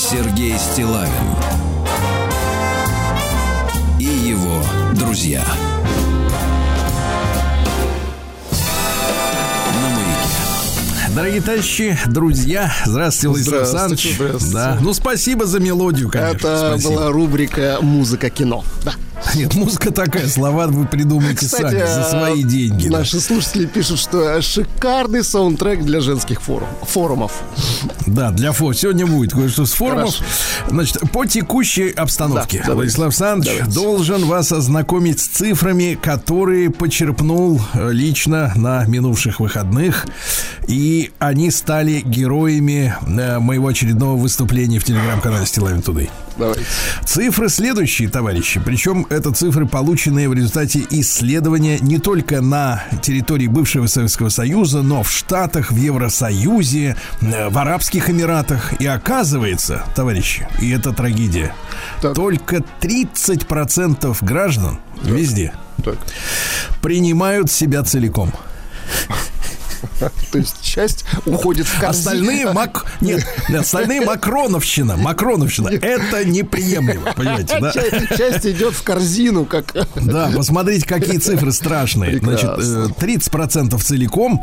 Сергей Стиллавин и его друзья. Дорогие товарищи, друзья, здравствуйте, Владислав Александрович. Да. Ну, спасибо за мелодию, конечно. Это спасибо. Была рубрика «Музыка-кино». Да. Нет, музыка такая, слова вы придумаете, кстати, сами за свои деньги. Наши слушатели пишут, что шикарный саундтрек для женских форумов. Да, для сегодня будет кое-что с форумов. Хорошо. Значит, по текущей обстановке, да, Владислав Александрович должен вас ознакомить с цифрами, которые почерпнул лично на минувших выходных. И они стали героями моего очередного выступления в телеграм-канале Стиллавин Тудэй. Давайте. Цифры следующие, товарищи. Причем это цифры, полученные в результате исследования не только на территории бывшего Советского Союза, но в Штатах, в Евросоюзе, в Арабских Эмиратах. И оказывается, товарищи, и это трагедия, только 30% граждан везде принимают себя целиком. То есть часть уходит в корзину. Остальные макроновщина. Это неприемлемо, понимаете, да? Часть идет в корзину, как... Да, посмотрите, какие цифры страшные. Прекрасно. Значит, 30% целиком,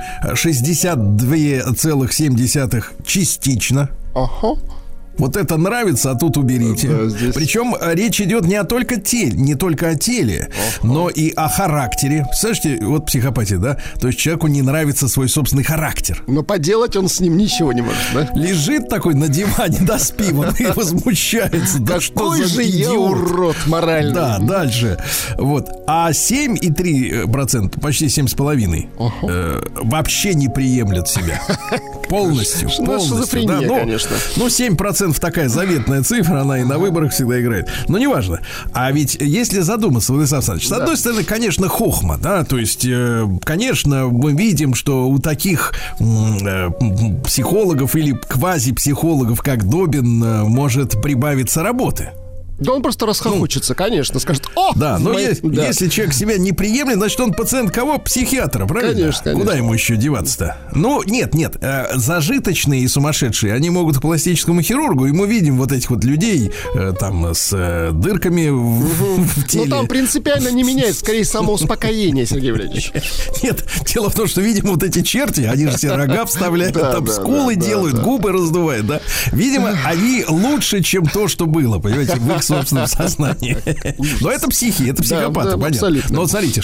62,7% частично. Ага. Вот это нравится, а тут уберите. Да, здесь... Причем речь идет не только о теле, но и о характере. Слышите, вот психопатия, да? То есть человеку не нравится свой собственный характер. Но поделать он с ним ничего не может, да? Лежит такой на диване, да, с пивом и возмущается. Да что за же я урод моральный. Да, дальше. Вот. А 7,3%, почти 7,5%, вообще не приемлят себя. Полностью. Шизофрения, да, конечно. Ну, 7% такая заветная цифра, она и на выборах всегда играет. Но неважно. А ведь если задуматься, Владислав Александрович, с одной стороны, конечно, хохма, да, то есть, конечно, мы видим, что у таких психологов или квазипсихологов, как Добин, может прибавиться работы. Да он просто расхохочется, конечно, скажет: о! Да, но если человек себя не приемлет, значит, он пациент кого? Психиатра, правильно? Конечно. Куда ему еще деваться-то? Ну, нет, зажиточные и сумасшедшие, они могут к пластическому хирургу, и мы видим вот этих вот людей там с дырками в теле. Ну, там принципиально не меняется, скорее, самоуспокоение, Сергей Валерьевич. Нет, дело в том, что, видимо, вот эти черти, они же все рога вставляют, там скулы делают, губы раздувают, да? Видимо, они лучше, чем то, что было, понимаете, в их собственном сознании. Но это психи, это психопаты, понятно. Абсолютно. Но вот смотрите,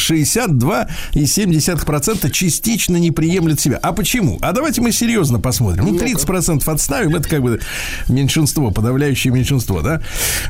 62,7% частично не приемлят себя. А почему? А давайте мы серьезно посмотрим. Ну, 30% отставим, это как бы меньшинство, подавляющее меньшинство, да?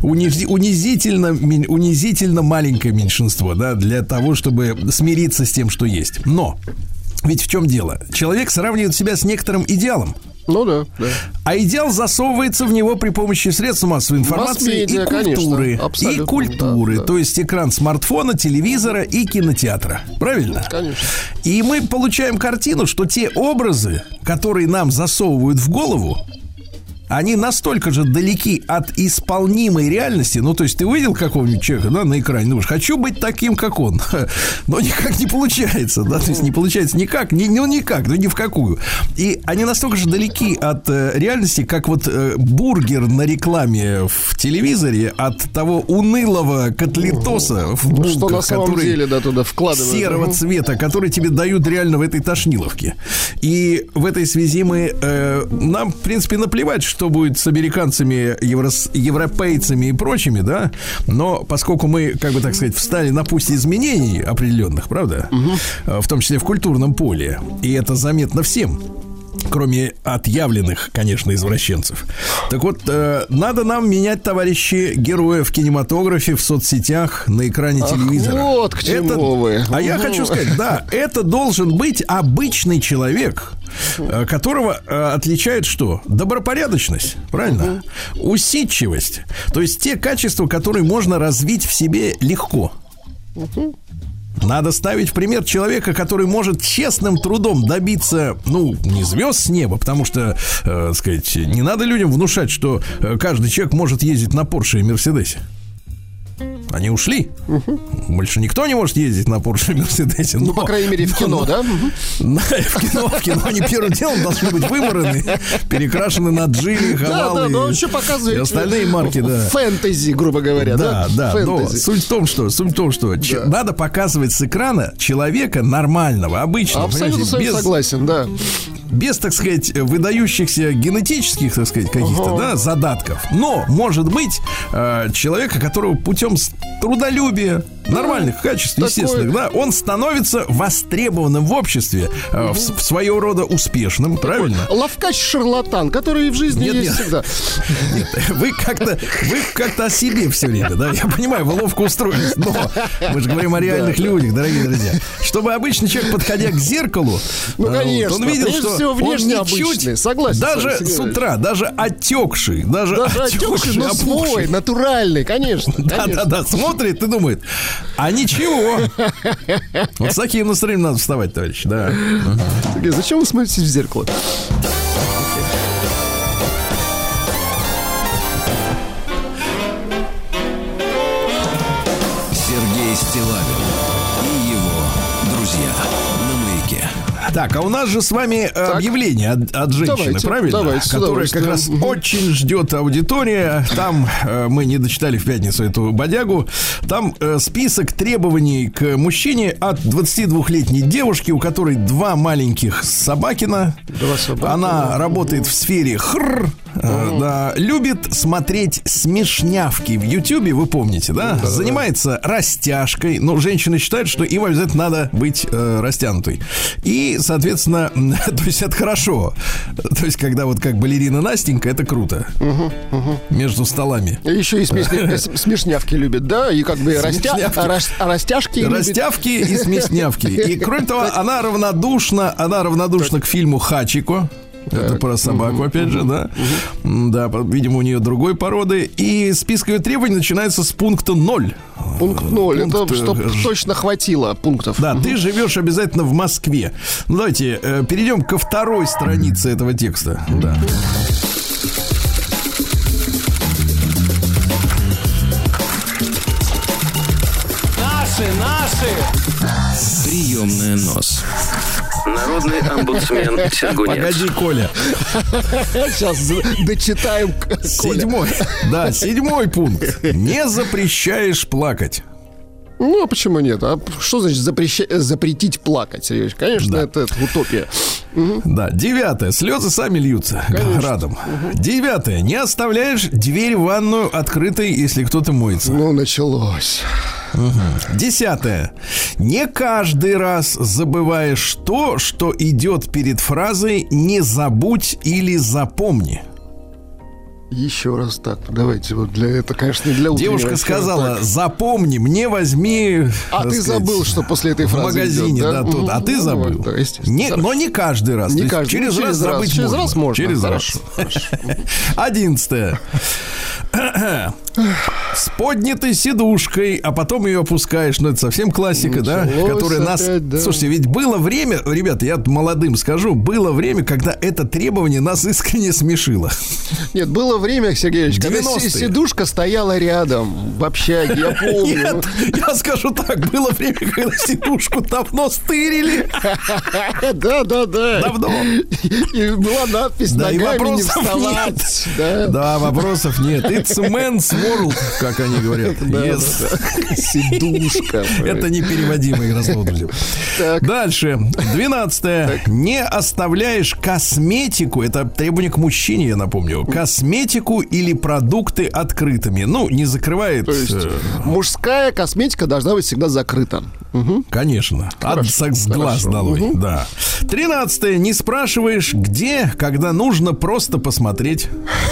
Унизительно маленькое меньшинство, да, для того, чтобы смириться с тем, что есть. Но ведь в чем дело? Человек сравнивает себя с некоторым идеалом. Ну да. А идеал засовывается в него при помощи средств массовой информации и культуры. И культуры. Да. То есть экран смартфона, телевизора и кинотеатра. Правильно? Конечно. И мы получаем картину, что те образы, которые нам засовывают в голову, они настолько же далеки от исполнимой реальности. Ну, то есть ты увидел какого-нибудь человека, да, на экране, думаешь, хочу быть таким, как он. Но никак не получается, да, то есть не получается никак, ни в какую. И они настолько же далеки от реальности, как вот бургер на рекламе в телевизоре от того унылого котлетоса в булках, что на самом деле, да, туда вкладывают. Серого цвета, который тебе дают реально в этой тошниловке. И в этой связи нам, в принципе, наплевать, что будет с американцами, европейцами и прочими, да, но поскольку мы, как бы так сказать, встали на путь изменений определенных, правда, в том числе в культурном поле, и это заметно всем, кроме отъявленных, конечно, извращенцев. Так вот, надо нам менять, товарищи, героев в кинематографе, в соцсетях, на экране телевизора. Вот к чему вы. А я хочу сказать, да, это должен быть обычный человек, которого отличает что? Добропорядочность, правильно? Усидчивость. То есть те качества, которые можно развить в себе легко. Надо ставить в пример человека, который может честным трудом добиться, ну, не звезд с неба, потому что, сказать, не надо людям внушать, что каждый человек может ездить на Порше и Мерседесе. Они ушли. Больше никто не может ездить на Porsche Мерседесе. Ну, по крайней мере, в кино, да? В кино они первым делом должны быть выбраны, перекрашены на Джили, Хавалы. Да, еще показывают. И остальные марки, да. Фэнтези, грубо говоря, да? Да. Но суть в том, что надо показывать с экрана человека нормального, обычного. Абсолютно согласен, да. Без, так сказать, выдающихся генетических, так сказать, каких-то, да, задатков. Но, может быть, человека, которого путем трудолюбия, нормальных качеств, естественных, да, он становится востребованным в обществе, в своего рода успешным, правильно? Ловкач-шарлатан, который в жизни есть всегда. Нет, вы как-то о себе все время, да, я понимаю, вы ловко устроились, но мы же говорим о реальных людях, дорогие друзья. Чтобы обычный человек, подходя к зеркалу, конечно, он видел, что внешне обычный, согласен. Даже с утра, даже отекший, но свой, натуральный, конечно. Да, смотрит и думает, а ничего. Вот с таким настроением надо вставать, товарищи, да. Зачем вы смотритесь в зеркало? Сергей Стиллавин и его друзья на Маяке. Так, а у нас же с вами объявление от женщины, правильно? Давайте, которое как раз очень ждет аудитория. Там мы не дочитали в пятницу эту бодягу. Там список требований к мужчине от 22-летней девушки, у которой 2 маленьких собакина. Она работает в сфере да, любит смотреть смешнявки в Ютьюбе, вы помните, да? Занимается растяжкой. Ну, женщины считают, что им обязательно надо быть растянутой. И, соответственно, то есть это хорошо. То есть, когда вот как балерина Настенька, это круто. Между столами. Еще и смешнявки любит, да? И как бы растяжки любит. Растявки и смешнявки. И, кроме того, она равнодушна к фильму «Хачико». Это про собаку, опять же, да? Да, видимо, у нее другой породы. И список ее требований начинается с пункта 0. Пункт 0, это чтобы точно хватило пунктов. Да, ты живешь обязательно в Москве. Ну, давайте перейдем ко второй странице этого текста. Да. Наши! Приемная нос. Народный омбудсмен Сергунец. Погоди, Коля. Сейчас дочитаем. 7 пункт. Не запрещаешь плакать. Ну, а почему нет? А что значит запретить плакать, Сергеевич? Конечно, это утопия. Да, 9. Слезы сами льются градом. 9. Не оставляешь дверь в ванную открытой, если кто-то моется. Ну, началось. 10. Не каждый раз забываешь то, что идет перед фразой «не забудь» или «запомни». Еще раз так, давайте вот это, конечно, не для утреннего. Девушка сказала: запомни, мне возьми. А ты забыл, что после этой фразы в магазине, идет, да? тут. А ты забыл. Но не каждый раз. Не каждый. Через раз забыть через раз можно. Через раз. 11. С поднятой сидушкой, а потом ее опускаешь. Ну, это совсем классика, да? Которая нас... Слушайте, ведь было время, ребята, я молодым скажу, было время, когда это требование нас искренне смешило. Нет, было время, Сергеевич, когда сидушка стояла рядом в общаге, я помню. Нет, я скажу так, было время, когда сидушку давно стырили. Да. Давно. И была надпись «Ногами не вставать». Да, вопросов нет. It's a man's world, как они говорят. Сидушка. Это непереводимый разговор, друзья. Дальше. 12. Не оставляешь косметику. Это требование к мужчине, я напомню. Косметику или продукты открытыми. Ну, не закрывает. То есть мужская косметика должна быть всегда закрыта. Конечно. От секс глаз долой. Да. 13. Не спрашиваешь, где, когда нужно просто посмотреть.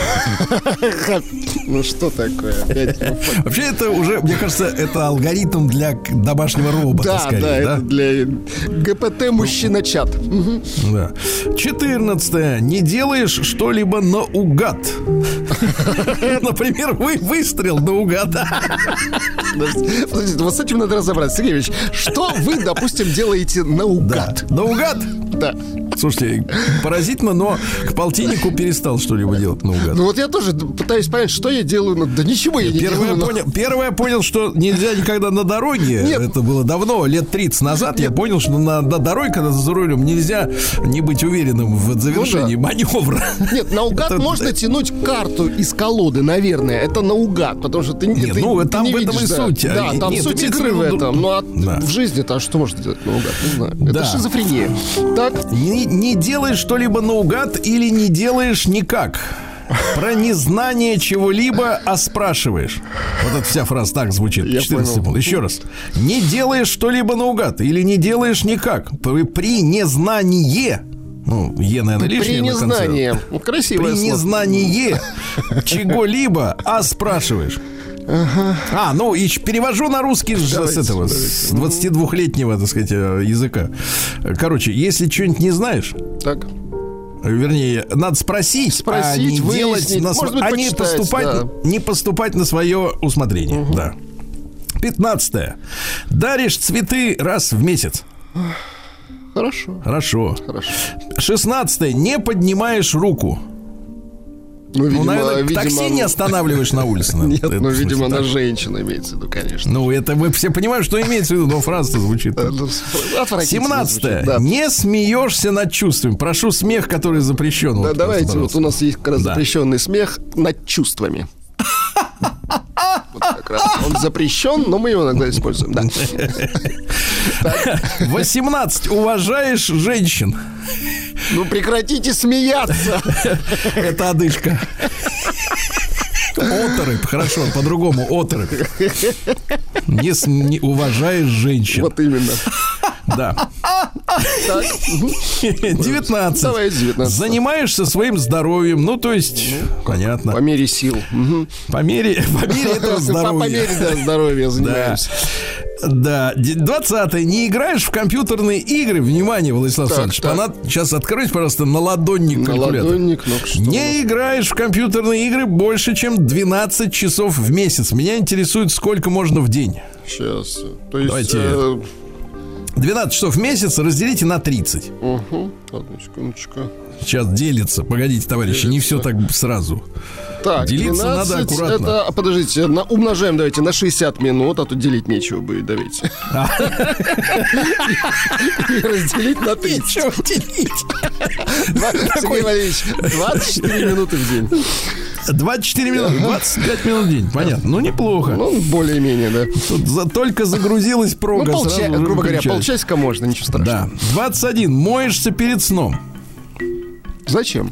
Ну что такое? Вообще это уже, мне кажется, это алгоритм для домашнего робота, скорее. Да, это для ГПТ мужчина-чат. Да. 14. Не делаешь что-либо наугад. Например, выстрел наугад. Подождите, вот с этим надо разобраться, Сергеевич. Что вы, допустим, делаете наугад? Наугад? Да. Слушайте, поразительно, но к полтиннику перестал что-либо делать наугад. Ну вот я тоже пытаюсь понять, что я делаю. Да ничего я не делаю. Первое я понял, что нельзя никогда на дороге. Нет. Это было давно, лет 30 назад. Я понял, что на дороге, когда за рулем, нельзя не быть уверенным в завершении маневра. Нет, наугад можно тянуть карту из колоды, наверное. Это наугад, потому что ты не видишь. Там в этом и суть. Да, там суть игры в этом. Ну а в жизни-то что можно делать наугад? Не знаю. Это шизофрения. Так? Не делаешь что-либо наугад или не делаешь никак. Про незнание чего-либо, а спрашиваешь. Вот эта вся фраза так звучит. 14 секунд. Еще раз. Не делаешь что-либо наугад или не делаешь никак. При незнании. Ну, Е, наверное, лишнее. При незнании. Красивое слово. При незнании чего-либо, а спрашиваешь. Ага. Ну и перевожу на русский с 22-летнего, так сказать, языка. Короче, если что-нибудь не знаешь, так. Вернее, надо спросить, а не делать, не поступать на свое усмотрение. Да. 15. Даришь цветы раз в месяц. Хорошо. 16. Не поднимаешь руку. Ну, видимо, такси не останавливаешь на улице. Нет, видимо, она женщина имеется в виду, конечно. Ну, это мы все понимаем, что имеется в виду, но фраза-то звучит. 17. Да. Не смеешься над чувствами. Прошу, смех, который запрещен. Да, давайте, вот у нас есть как раз запрещенный смех над чувствами. Вот как раз он запрещен, но мы его иногда используем. Да. 18. Уважаешь женщин. Ну прекратите смеяться. Это одышка. Оторопь, хорошо, по-другому оторопь. Не уважаешь женщин. Вот именно. Да. 19. Давай 19. Занимаешься своим здоровьем. Ну, то есть, понятно. По мере сил. По мере этого здоровья. По мере здоровья занимаемся. Да. 20. Не играешь в компьютерные игры. Внимание, Владислав Александрович. Сейчас откройте, пожалуйста, наладонник калькулятор. Не играешь в компьютерные игры больше, чем 12 часов в месяц. Меня интересует, сколько можно в день. Сейчас. То есть... Давайте... 12 часов в месяц разделите на 30. Одну секундочку. Сейчас делится. Погодите, товарищи, не все так сразу. Так, делиться 12, надо аккуратно. Это, подождите, умножаем, давайте, на 60 минут, а то делить нечего будет, давайте. Разделить на 30. Нечего делить. Сергей Валерьевич, 24 минуты в день. 24 минуты, 25 минут в день. Понятно. Ну, неплохо. Ну, более-менее, да. Тут только загрузилась прога. Ну, грубо говоря, полчасика можно, ничего страшного. Да. 21. Моешься перед сном. Зачем?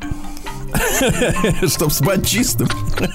Чтоб спать чистым.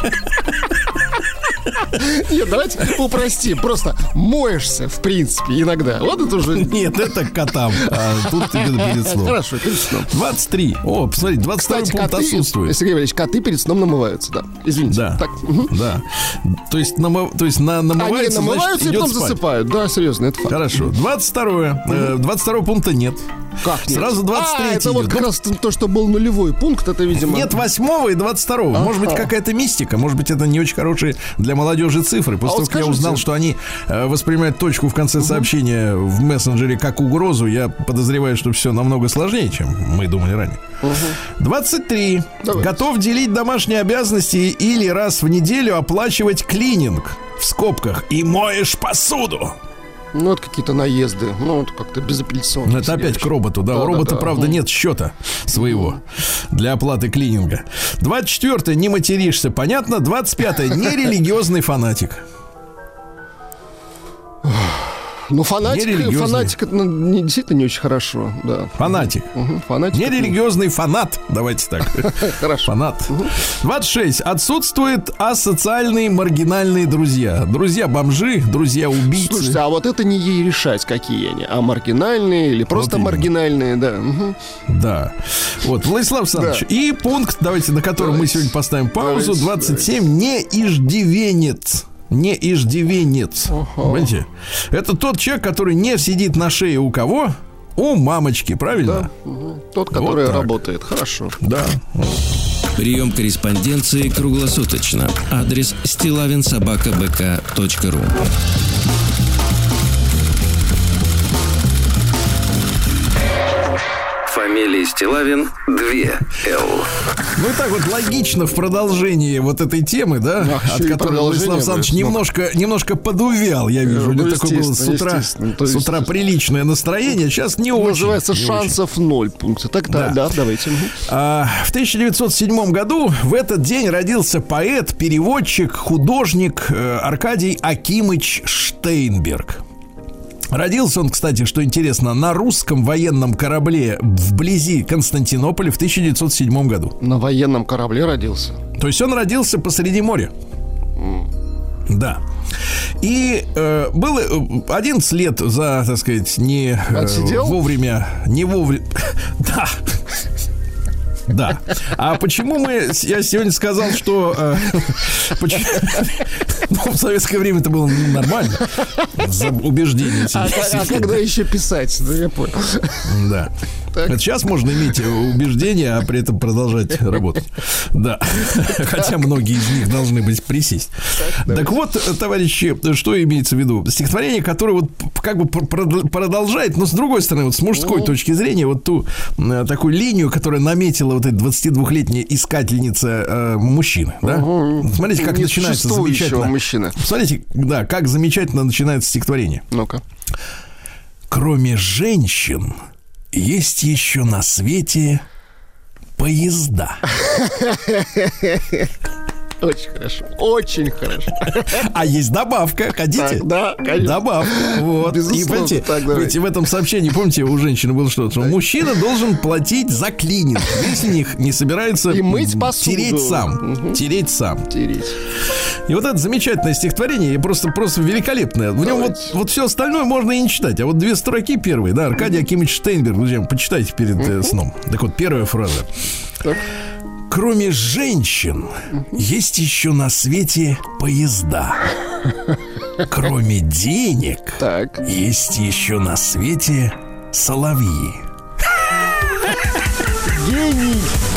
Нет, давайте упростим. Просто моешься, в принципе, иногда. Вот это уже... Нет, это котам. А тут тебе перед сном. Хорошо, перед сном. 23. О, посмотри, 22 пункт отсутствует. Сергей Валерьевич, коты перед сном намываются, да. Извините. Да, так, да. То есть намываются, они намываются, значит, и потом засыпают. Да, серьезно, это факт. Хорошо. 22 пункта нет. Как нет? Сразу 23. Это вот как раз то, что был нулевой пункт, это, видимо... Нет 8 и 22. Может быть, какая-то мистика. Может быть, это не очень хорошие для молодежи цифры. После того, как я узнал, что они воспринимают точку в конце сообщения в мессенджере как угрозу, я подозреваю, что все намного сложнее, чем мы думали ранее. 23. Давай. Готов делить домашние обязанности или раз в неделю оплачивать клининг, в скобках, и моешь посуду. Ну, это какие-то наезды. Ну, это как-то безапелляционно. Это опять к роботу, да. У робота, правда, нет счета своего для оплаты клининга. 24. Не материшься, понятно. 25. Нерелигиозный фанатик. Ну, фанатик это действительно не очень хорошо, да. Фанатик. Фанатик. Нерелигиозный фанат. Давайте так. Хорошо. Фанат. 26. Отсутствуют асоциальные маргинальные друзья. Друзья-бомжи, друзья-убийцы. Слушайте, а вот это не ей решать, какие они. А маргинальные или просто вот маргинальные, да. Да. Вот, Владислав Александрович. Да. И пункт, давайте, на котором мы сегодня поставим паузу. 27. Не иждивенец. Не иждивенец. Понимаете? Это тот человек, который не сидит на шее у кого? У мамочки, правильно? Да. Тот, который вот работает. Хорошо. Да. Прием корреспонденции круглосуточно. Адрес stilavinsobakabk.ru. Амелий Стилавин 2 Л. Ну и так вот логично в продолжении вот этой темы, да, от которой Владислав Александрович немножко подувял, я вижу. У него такое было с утра приличное настроение, сейчас не очень. Называется «Шансов 0» пункта. Так, да, давайте. В 1907 году в этот день родился поэт, переводчик, художник Аркадий Акимыч Штейнберг. Родился он, кстати, что интересно, на русском военном корабле вблизи Константинополя в 1907 году. На военном корабле родился? То есть он родился посреди моря. Да. И было 11 лет за, так сказать, не вовремя. Да. Да. А почему я сегодня сказал, что в советское время это было нормально. За убеждение. А когда еще писать? Да, я понял. Да. Это сейчас можно иметь убеждения, а при этом продолжать работать. Да. Хотя многие из них должны быть присесть. Так вот, товарищи, что имеется в виду? Стихотворение, которое вот как бы продолжает, но с другой стороны, вот с мужской точки зрения, вот ту такую линию, которая наметила вот эта 22-летняя искательница мужчины. Да? Смотрите, как начинается замечательно. Мужчины. Смотрите, да, как замечательно начинается стихотворение. Ну-ка. Кроме женщин есть еще на свете поезда. Очень хорошо, очень хорошо. А есть добавка, хотите? Да, конечно. Добавка, вот. И понимаете, в этом сообщении, помните, у женщины было что-то, что мужчина должен платить за клининг, если не собирается и мыть посуду. Тереть сам. Тереть. И вот это замечательное стихотворение, просто великолепное. В нем вот все остальное можно и не читать. А вот две строки первые, да, Аркадий Акимович Штейнберг, друзья, почитайте перед сном. Так вот, первая фраза. Так. Кроме женщин есть еще на свете поезда. Кроме денег есть еще на свете соловьи. Гений.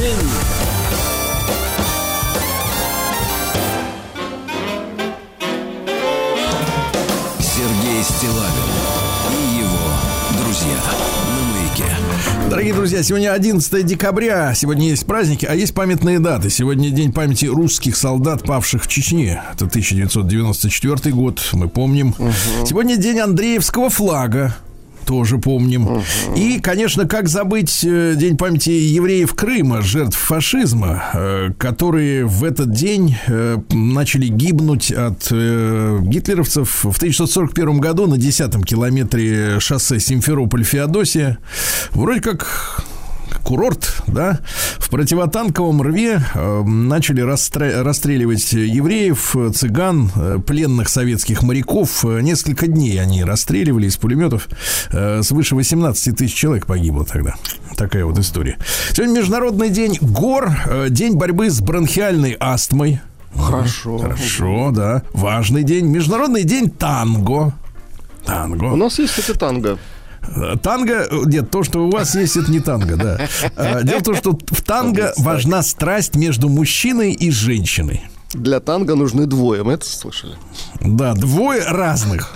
Сергей Стилавин и его друзья на Маяке. Дорогие друзья, сегодня 11 декабря. Сегодня есть праздники, а есть памятные даты. Сегодня день памяти русских солдат, павших в Чечне. Это 1994 год, мы помним. Сегодня день Андреевского флага. Тоже помним. И, конечно, как забыть день памяти евреев Крыма, жертв фашизма, которые в этот день начали гибнуть от гитлеровцев в 1941 году на 10-м километре шоссе Симферополь-Феодосия. Вроде как курорт, да, в противотанковом рве начали расстреливать евреев, цыган, пленных советских моряков. Несколько дней они расстреливали из пулеметов. Свыше 18 тысяч человек погибло тогда. Такая вот история. Сегодня Международный день гор, день борьбы с бронхиальной астмой. Хорошо, да. Важный день. Международный день танго. У нас есть это танго. Танго, нет, то, что у вас есть, это не танго, да. Дело в том, что в танго важна страсть между мужчиной и женщиной. Для танго нужны двое, мы это слышали. Да, двое разных.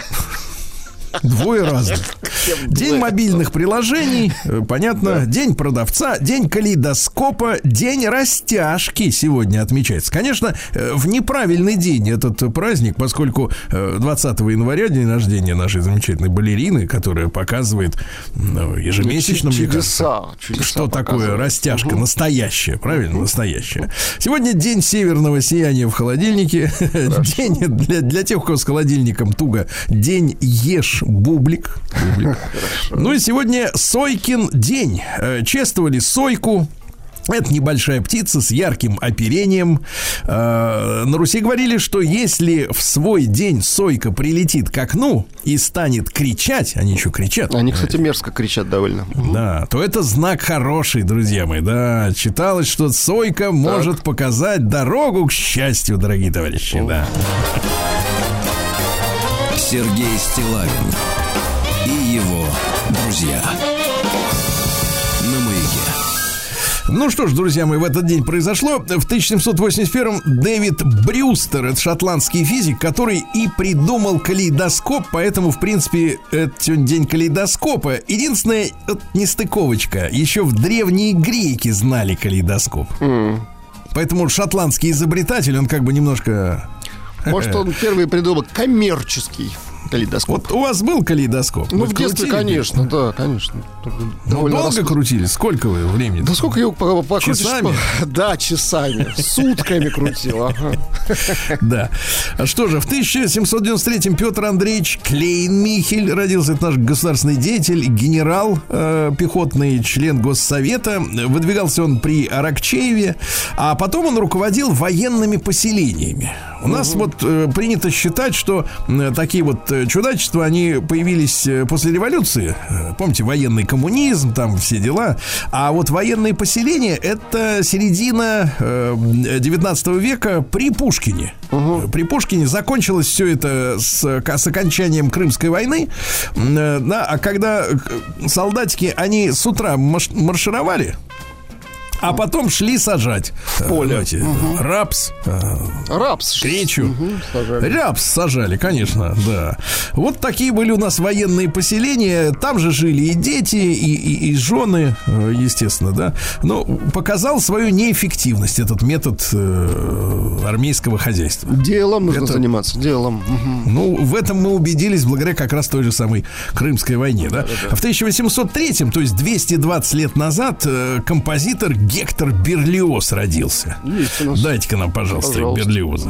День мобильных приложений, понятно. День продавца, день калейдоскопа, день растяжки сегодня отмечается. Конечно, в неправильный день этот праздник, поскольку 20 января день рождения нашей замечательной балерины, которая показывает ежемесячно, мне кажется, что такое растяжка настоящая, правильно, настоящая. Сегодня день северного сияния в холодильнике. День для тех, у кого с холодильником туго. День ешь бублик. Ну и сегодня Сойкин день. Чествовали сойку. Это небольшая птица с ярким оперением. На Руси говорили, что если в свой день сойка прилетит к окну и станет кричать, они еще кричат. Они, кстати, мерзко кричат довольно. Да, то это знак хороший, друзья мои. Да, читалось, что сойка может показать дорогу к счастью, дорогие товарищи. Да. Сергей Стилавин и его друзья. Ну что ж, друзья мои, в этот день произошло. В 1781-м Дэвид Брюстер, это шотландский физик, который и придумал калейдоскоп, поэтому, в принципе, это сегодня день калейдоскопа. Единственная нестыковочка. Еще в древние греки знали калейдоскоп. Поэтому шотландский изобретатель, он как бы немножко... Может, он первый придумал коммерческий калейдоскоп. Вот у вас был калейдоскоп? Ну, в детстве, конечно, да, конечно. Ну, долго крутили? Сколько вы времени? Да сколько его покрутишь? Часами? Да, часами. Сутками крутил. Да. Что же, в 1793-м Петр Андреевич Клейн-Михель родился. Это наш государственный деятель, генерал, пехотный, член Госсовета. Выдвигался он при Аракчееве. А потом он руководил военными поселениями. У нас вот принято считать, что такие вот чудачества, они появились после революции. Помните, военный коммунизм, там все дела. А вот военные поселения — это середина 19 века при Пушкине. При Пушкине закончилось все это с окончанием Крымской войны. Да, а когда солдатики, они с утра маршировали, а потом шли сажать в поле рапс, кречу. Рапс сажали, конечно, да. Вот такие были у нас военные поселения. Там же жили и дети, и жены, естественно, да. Но показал свою неэффективность этот метод армейского хозяйства. Делом нужно заниматься, делом. Ну, в этом мы убедились благодаря как раз той же самой Крымской войне, да. В 1803-м, то есть 220 лет назад, композитор Гектор Берлиоз родился. Дайте-ка нам, пожалуйста. Берлиоза.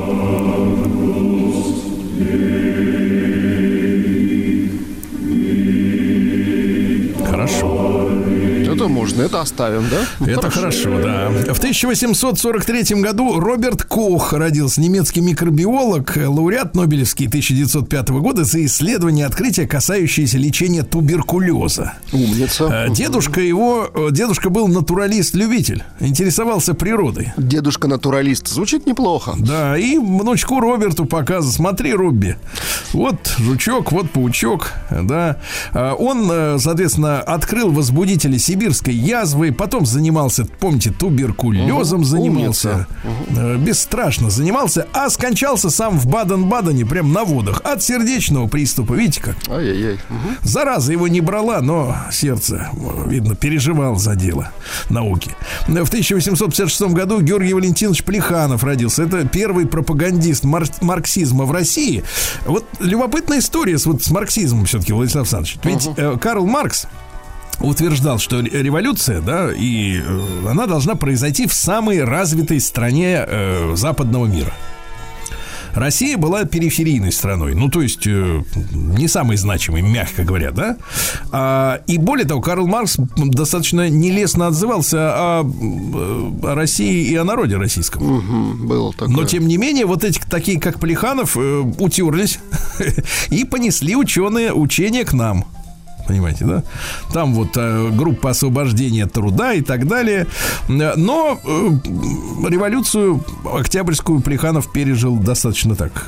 Хорошо. Это можно, это оставим, да? Это хорошо, да. В 1843 году Роберт Кох родился, немецкий микробиолог, лауреат Нобелевский 1905 года за исследование открытия, касающиеся лечения туберкулеза. Умница. Дедушка был натуралист-любитель, интересовался природой. Дедушка-натуралист, звучит неплохо. Да, и внучку Роберту показывал: смотри, Робби, вот жучок, вот паучок, да. Он, соответственно, открыл возбудители сибирской язвы, потом занимался, помните, туберкулезом занимался, бесстрашно занимался, а скончался сам в Баден-Бадене, прям на водах, от сердечного приступа, видите как? Ай-яй-яй. Зараза его не брала, но сердце, видно, переживал за дело науки. В 1856 году Георгий Валентинович Плеханов родился. Это первый пропагандист марксизма в России. Вот любопытная история с марксизмом все-таки, Владислав Александрович. Ведь Карл Маркс утверждал, что революция, да, и она должна произойти в самой развитой стране западного мира. Россия была периферийной страной, ну, то есть не самой значимой, мягко говоря, да. И более того, Карл Маркс достаточно нелестно отзывался о России и о народе российском. Было такое. Но, тем не менее, вот эти, такие как Плеханов, утерлись и понесли учения к нам. Понимаете, да? Там вот группа освобождения труда и так далее. Но революцию Октябрьскую Плеханов пережил достаточно так.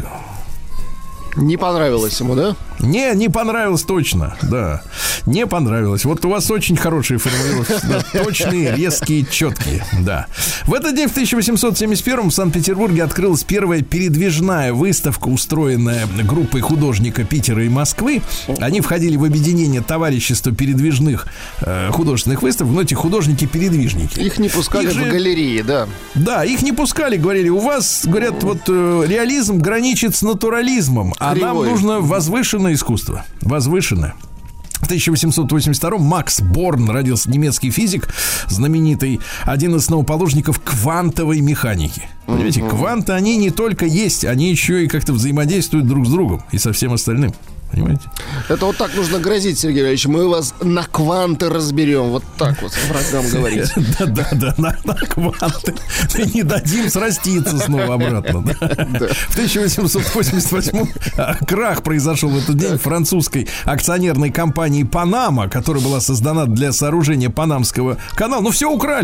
Не понравилось ему, да? Не понравилось точно, да. Не понравилось. Вот у вас очень хорошие формулировки, да, точные, резкие, четкие, да. В этот день, в 1871 в Санкт-Петербурге открылась первая передвижная выставка, устроенная группой художника Питера и Москвы. Они входили в объединение товарищества передвижных художественных выставок, но эти художники-передвижники. Их не пускали в галереи, да. Да, их не пускали, говорили, у вас, говорят, вот реализм граничит с натурализмом, а нам нужно возвышенное искусство. Возвышенное. В 1882-м Макс Борн родился, немецкий физик, знаменитый, один из основоположников квантовой механики. Понимаете, кванты, они не только есть, они еще и как-то взаимодействуют друг с другом и со всем остальным. Понимаете? Это вот так нужно грозить, Сергей Ильич. Мы вас на кванты разберем. Вот так вот врагам говорить. Да, на кванты. Не дадим сраститься снова обратно. В 1888-м крах произошел в этот день французской акционерной компании «Панама», которая была создана для сооружения Панамского канала. Ну, все украли.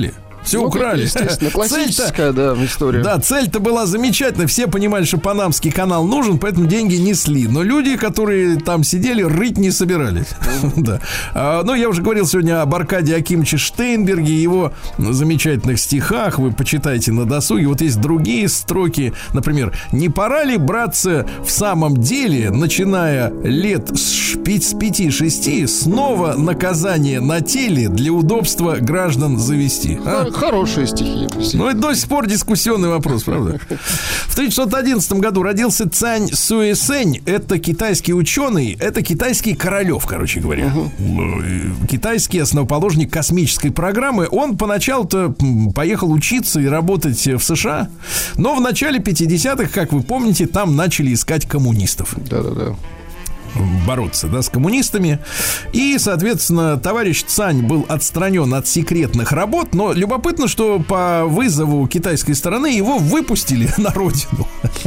Все украли. Естественно, классическая, история. Да, цель-то была замечательная. Все понимали, что Панамский канал нужен, поэтому деньги несли. Но люди, которые там сидели, рыть не собирались. Да. Ну, я уже говорил сегодня об Аркадии Акимовиче Штейнберге, его замечательных стихах. Вы почитайте на досуге. Вот есть другие строки. Например, не пора ли, братцы, в самом деле, начиная лет с 5-6, снова наказание на теле для удобства граждан завести? Хорошие стихи. Ну, это до сих пор дискуссионный вопрос, правда? В 1911 году родился Цань Суэсэнь. Это китайский ученый, это китайский Королев, короче говоря. Китайский основоположник космической программы. Он поначалу-то поехал учиться и работать в США, но в начале 50-х, как вы помните, там начали искать коммунистов. Да-да-да. Бороться, с коммунистами. И, соответственно, товарищ Цань был отстранен от секретных работ. Но любопытно, что по вызову китайской стороны его выпустили на родину.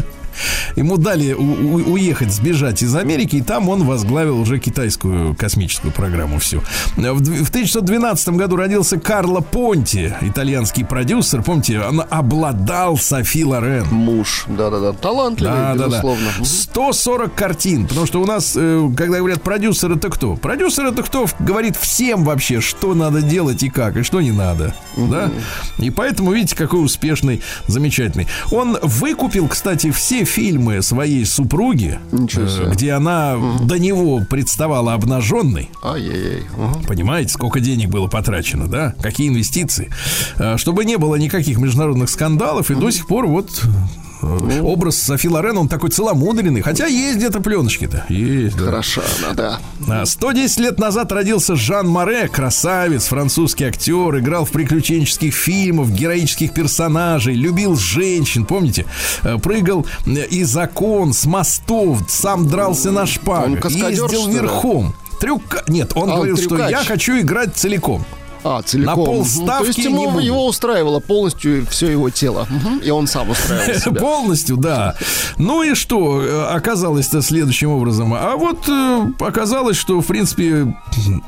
Ему дали уехать, сбежать из Америки, и там он возглавил уже китайскую космическую программу всю. В 1912 году родился Карло Понти, итальянский продюсер. Помните, он обладал Софи Лорен. Муж, да-да-да, талантливый, безусловно. 140 картин, потому что у нас, когда говорят продюсер, это кто? Продюсер это кто говорит всем вообще, что надо делать и как, и что не надо. Да? И поэтому, видите, какой успешный, замечательный. Он выкупил, кстати, все фильмы своей супруги, где она до него представала обнаженной. Понимаете, сколько денег было потрачено, да? Какие инвестиции. Чтобы не было никаких международных скандалов, и до сих пор вот... Образ Софи Лорен, он такой целомудренный. Хотя есть где-то пленочки-то. Есть, да. Хорошо, да. 110 лет назад родился Жан Море, красавец, французский актер. Играл в приключенческих фильмах, героических персонажей. Любил женщин, помните? Прыгал из окон, с мостов. Сам дрался на шпагах. Ездил верхом. Нет, он говорил, что я хочу играть целиком. Целиком. На полставки. То есть его устраивало полностью все его тело. И он сам устраивал себя. Полностью, да. Ну и что оказалось-то следующим образом? А вот оказалось, что, в принципе,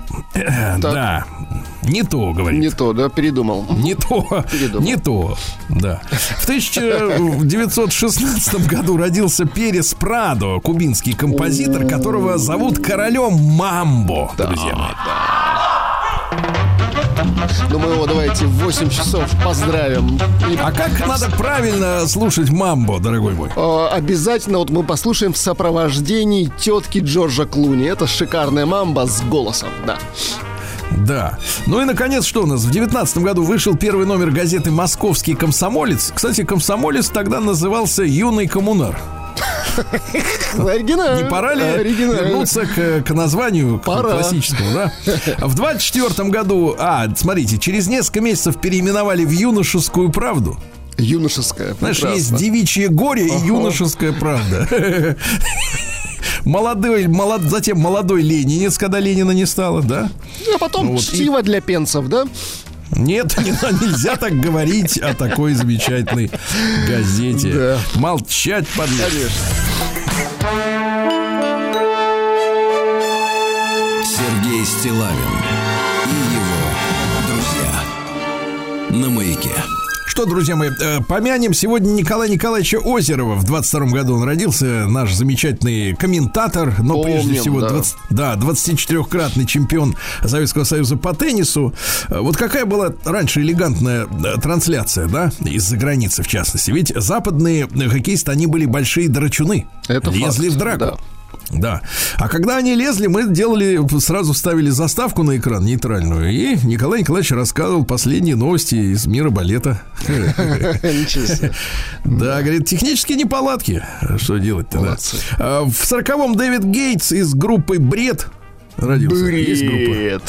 да, не то, говорит. Не то, да, передумал. Не то, да. В 1916 году родился Перес Прадо, кубинский композитор, которого зовут королем Мамбо, друзья мои. Ну, мы его давайте в 8 часов поздравим. А как надо правильно слушать мамбо, дорогой мой? Обязательно вот мы послушаем в сопровождении тетки Джорджа Клуни. Это шикарная мамба с голосом, да. Да. Ну и, наконец, что у нас? В 19 году вышел первый номер газеты «Московский комсомолец». Кстати, комсомолец тогда назывался «Юный коммунар». Оригинально. Не пора ли вернуться к названию классическому, да? В 24 году, смотрите, через несколько месяцев переименовали в «Юношескую правду». Юношеская. Знаешь, есть «Девичье горе» и «Юношеская правда». Затем молодой ленинец, когда Ленина не стало, да? А потом чтиво для пенсов, да? Нет, нельзя так говорить о такой замечательной газете. Да. Молчать, подлец. Сергей Стиллавин и его друзья на Маяке. Что, друзья мои, помянем сегодня Николая Николаевича Озерова. В 22 году он родился, наш замечательный комментатор, но прежде всего 24-кратный чемпион Советского Союза по теннису. Вот какая была раньше элегантная трансляция, да, из-за границы, в частности. Ведь западные хоккеисты, они были большие драчуны. Это лезли факт, в драку. Да. Да. А когда они лезли, мы сразу ставили заставку на экран нейтральную. И Николай Николаевич рассказывал последние новости из мира балета. Да, говорит, технические неполадки. Что делать-то? В 40-м Дэвид Гейтс из группы «Бред» родился. Есть группа «Бред».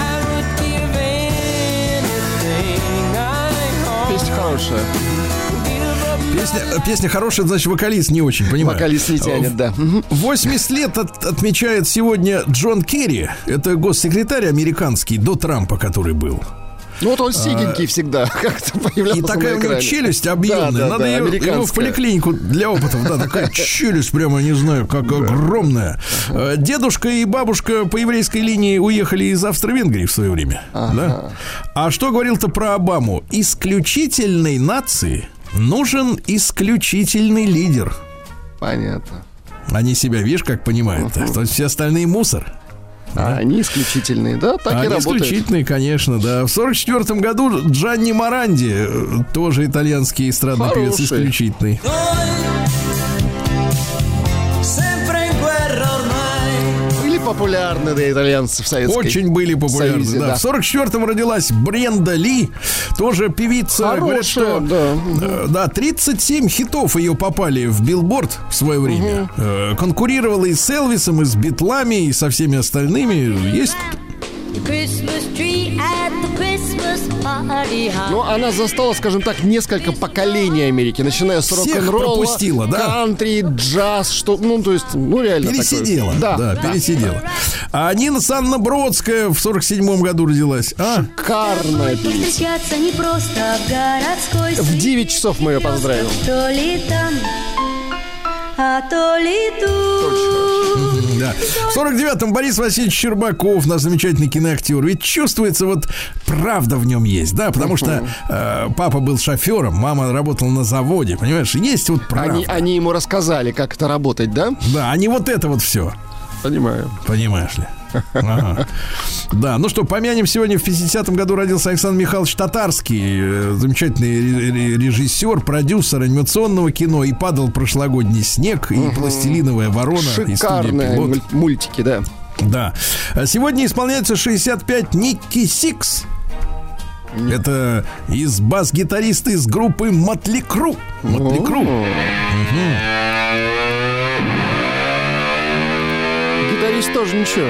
Песня хорошая. Песня хорошая, значит, вокалист не очень, понимаю. Вокалист не тянет, да. 80 лет отмечает сегодня Джон Керри. Это госсекретарь американский до Трампа, который был. Ну вот он сигенький всегда как-то появлялся. И такая у него челюсть объемная. Надо его в поликлинику для опытов. Да, такая челюсть прямо, не знаю, как огромная. Дедушка и бабушка по еврейской линии уехали из Австро-Венгрии в свое время. Да? А что говорил-то про Обаму? Исключительной нации нужен исключительный лидер. Понятно. Они себя, видишь, как понимают-то. То есть все остальные мусор. Они исключительные, да? Так и работают. Исключительные, конечно, да. В 1944 году Джанни Моранди, тоже итальянский эстрадный певец, исключительный. Популярны, да, итальянцы в Советском Союзе. Очень были популярны, Союзе, да. В 44-м родилась Бренда Ли, тоже певица. Хорошая, говорят, да, 37 хитов ее попали в Билборд в свое время. Конкурировала и с Элвисом, и с Битлами, и со всеми остальными. Есть... Но она застала, скажем так, несколько поколений Америки, начиная с рок-н-ролла, кантри, джаз, что, ну, то есть, ну, реально пересидела, такое. Да, пересидела. А Нина Санна Бродская в 47-м году родилась. Шикарная певица. В 9 часов мы ее поздравим. Да. В 49-м Борис Васильевич Щербаков, наш замечательный киноактер. Ведь чувствуется, вот правда в нем есть, да, потому что папа был шофером, мама работала на заводе, понимаешь, есть вот правда. Они ему рассказали, как это работать, да? Да, а не вот это вот все. Понимаю. Понимаешь ли? Ага. Да, ну что, помянем сегодня. В 50-м году родился Александр Михайлович Татарский, замечательный режиссер, продюсер анимационного кино. И «Падал прошлогодний снег», и «Пластилиновая ворона». Шикарные мультики, да. Да. Сегодня исполняется 65 Никки Сикс. Это бас-гитарист из группы Мотли Кру. Мотли Кру. Гитарист тоже ничего.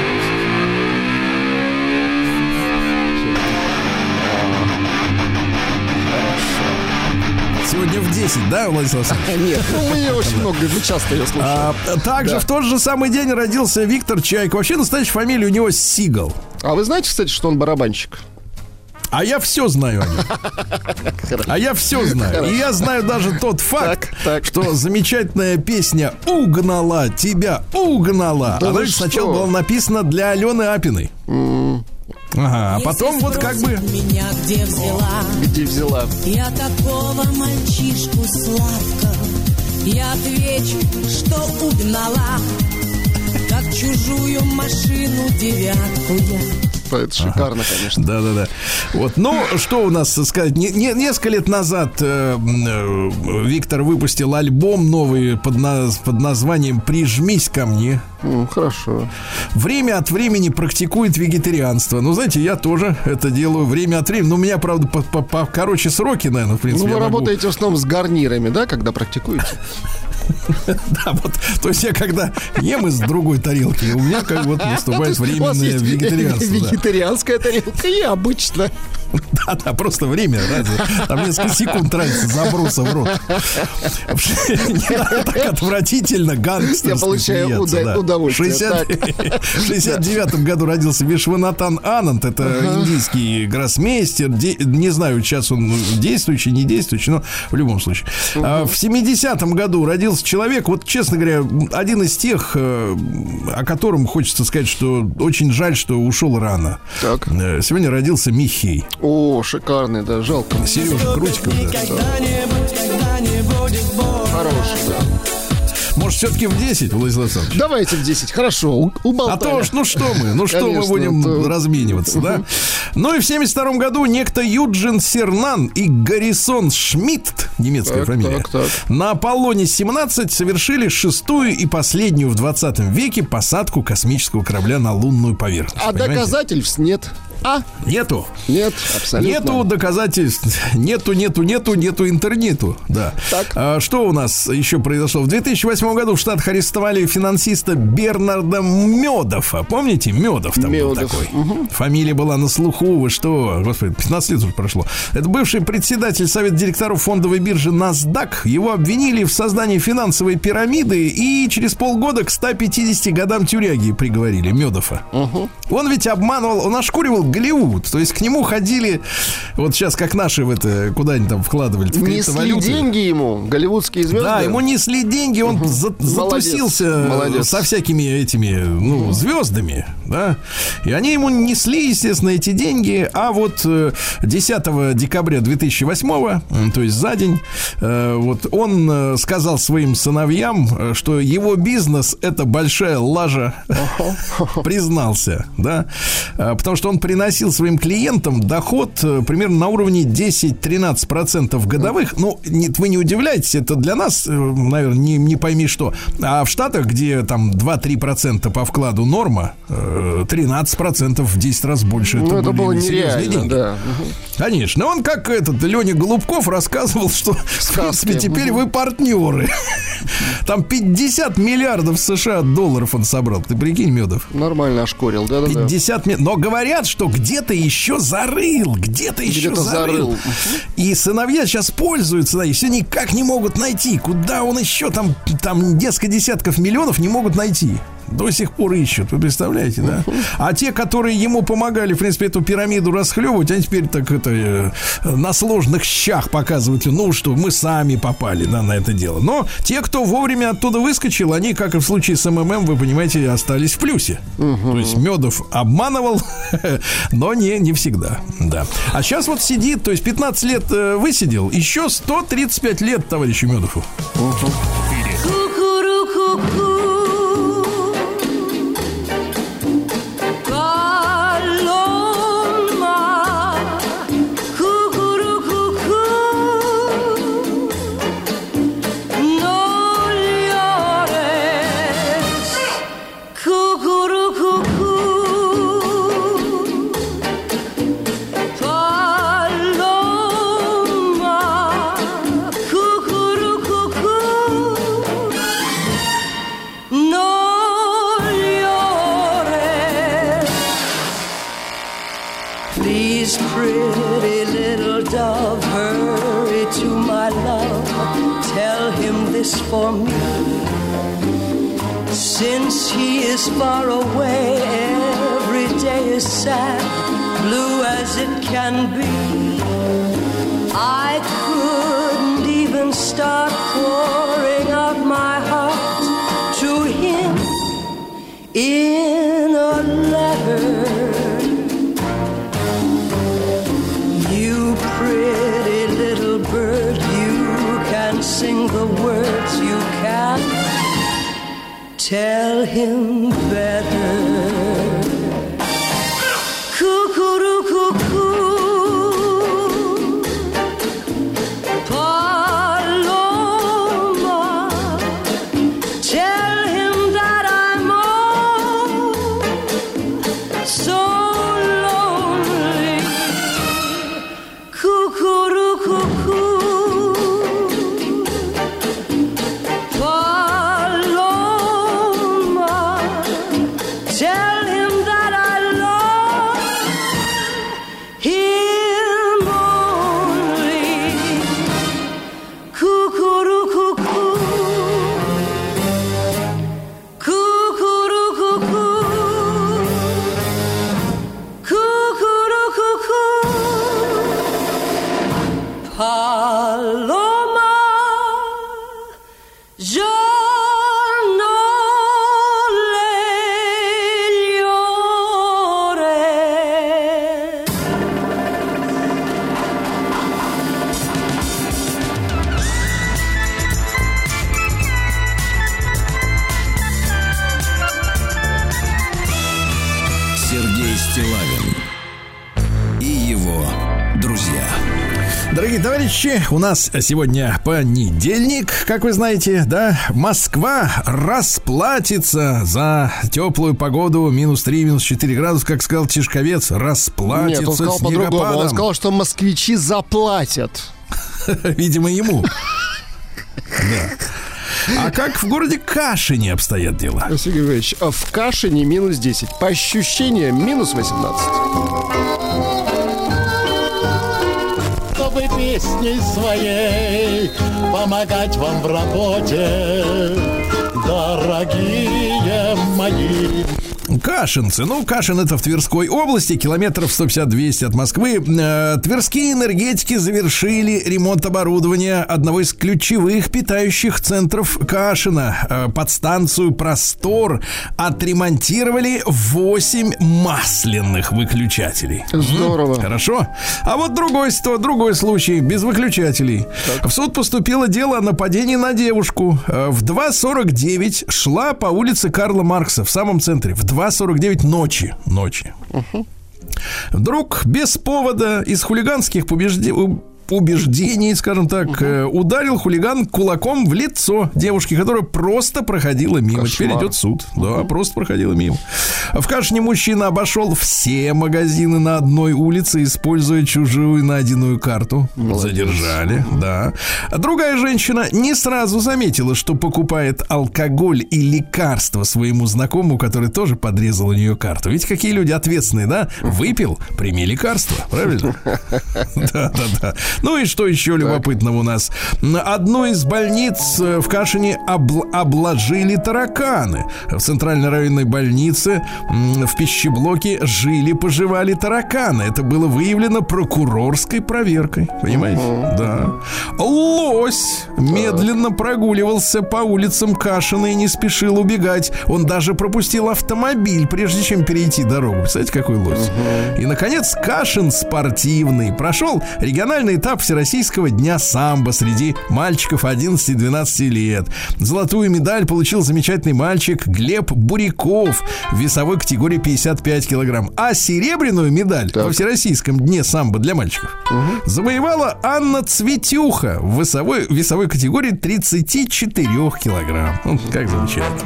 Сегодня в 10, да, Владислав Александрович? Нет, мы ее очень много, мы часто ее слушаем. Также в тот же самый день родился Виктор Чайко. Вообще настоящая фамилия у него Сигал. А вы знаете, кстати, что он барабанщик? А я все знаю о нем. А я все знаю. И я знаю даже тот факт, что замечательная песня «Угнала тебя, угнала». Она сначала была написана для Алены Апиной. Ага, а потом вот как бы... Меня где взяла? Где взяла? Я такого мальчишку Славка. Я отвечу, что угнала, как чужую машину девятку я. Это шикарно, конечно. Да-да-да. Вот, ну, что у нас сказать? Несколько лет назад Виктор выпустил альбом новый под названием «Прижмись ко мне». Хорошо. Время от времени практикует вегетарианство. Ну, знаете, я тоже это делаю время от времени. Но у меня, правда, покороче сроки, наверное, в принципе. Ну, вы работаете в основном с гарнирами, да, когда практикуете? Да, вот, то есть я когда ем из другой тарелки, у меня как вот наступает временное вегетарианство. Вегетарианская тарелка и обычно. Да, просто время, там несколько секунд тратится заброса в рот. Не надо так отвратительно гангстерски. Я получаю удовольствие. В 69-м году родился Вишванатан Ананд, это индийский гроссмейстер. Не знаю, сейчас он действующий, не действующий, но в любом случае. В 70-м году родился человек, вот, честно говоря, один из тех, о котором хочется сказать, что очень жаль, что ушел рано. Так. Сегодня родился Михей. О, шикарный, да, жалко. Сережа Крутиков, да. Хороший, да. Может, все-таки в 10, Владислав Александрович? Давайте в 10, хорошо, уболтали. А то уж, ну что мы будем размениваться, да? Ну и в 72-м году некто Юджин Сернан и Гаррисон Шмидт, немецкая фамилия, на Аполлоне-17 совершили шестую и последнюю в 20 веке посадку космического корабля на лунную поверхность. А доказательств нет. Нету. Нет, абсолютно. Нету доказательств. Нету интернету. Да. Так. Что у нас еще произошло? В 2008 году в Штатах арестовали финансиста Бернарда Медофа. Помните? Медов там был такой. Фамилия была на слуху. Вы что? Господи, 15 лет уже прошло. Это бывший председатель совета директоров фондовой биржи NASDAQ. Его обвинили в создании финансовой пирамиды и через полгода к 150 годам тюряги приговорили Медофа. Он ведь обманывал, он ошкуривал Голливуд. То есть к нему ходили, вот сейчас как наши в это, куда они там вкладывали, в несли деньги ему, голливудские звезды. Да, ему несли деньги, он затусился со всякими этими, звездами, да. И они ему несли, естественно, эти деньги. А вот 10 декабря 2008, то есть за день, вот он сказал своим сыновьям, что его бизнес — это большая лажа. Признался, да. Потому что он приносил своим клиентам доход примерно на уровне 10-13% годовых. Ну, вы не удивляйтесь, это для нас, наверное, не пойми что. А в Штатах, где там 2-3% по вкладу норма, 13% в 10 раз больше. Это было нереально, да. Конечно. Он, как Леня Голубков, рассказывал, что, в принципе, теперь вы партнеры. Там 50 миллиардов США долларов он собрал. Ты прикинь, Медов. Нормально ошкурил, да. 50 миллиардов. Но говорят, что где-то еще зарыл. Где-то зарыл. И сыновья сейчас пользуются, да, и все никак не могут найти. Куда он еще там несколько десятков миллионов не могут найти. До сих пор ищут, вы представляете, да? А те, которые ему помогали, в принципе, эту пирамиду расхлебывать, они теперь так на сложных щах показывают, что мы сами попали, да, на это дело. Но те, кто вовремя оттуда выскочил, они, как и в случае с МММ, вы понимаете, остались в плюсе. То есть Медов обманывал, но не всегда, да. А сейчас вот сидит, то есть 15 лет высидел, еще 135 лет товарищу Медову. For me, since he is far away, every day is sad, blue as it can be. I couldn't even start pouring out my heart to him in a letter. You pretty little bird, you can sing the words, you can tell him better. Дорогие товарищи, у нас сегодня понедельник, как вы знаете, да? Москва расплатится за теплую погоду, -3, -4 градуса, как сказал Тишковец, расплатится. Нет, он сказал по-другому, он сказал, что москвичи заплатят. Видимо, ему. Да. А как в городе Кашине обстоят дела? Василий Григорьевич, в Кашине -10, по ощущениям -18. Чтобы песней своей помогать вам в работе, дорогие мои. Кашинцы. Ну, Кашин — это в Тверской области, километров 150-200 от Москвы. Тверские энергетики завершили ремонт оборудования одного из ключевых питающих центров Кашина. Подстанцию «Простор» отремонтировали 8 масляных выключателей. Здорово. Хорошо. А вот другой случай, без выключателей. Так. В суд поступило дело о нападении на девушку. В 2:49 шла по улице Карла Маркса в самом центре. В 2:49 ночи. Вдруг без повода из хулиганских убеждений, скажем так, ударил хулиган кулаком в лицо девушки, которая просто проходила мимо. Кошмар. Теперь идет суд. Да, просто проходила мимо. В Кашине мужчина обошел все магазины на одной улице, используя чужую найденную карту. Молодец. Задержали, да. Другая женщина не сразу заметила, что покупает алкоголь и лекарства своему знакомому, который тоже подрезал у нее карту. Видите, какие люди ответственные, да? Выпил, прими лекарство, правильно? Да. Ну и что еще любопытного у нас? Одну из больниц в Кашине обложили тараканы. В центральной районной больнице в пищеблоке жили-поживали тараканы. Это было выявлено прокурорской проверкой. Понимаете? Да. Лось медленно прогуливался по улицам Кашина и не спешил убегать. Он даже пропустил автомобиль, прежде чем перейти дорогу. Представляете, какой лось? И, наконец, Кашин спортивный прошел региональный этап Всероссийского дня самбо среди мальчиков 11-12 лет. Золотую медаль получил замечательный мальчик Глеб Буряков в весовой категории 55 килограмм. А серебряную медаль во Всероссийском дне самбо для мальчиков завоевала Анна Цветюха в весовой категории 34 килограмм. Как замечательно.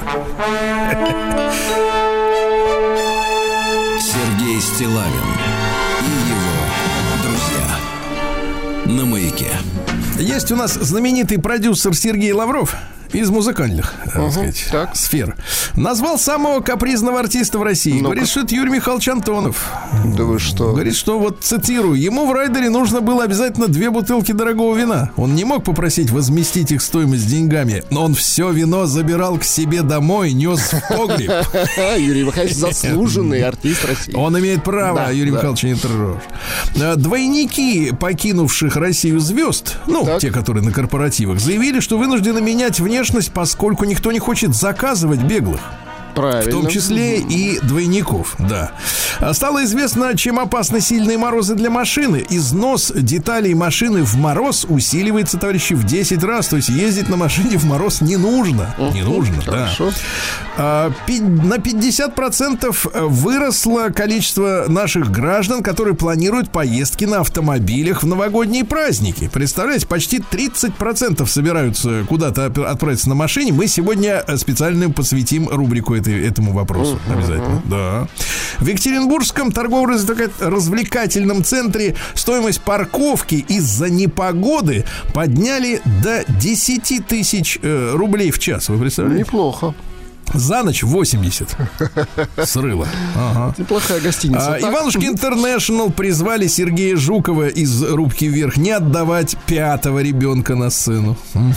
Сергей Стиллавин и его друзья на Маяке. Есть у нас знаменитый продюсер Сергей Лавров из музыкальных, сфер. Назвал самого капризного артиста в России. Говорит, что это Юрий Михайлович Антонов. Да вы что? Говорит, что, вот цитирую, ему в райдере нужно было обязательно 2 бутылки дорогого вина. Он не мог попросить возместить их стоимость деньгами, но он все вино забирал к себе домой, нес в погреб. Юрий Михайлович заслуженный артист России. Он имеет право, Юрий Михайлович, не трожь. Двойники покинувших Россию звезд, те, которые на корпоративах, заявили, что вынуждены менять внешность, поскольку никто не хочет заказывать беглых. Правильно. В том числе и двойников, да. Стало известно, чем опасны сильные морозы для машины. Износ деталей машины в мороз усиливается, товарищи, в 10 раз. То есть ездить на машине в мороз не нужно. Не нужно, хорошо. Да. На 50% выросло количество наших граждан, которые планируют поездки на автомобилях в новогодние праздники. Представляете, почти 30% собираются куда-то отправиться на машине. Мы сегодня специально посвятим рубрику этому вопросу. Обязательно. Да. В Екатеринбургском торгово-развлекательном центре стоимость парковки из-за непогоды подняли до 10 тысяч рублей в час. Вы представляете? Неплохо. За ночь 80 срыло. Ага. Неплохая гостиница. Иванушки Интернешнл призвали Сергея Жукова из рубки вверх не отдавать 5-го ребенка на сцену.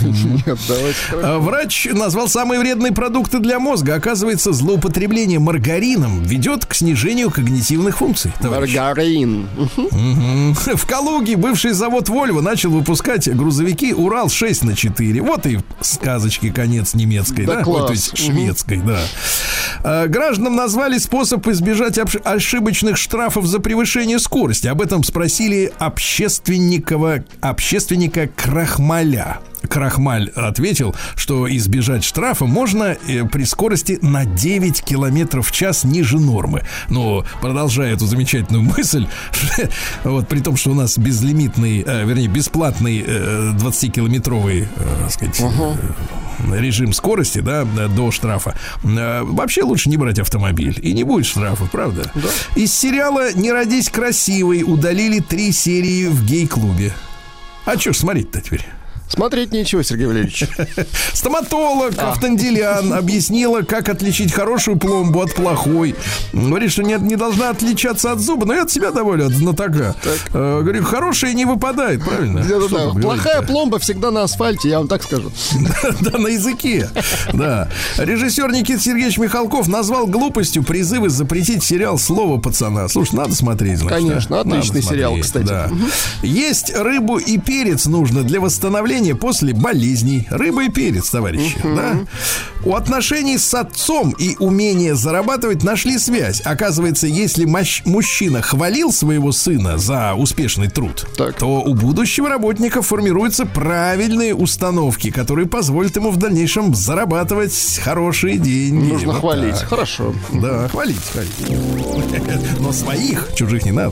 Врач назвал самые вредные продукты для мозга. Оказывается, злоупотребление маргарином ведет к снижению когнитивных функций. Маргарин. В Калуге бывший завод Volvo начал выпускать грузовики Урал-6/4. Вот и сказочки конец немецкой, да? То есть шведской. Да. Гражданам назвали способ избежать ошибочных штрафов за превышение скорости. Об этом спросили общественника Крахмаля. Крахмаль ответил, что избежать штрафа можно при скорости на 9 километров в час ниже нормы. Но, продолжая эту замечательную мысль, вот при том, что у нас безлимитный, бесплатный 20-километровый, режим скорости, да, до штрафа, вообще лучше не брать автомобиль. И не будет штрафа, правда? Да. Из сериала «Не родись красивой» удалили 3 серии в гей-клубе. А что ж смотреть-то теперь? Смотреть нечего, Сергей Валерьевич. Стоматолог Автандилян объяснила, как отличить хорошую пломбу от плохой. Говорит, что не должна отличаться от зуба, но я от себя доволен, от знатока. Говорю, хорошая не выпадает, правильно? Да. Плохая пломба всегда на асфальте, я вам так скажу. Да, на языке. Да. Режиссер Никита Сергеевич Михалков назвал глупостью призывы запретить сериал «Слово пацана». Слушай, надо смотреть, значит. Конечно, отличный сериал, кстати. Да. Есть рыбу и перец нужно для восстановления после болезней. Рыба и перец, товарищи. Да? У отношений с отцом и умения зарабатывать нашли связь. Оказывается, если мужчина хвалил своего сына за успешный труд, то у будущего работника формируются правильные установки, которые позволят ему в дальнейшем зарабатывать хорошие деньги. Нужно вот хвалить. так. Хорошо. Да, хвалить. Но своих, чужих не надо.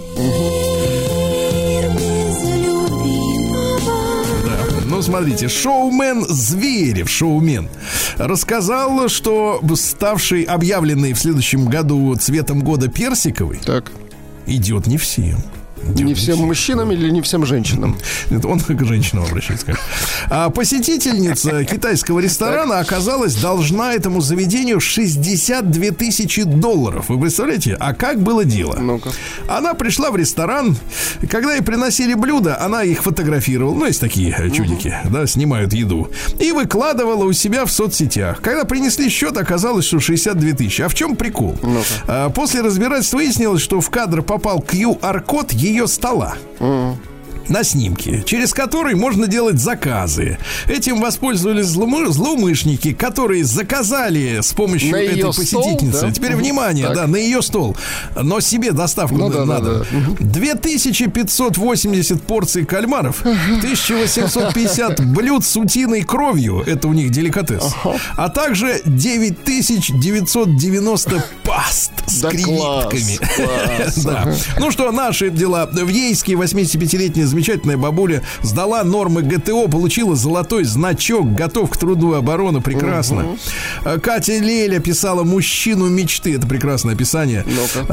Ну, смотрите, шоумен Зверев, рассказал, что ставший объявленный в следующем году цветом года персиковый идет не всем. Не всем мужчинам или не всем женщинам? Нет, он к женщинам обращается. А посетительница китайского ресторана оказалась должна этому заведению $62 тысячи. Вы представляете? А как было дело? Ну-ка. Она пришла в ресторан, когда ей приносили блюда, она их фотографировала. Ну, есть такие чудики, да, снимают еду. И выкладывала у себя в соцсетях. Когда принесли счет, оказалось, что 62 тысячи. А в чем прикол? Ну-ка. После разбирательства выяснилось, что в кадр попал QR-код ее стола. На снимке, через который можно делать заказы. Этим воспользовались злоумышленники, которые заказали с помощью на этой посетительницы. Стол, да? Теперь внимание, да, на ее стол. Но себе доставку надо. 2580 порций кальмаров, 1850 блюд с утиной кровью. Это у них деликатес. А также 9990 паст с креветками. Да. Ну что, наши дела. В Ейске 85-летняя замечательная бабуля сдала нормы ГТО, получила золотой значок, готов к труду и обороне. Прекрасно. Катя Леля писала «Мужчину мечты». Это прекрасное описание.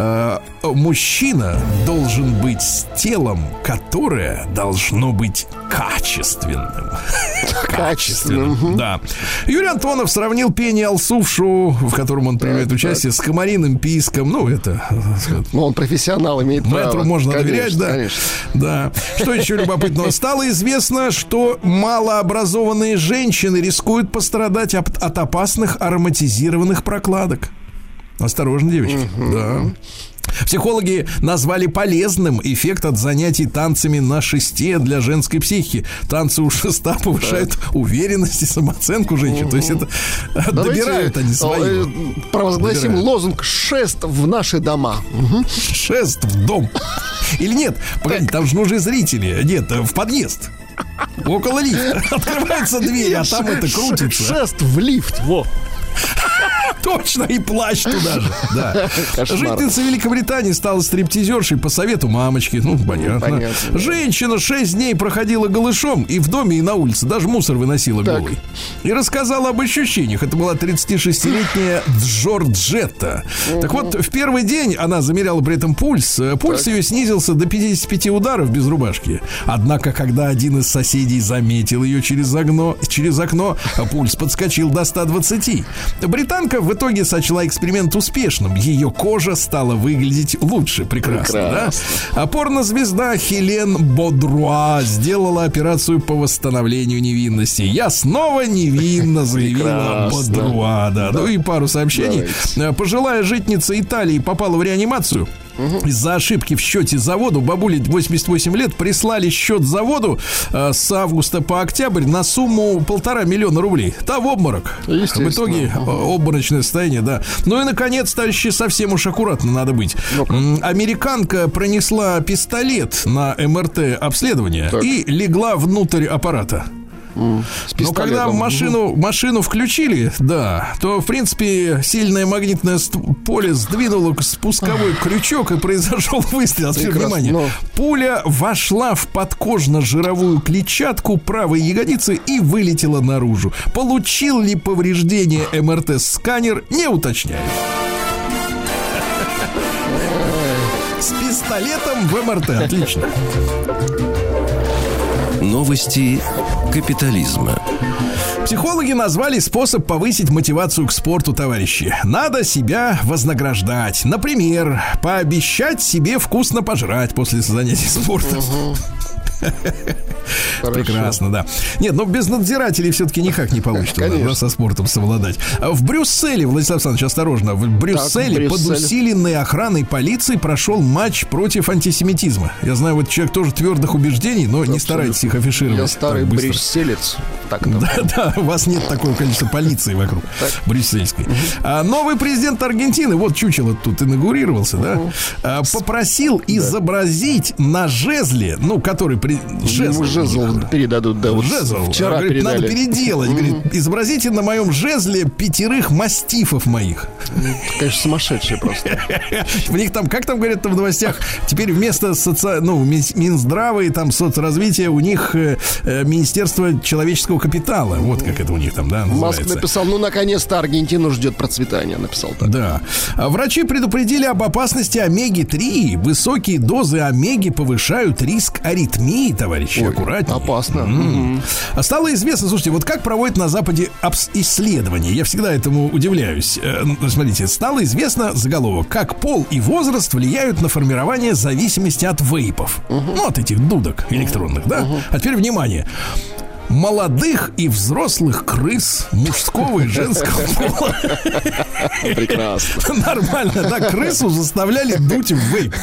Мужчина должен быть с телом, которое должно быть качественным. Качественным. Да. Юрий Антонов сравнил пение Алсу в шоу, в котором он принимает участие, с комариным писком. Ну, это... Ну, он профессионал, имеет право. Мэтру можно доверять, да. Конечно. Да. Что еще любопытного? Стало известно, что малообразованные женщины рискуют пострадать от опасных ароматизированных прокладок. Осторожно, девочки. Да. Психологи назвали полезным эффект от занятий танцами на шесте для женской психики. Танцы у шеста повышают уверенность и самооценку женщин. То есть это добирают они свои. Провозгласим лозунг «Шест в наши дома». Шест в дом. Или нет? Погоди, там же нужны зрители. Нет, в подъезд. Около лифта. Открывается дверь, а там это крутится. Шест в лифт, во. Точно, и плащ туда же. Да. Жительница Великобритании стала стриптизершей по совету мамочки. Ну, понятно. Женщина 6 дней проходила голышом и в доме, и на улице. Даже мусор выносила голой. И рассказала об ощущениях. Это была 36-летняя Джорджетта. Так вот, в первый день она замеряла при этом пульс. Пульс ее снизился до 55 ударов без рубашки. Однако, когда один из соседей заметил ее через окно, пульс подскочил до 120. Британка в итоге сочла эксперимент успешным. Ее кожа стала выглядеть лучше. Прекрасно. Да? Порнозвезда Хелен Бодруа сделала операцию по восстановлению невинности. «Я снова невинна», заявила Бодруа. Да. Ну и пару сообщений. Пожилая житница Италии попала в реанимацию. Из-за ошибки в счете заводу бабуле 88 лет прислали счет заводу с августа по октябрь на сумму 1,5 миллиона рублей. Та в обморок. В итоге обморочное состояние, да. Ну и, наконец, товарищи, совсем уж аккуратно надо быть. Американка пронесла пистолет на МРТ обследование и легла внутрь аппарата. Но когда машину включили, да, то, в принципе, сильное магнитное поле сдвинуло спусковой крючок и произошел выстрел. Внимание. Пуля вошла в подкожно-жировую клетчатку правой ягодицы и вылетела наружу. Получил ли повреждение МРТ-сканер, не уточняет. С пистолетом в МРТ. Отлично. Новости капитализма. Психологи назвали способ повысить мотивацию к спорту, товарищи. Надо себя вознаграждать. Например, пообещать себе вкусно пожрать после занятий спортом. Прекрасно, да. Нет, но без надзирателей все-таки никак не получится, да, со спортом совладать. В Брюсселе, Владислав Александрович, осторожно, в Брюсселе под усиленной охраной полиции прошел матч против антисемитизма. Я знаю, вот человек тоже твердых убеждений, но не старайтесь их афишировать. Я старый брюсселец. Да, у вас нет такого количества полиции вокруг брюссельской. Новый президент Аргентины, вот чучело тут инаугурировался, да, попросил изобразить на жезле, ну, который жезл передадут, да. Вот жезл. Вчера говорит, передали. надо переделать. Говорит, изобразите на моем жезле 5 мастифов моих. Конечно, сумасшедшие просто. У них там, как там говорят в новостях, теперь вместо Минздрава и там соцразвития у них Министерство человеческого капитала. Вот как это у них там, да, называется. Маск написал, ну, наконец-то Аргентину ждет процветания, написал так. Да. Врачи предупредили об опасности омеги-3. Высокие дозы омеги повышают риск аритмии, товарищи. Аккуратнее. Опасно. Стало известно, слушайте, вот как проводят на Западе исследования. Я всегда этому удивляюсь. Смотрите, стало известно, заголовок, как пол и возраст влияют на формирование зависимости от вейпов. Ну, от этих дудок электронных, да? А теперь внимание. Молодых и взрослых крыс мужского и женского пола. Прекрасно. Нормально, да, крысу заставляли дуть в вейп.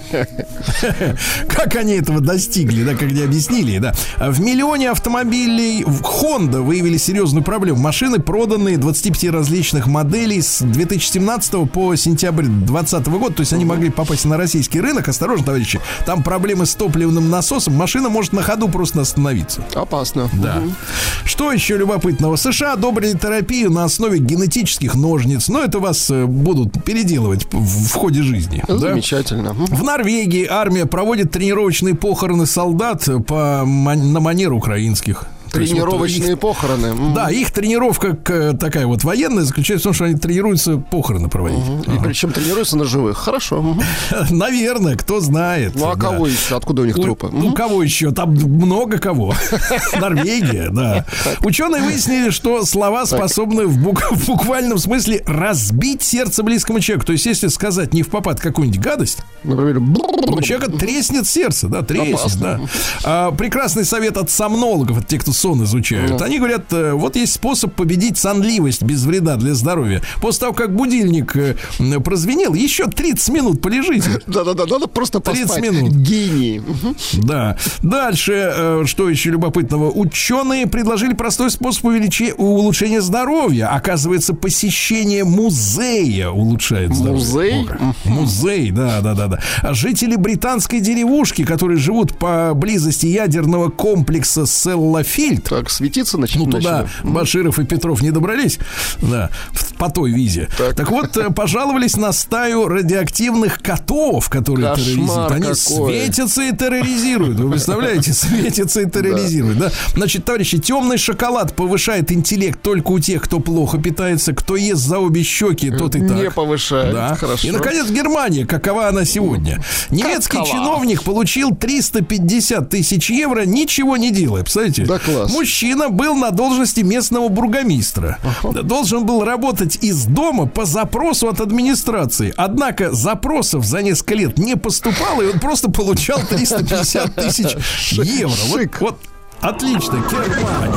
Как они этого достигли, да, как они объяснили, да. В миллионе автомобилей Honda выявили серьезную проблему. Машины, проданные 25 различных моделей с 2017 по сентябрь 2020 года, то есть они могли попасть на российский рынок. Осторожно, товарищи, там проблемы с топливным насосом. Машина может на ходу просто остановиться. Опасно. Да. Что еще любопытного? США одобрили терапию на основе генетических ножниц. Но это вас будут переделывать в ходе жизни. Замечательно. Да? В Норвегии армия проводит тренировочные похороны солдат на манер украинских. Тренировочные похороны. Да, их тренировка такая вот военная заключается в том, что они тренируются похороны проводить. И причем тренируются на живых. Хорошо. Наверное, кто знает. Ну, а кого еще? Откуда у них трупы? Ну, кого еще? Там много кого. Норвегия, да. Ученые выяснили, что слова способны в буквальном смысле разбить сердце близкому человеку. То есть, если сказать не впопад какую-нибудь гадость, например, у человека треснет сердце, да, треснет, да. Прекрасный совет от сомнологов, от тех, кто сон изучают. Они говорят, вот есть способ победить сонливость без вреда для здоровья. После того, как будильник прозвенел, еще 30 минут полежите. Да-да-да, надо просто 30 поспать. минут. Гений. Да. Дальше, что еще любопытного? Ученые предложили простой способ улучшения здоровья. Оказывается, посещение музея улучшает здоровье. Музей? Музей, да. Жители британской деревушки, которые живут поблизости ядерного комплекса Селлафильд. Так, светиться начали. Ну, туда Баширов и Петров не добрались, да, по той визе. Так вот, пожаловались на стаю радиоактивных котов, которые терроризируют. Они светятся и терроризируют. Вы представляете? Светятся и терроризируют, да? Значит, товарищи, темный шоколад повышает интеллект только у тех, кто плохо питается. Кто ест за обе щеки, тот и так. Не повышает, да. Хорошо. И, наконец, Германия. Какова она сегодня? Немецкий чиновник получил 350 тысяч евро, ничего не делая. Представляете? Да, класс. Мужчина был на должности местного бургомистра. Должен был работать из дома по запросу от администрации. Однако запросов за несколько лет не поступало, и он просто получал 350 тысяч евро. Вот отлично, Германия.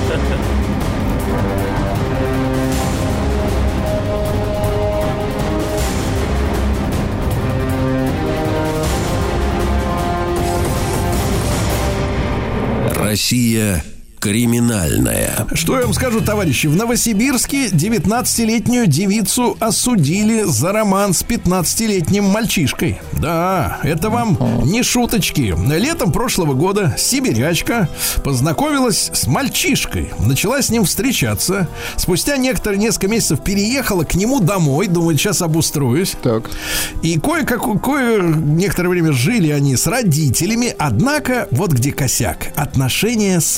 Россия криминальная. Что я вам скажу, товарищи? В Новосибирске 19-летнюю девицу осудили за роман с 15-летним мальчишкой. Да, это вам не шуточки. Летом прошлого года сибирячка познакомилась с мальчишкой. Начала с ним встречаться. Спустя несколько месяцев переехала к нему домой. Думает, сейчас обустроюсь. Так. И некоторое время жили они с родителями. Однако, вот где косяк. Отношения с мамочкой.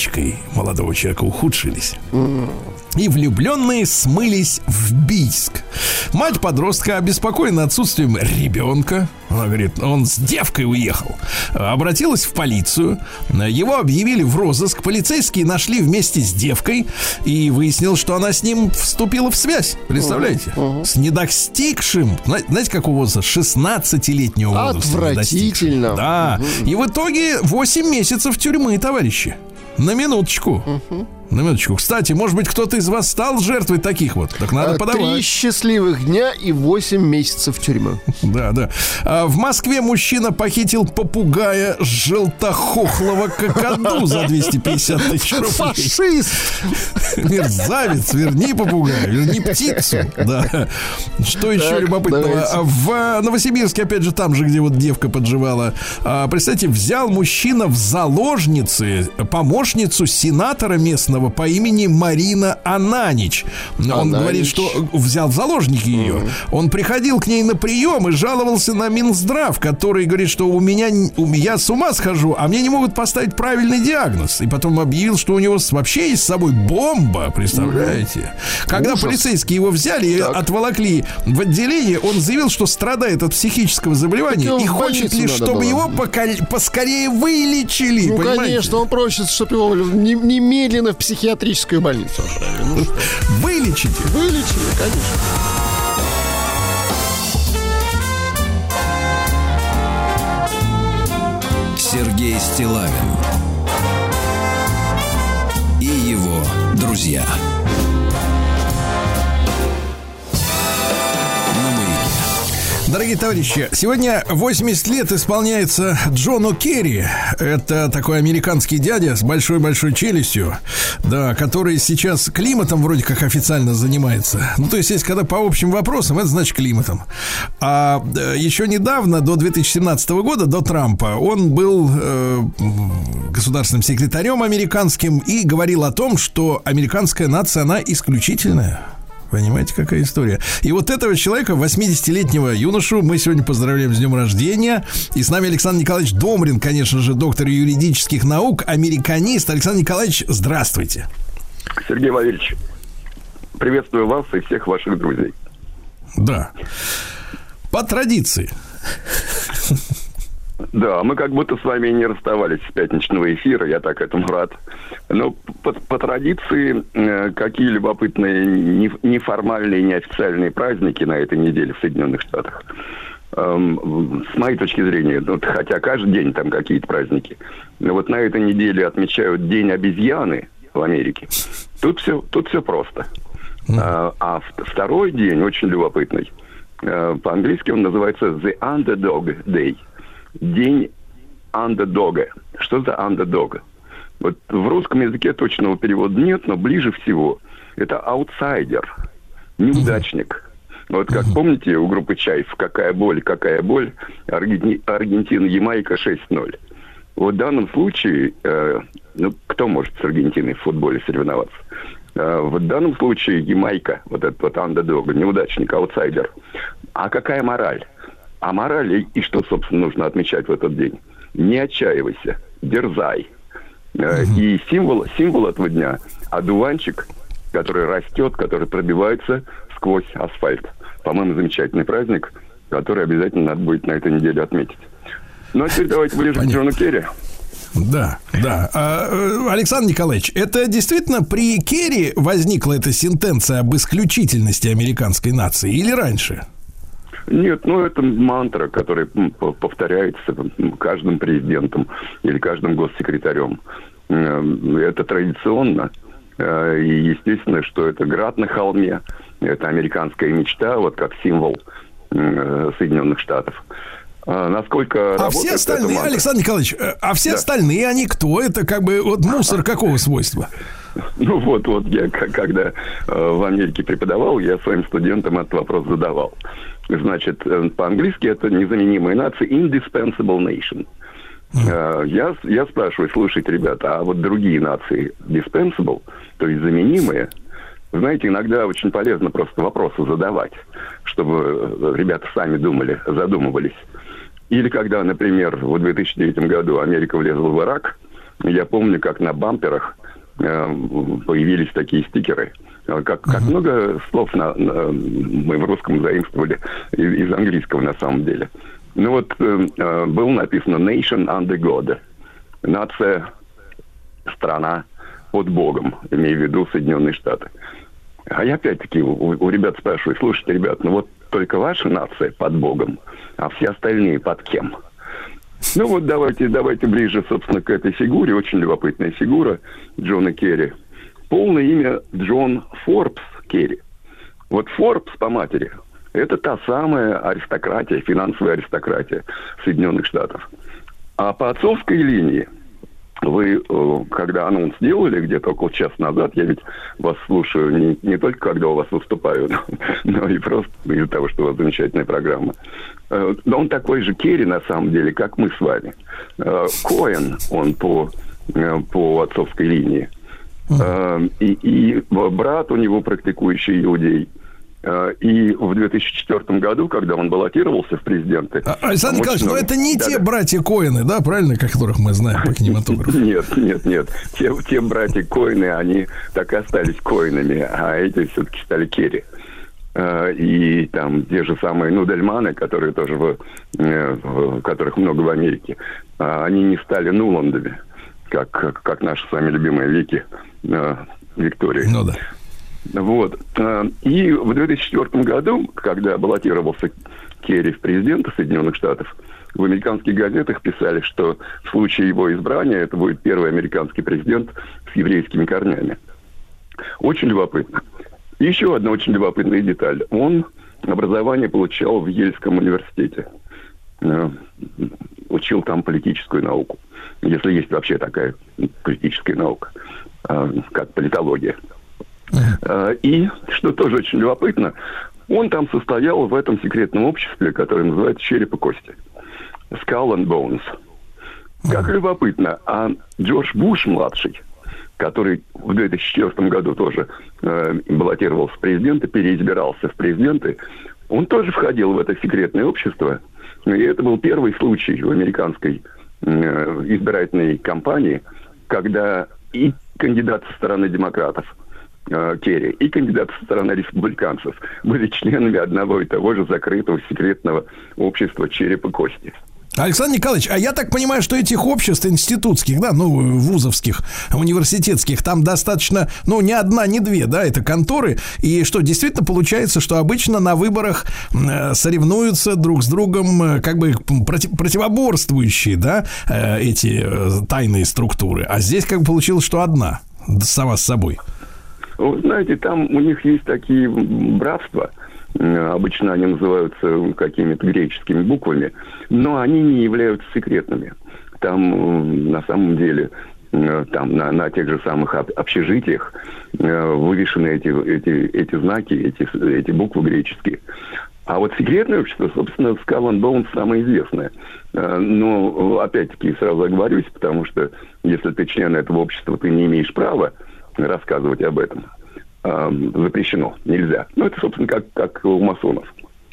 привычкой молодого человека ухудшились. И влюбленные смылись в Бийск. Мать подростка, обеспокоена отсутствием ребенка, она говорит, он с девкой уехал, обратилась в полицию. Его объявили в розыск. Полицейские нашли вместе с девкой, и выяснилось, что она с ним вступила в связь. Представляете? С недостигшим, знаете, какого возраста? 16-летнего возраста. Отвратительно. Да. И в итоге 8 месяцев тюрьмы, товарищи. На минуточку. На минуточку. Кстати, может быть, кто-то из вас стал жертвой таких вот? Так надо подавать. 3 счастливых дня и 8 месяцев тюрьмы. Да, да. В Москве мужчина похитил попугая желтохохлого какаду за 250 тысяч рублей. Фашист! Мерзавец, верни попугая, верни птицу. Да. Что еще так, любопытного? Давайте. В Новосибирске, опять же, там же, где вот девка подживала, представьте, взял мужчина в заложницы помощницу сенатора местного по имени Марина Ананич. Он говорит, что взял в заложники ее. Он приходил к ней на прием и жаловался на Минздрав, который говорит, что я с ума схожу, а мне не могут поставить правильный диагноз. И потом объявил, что у него вообще есть с собой бомба, представляете? Когда полицейские его взяли и отволокли в отделение, он заявил, что страдает от психического заболевания и хочет лишь, чтобы его поскорее вылечили. Ну, конечно, он просит, чтобы его немедленно в психиатрическую больницу отправили. Вылечите. Вылечили, конечно. Сергей Стиллавин и его друзья. Дорогие товарищи, сегодня 80 лет исполняется Джону Керри. Это такой американский дядя с большой-большой челюстью, да, который сейчас климатом вроде как официально занимается. Ну, то есть, когда по общим вопросам, это значит климатом. А еще недавно, до 2017 года, до Трампа, он был государственным секретарем американским и говорил о том, что американская нация, она исключительная. Понимаете, какая история? И вот этого человека, 80-летнего юношу, мы сегодня поздравляем с днем рождения. И с нами Александр Николаевич Домрин, конечно же, доктор юридических наук, американист. Александр Николаевич, здравствуйте. Сергей Валерьевич, приветствую вас и всех ваших друзей. Да. По традиции. Да, мы как будто с вами не расставались с пятничного эфира, я так этому рад. Но по традиции, какие любопытные неформальные, неофициальные праздники на этой неделе в Соединенных Штатах. С моей точки зрения, хотя каждый день там какие-то праздники, но вот на этой неделе отмечают День обезьяны в Америке. Тут все просто. А второй день очень любопытный. По-английски он называется The Underdog Day. День андердога. Что за андердога? Вот в русском языке точного перевода нет, но ближе всего. Это аутсайдер, неудачник. Вот как помните у группы Чайф «Какая боль», Аргентина, Ямайка 6-0. Вот в данном случае, кто может с Аргентиной в футболе соревноваться? В данном случае Ямайка, вот этот вот андердог, неудачник, аутсайдер. А какая мораль? А мораль, и что, собственно, нужно отмечать в этот день? Не отчаивайся, дерзай. И символ этого дня – одуванчик, который растет, который пробивается сквозь асфальт. По-моему, замечательный праздник, который обязательно надо будет на этой неделе отметить. Ну, а теперь давайте ближе к Джону Керри. Да, да. Александр Николаевич, это действительно при Керри возникла эта сентенция об исключительности американской нации или раньше? Нет, это мантра, которая повторяется каждым президентом или каждым госсекретарем. Это традиционно. И естественно, что это град на холме, это американская мечта, вот как символ Соединенных Штатов. Насколько все остальные, Александр Николаевич, остальные, они кто? Это как бы вот мусор какого свойства? Вот я когда в Америке преподавал, я своим студентам этот вопрос задавал. Значит, по-английски это незаменимая нация, indispensable nation. Я спрашиваю, слушайте, ребята, а вот другие нации dispensable, то есть заменимые? Знаете, иногда очень полезно просто вопросы задавать, чтобы ребята сами задумывались. Или когда, например, в 2003 году Америка влезла в Ирак, Я помню, как на бамперах появились такие стикеры. Как много слов мы в русском заимствовали из английского на самом деле. Ну вот было написано «Nation under God». Нация, страна под Богом, имея в виду Соединенные Штаты. А я опять-таки у ребят спрашиваю: слушайте, ребят, ну вот только ваша нация под Богом, а все остальные под кем? Ну вот давайте ближе, собственно, к этой фигуре. Очень любопытная фигура Джона Керри. Полное имя Джон Форбс Керри. Вот Форбс по матери – это та самая аристократия, финансовая аристократия Соединенных Штатов. А по отцовской линии вы, когда анонс делали где-то около часа назад, я ведь вас слушаю не только когда у вас выступаю, но и просто из-за того, что у вас замечательная программа. Но он такой же Керри, на самом деле, как мы с вами. Коэн он по отцовской линии. И брат у него практикующий иудей. И в 2004 году, когда он баллотировался в президенты... Александр Николаевич, но это не те братья Коэны, да, правильно, которых мы знаем по кинематографу? Нет. Те братья Коэны, они так и остались Коэнами, а эти все-таки стали Керри. И там те же самые Нудельманы, которые тоже которых много в Америке, они не стали Нуландами, как наша с вами любимая Виктория. Ну да. Вот. И в 2004 году, когда баллотировался Керри в президенты Соединенных Штатов, в американских газетах писали, что в случае его избрания это будет первый американский президент с еврейскими корнями. Очень любопытно. Еще одна очень любопытная деталь. Он образование получал в Ельском университете. Учил там политическую науку. Если есть вообще такая политическая наука, как политология. И, что тоже очень любопытно, он там состоял в этом секретном обществе, которое называется «Череп и кости». Skull and Bones. Как любопытно, а Джордж Буш-младший, который в 2004 году тоже баллотировался в президенты, переизбирался в президенты, он тоже входил в это секретное общество. И это был первый случай в американской избирательной кампании, когда и кандидат со стороны демократов Керри, и кандидаты со стороны республиканцев были членами одного и того же закрытого секретного общества «Череп и кости». Александр Николаевич, а я так понимаю, что этих обществ институтских, да, ну, вузовских, университетских, там достаточно, ну, не одна, не две, да, это конторы, и что, действительно получается, что обычно на выборах соревнуются друг с другом, как бы противоборствующие, да, эти тайные структуры, а здесь как бы получилось, что одна, сама с собой. Вы знаете, там у них есть такие братства, обычно они называются какими-то греческими буквами, но они не являются секретными. Там на самом деле, там на тех же самых общежитиях вывешены эти знаки, эти буквы греческие. А вот секретное общество, собственно, Skull and Bones самое известное. Но, опять-таки, сразу оговорюсь, потому что если ты член этого общества, ты не имеешь права рассказывать об этом. Запрещено, нельзя. Ну, это, собственно, как у масонов.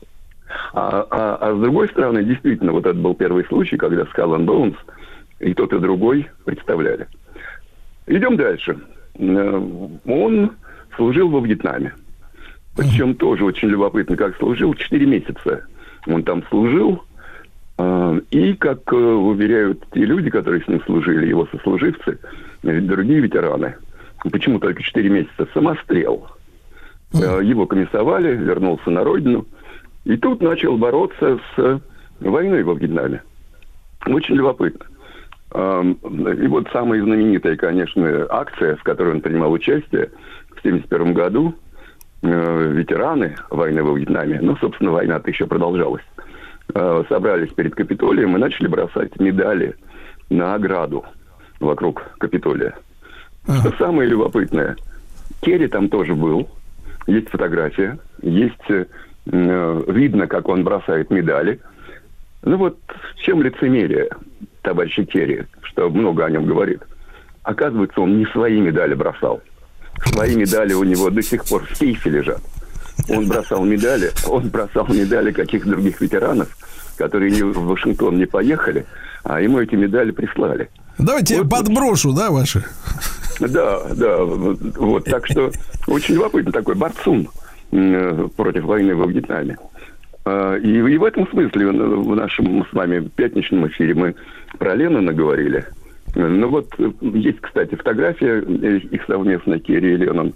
А с другой стороны, действительно, вот это был первый случай, когда Skull and Bones и тот, и другой представляли. Идем дальше. Он служил во Вьетнаме. Причем тоже очень любопытно, как служил. 4 месяца он там служил. И, как уверяют те люди, которые с ним служили, его сослуживцы, другие ветераны, почему только 4 месяца? Самострел. Его комиссовали, вернулся на родину. И тут начал бороться с войной во Вьетнаме. Очень любопытно. И вот самая знаменитая, конечно, акция, в которой он принимал участие в 1971 году, ветераны войны во Вьетнаме, ну, собственно, война-то еще продолжалась, собрались перед Капитолием и начали бросать медали на ограду вокруг Капитолия. Что самое любопытное, Керри там тоже был, есть фотография, есть видно, как он бросает медали. Ну вот в чем лицемерие товарища Керри, что много о нем говорит. Оказывается, он не свои медали бросал. Свои медали у него до сих пор в сейфе лежат. Он бросал медали каких-то других ветеранов, которые в Вашингтон не поехали, а ему эти медали прислали. Давайте я подброшу, да, ваши? Да, вот, так что очень любопытно, такой борцун против войны во Вьетнаме. И в этом смысле в нашем с вами пятничном эфире мы про Леннона говорили. Ну вот есть, кстати, фотография их совместная, Керри и Леннон.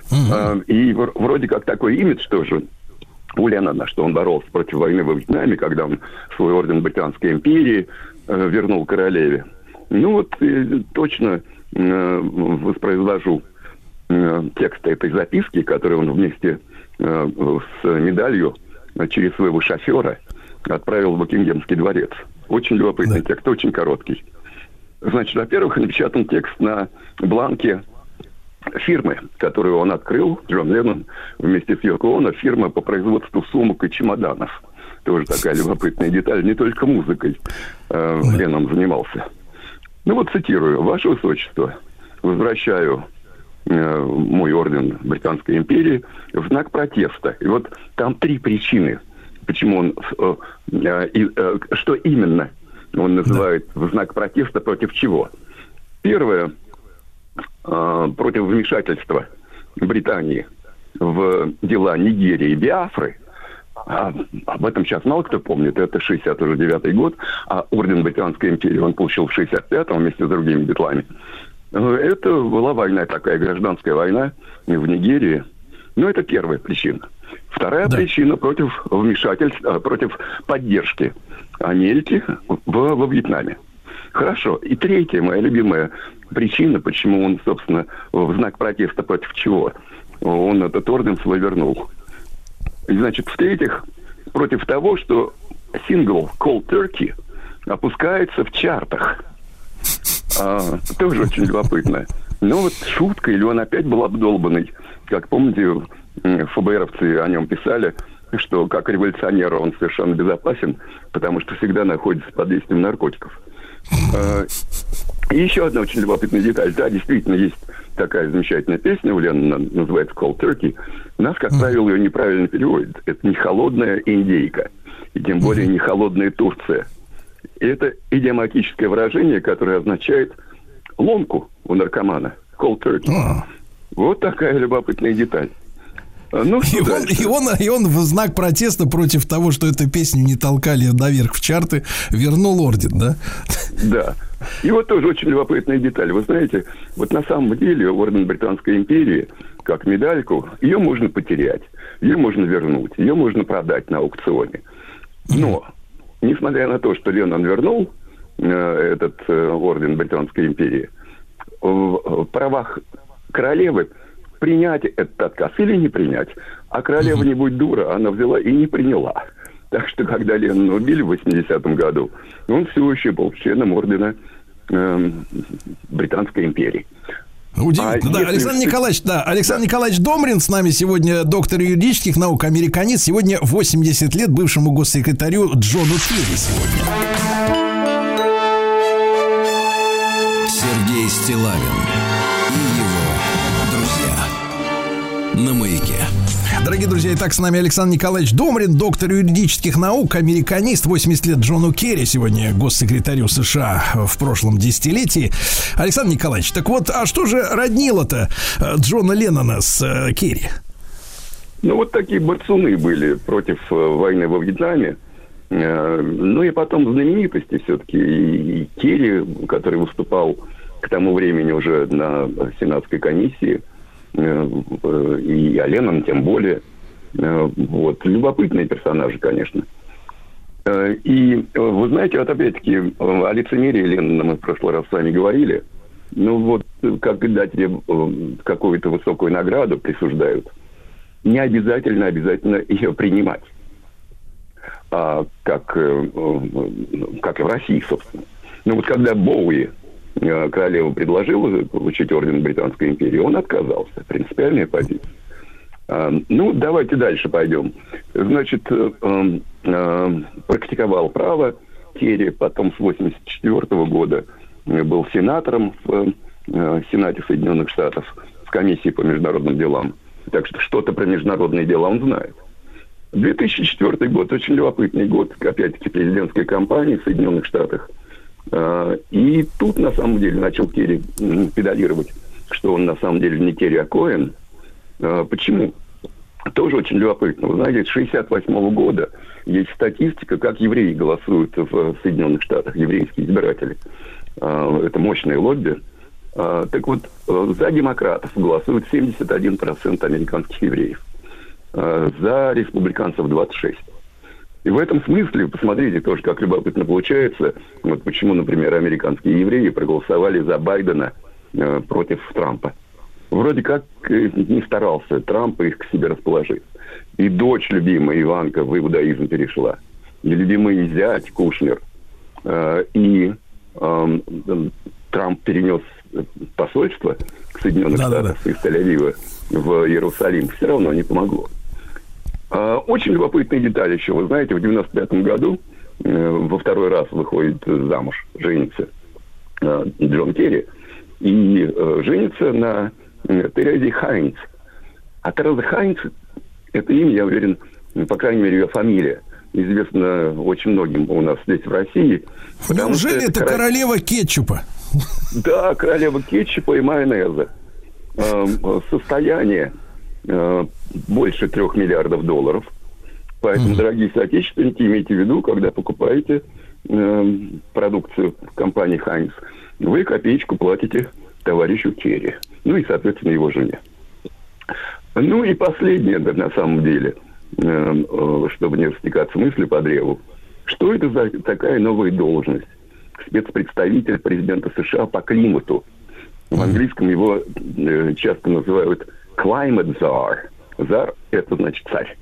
И вроде как такой имидж тоже у Леннона, что он боролся против войны во Вьетнаме, когда он свой орден Британской империи вернул королеве. Ну вот точно воспроизвожу текст этой записки, которую он вместе с медалью через своего шофера отправил в Букингемский дворец. Очень любопытный текст, очень короткий. Значит, во-первых, напечатан текст на бланке фирмы, которую он открыл, Джон Леннон, вместе с Йоко Оно, фирма по производству сумок и чемоданов. Тоже такая любопытная деталь, не только музыкой Леннон занимался. Ну вот цитирую. «Ваше Высочество, возвращаю мой орден Британской империи в знак протеста». И вот там 3 причины, почему он... что именно он называет в знак протеста против чего. Первое, против вмешательства Британии в дела Нигерии и Биафры. Об этом сейчас мало кто помнит. Это 69-й год, а орден Британской империи он получил в 65-м вместе с другими битлами. Это была война такая, гражданская война в Нигерии. Но это первая причина. Вторая причина против вмешательства, против поддержки Америки во Вьетнаме. Хорошо. И третья, моя любимая причина, почему он, собственно, в знак протеста против чего он этот орден свой вернул. И, значит, в-третьих, против того, что сингл Cold Turkey опускается в чартах. Тоже очень любопытно. Но вот шутка, или он опять был обдолбанный. Как помните, ФБРовцы о нем писали, что как революционер он совершенно безопасен, потому что всегда находится под действием наркотиков. И еще одна очень любопытная деталь. Да, действительно, есть такая замечательная песня у Леннона, называется Cold Turkey. У нас, как правило, ее неправильно переводят. Это не холодная индейка, и тем более не холодная Турция. И это идиоматическое выражение, которое означает ломку у наркомана. Cold Turkey. Вот такая любопытная деталь. Ну, и он в знак протеста против того, что эту песню не толкали наверх в чарты, вернул орден, да? Да. И вот тоже очень любопытная деталь. Вы знаете, вот на самом деле орден Британской империи, как медальку, ее можно потерять, ее можно вернуть, ее можно продать на аукционе. Но, несмотря на то, что Леннон вернул этот орден Британской империи, в правах королевы принять этот отказ или не принять. А королева не будь дура, она взяла и не приняла. Так что, когда Леннона убили в 80-м году, он все еще был членом ордена Британской империи. Удивительно. Александр Николаевич Домрин с нами сегодня, доктор юридических наук, американист. Сегодня 80 лет бывшему госсекретарю Джону Керри сегодня. Сергей Стиллавин и его друзья на Маяке. Дорогие друзья, итак, с нами Александр Николаевич Домрин, доктор юридических наук, американист, 80 лет Джону Керри, сегодня госсекретарю США в прошлом десятилетии. Александр Николаевич, так вот, а что же роднило-то Джона Леннона с Керри? Ну, вот такие борцуны были против войны во Вьетнаме. Ну, и потом знаменитости все-таки. И Керри, который выступал к тому времени уже на Сенатской комиссии, и Леннон тем более. Вот. Любопытные персонажи, конечно. И вы знаете, вот опять-таки о лицемерии Леннона мы в прошлый раз с вами говорили. Ну вот, как дать какую-то высокую награду присуждают, не обязательно ее принимать. Как и в России, собственно. Ну вот когда Боуи королева предложила получить орден Британской империи, он отказался. Принципиальная позиция. Ну, давайте дальше пойдем. Значит, практиковал право Керри, потом с 1984 года был сенатором в Сенате Соединенных Штатов, в комиссии по международным делам. Так что что-то про международные дела он знает. 2004 год, очень любопытный год, опять-таки президентской кампании в Соединенных Штатах. И тут, на самом деле, начал Керри педалировать, что он, на самом деле, не Керри, а Коэн. Почему? Тоже очень любопытно. Вы знаете, с 1968 года есть статистика, как евреи голосуют в Соединенных Штатах, еврейские избиратели. Это мощное лобби. Так вот, за демократов голосуют 71% американских евреев. За республиканцев 26%. И в этом смысле, посмотрите тоже, как любопытно получается, вот почему, например, американские евреи проголосовали за Байдена против Трампа. Вроде как не старался Трамп их к себе расположить. И дочь любимая Иванка в иудаизм перешла. И любимый зять Кушнер. И Трамп перенес посольство к Соединенных Штатах из Тель-Авива в Иерусалим. Все равно не помогло. Очень любопытная деталь еще. Вы знаете, в 1995 году во второй раз выходит замуж, женится Джон Керри. И женится на Терезе Хайнц. А Тереза Хайнц, это имя, я уверен, по крайней мере, ее фамилия, известна очень многим у нас здесь, в России. Неужели это королева кетчупа? Да, королева кетчупа и майонеза. Состояние больше $3 миллиардов. Поэтому, дорогие соотечественники, имейте в виду, когда покупаете продукцию компании Хайнц, вы копеечку платите товарищу Керри. Ну и, соответственно, его жене. Ну и последнее, да, на самом деле, чтобы не растекаться мыслью по древу. Что это за такая новая должность? Спецпредставитель президента США по климату. В английском его часто называют climate czar. Czar – это значит царь.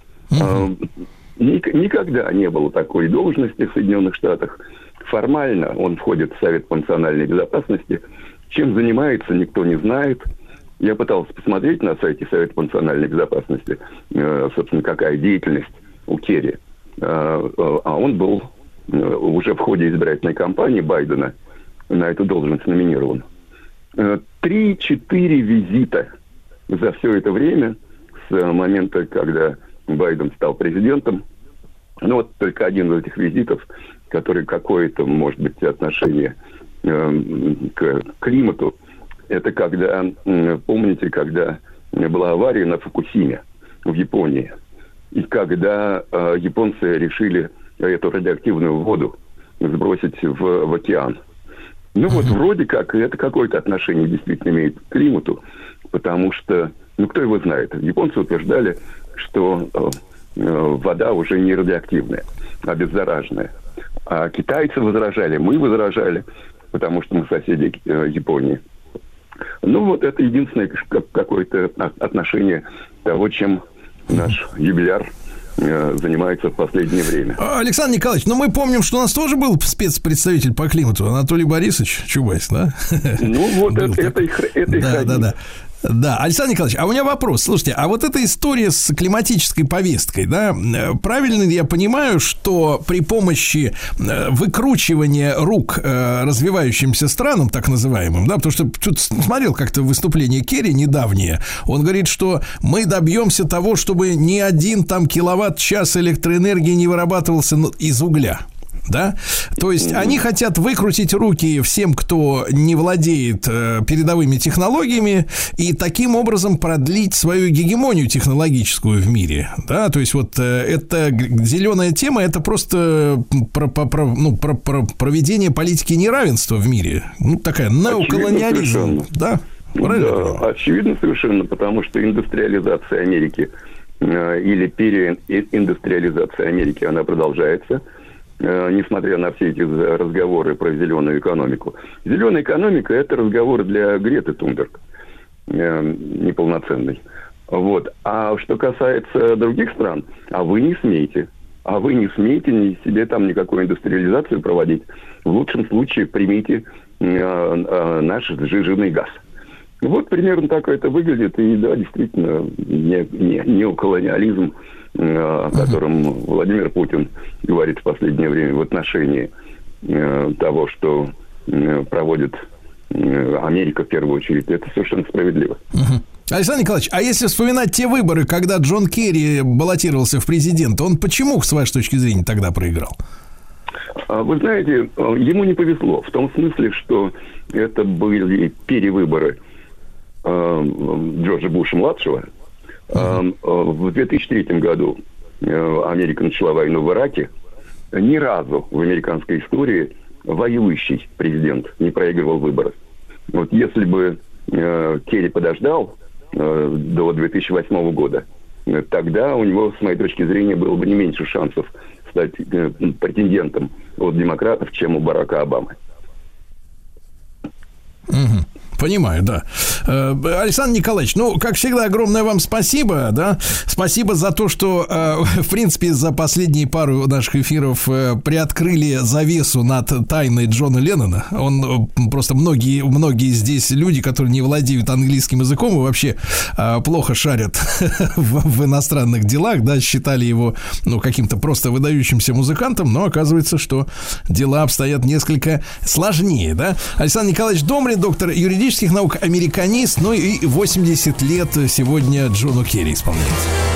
Никогда не было такой должности в Соединенных Штатах. Формально он входит в Совет по национальной безопасности. Чем занимается, никто не знает. Я пытался посмотреть на сайте Совета по национальной безопасности, собственно, какая деятельность у Керри. А он был уже в ходе избирательной кампании Байдена на эту должность номинирован. 3-4 визита за все это время, с момента, когда Байден стал президентом. Ну вот только один из этих визитов, который какое-то, может быть, отношение к климату, это когда, помните, когда была авария на Фукусиме в Японии, и когда японцы решили эту радиоактивную воду сбросить в океан. Ну вот вроде как это какое-то отношение действительно имеет к климату, потому что, ну кто его знает, японцы утверждали, что вода уже не радиоактивная, а беззараженная. А китайцы возражали, мы возражали, потому что мы соседи Японии. Ну вот это единственное какое-то отношение того, чем наш юбиляр занимается в последнее время. Александр Николаевич, но мы помним, что у нас тоже был спецпредставитель по климату, Анатолий Борисович Чубайс, да? Ну вот это их да. Да, Александр Николаевич, а у меня вопрос. Слушайте, а вот эта история с климатической повесткой, да, правильно ли я понимаю, что при помощи выкручивания рук развивающимся странам, так называемым, да, потому что тут смотрел как-то выступление Керри недавнее, он говорит, что мы добьемся того, чтобы ни один там киловатт-час электроэнергии не вырабатывался из угля. Да? То есть они хотят выкрутить руки всем, кто не владеет передовыми технологиями, и таким образом продлить свою гегемонию технологическую в мире. Да? То есть вот эта зеленая тема, это просто про проведение политики неравенства в мире. Ну, такая неоколониализм. Да? Да, очевидно совершенно, потому что индустриализация Америки или переиндустриализация Америки, она продолжается. Несмотря на все эти разговоры про зеленую экономику. Зеленая экономика – это разговор для Греты Тунберг, неполноценный. Вот. А что касается других стран, вы не смеете себе там никакую индустриализацию проводить. В лучшем случае примите наш сжиженный газ. Вот примерно так это выглядит. И да, действительно, неоколониализм, о котором Владимир Путин говорит в последнее время в отношении того, что проводит Америка в первую очередь, это совершенно справедливо. Александр Николаевич, а если вспоминать те выборы, когда Джон Керри баллотировался в президенты, он почему, с вашей точки зрения, тогда проиграл? Вы знаете, ему не повезло. В том смысле, что это были перевыборы Джорджа Буша-младшего. В 2003 году Америка начала войну в Ираке. Ни разу в американской истории воюющий президент не проигрывал выборы. Вот если бы Керри подождал до 2008 года, тогда у него, с моей точки зрения, было бы не меньше шансов стать претендентом от демократов, чем у Барака Обамы. Понимаю, да. Александр Николаевич, ну, как всегда, огромное вам спасибо, да. Спасибо за то, что, в принципе, за последние пару наших эфиров приоткрыли завесу над тайной Джона Леннона. Он просто многие здесь люди, которые не владеют английским языком и вообще плохо шарят в иностранных делах, да, считали его, ну, каким-то просто выдающимся музыкантом, но оказывается, что дела обстоят несколько сложнее, да. Александр Николаевич Домрин, доктор юридических наук, американист, ну и 80 лет сегодня Джону Керри исполняется.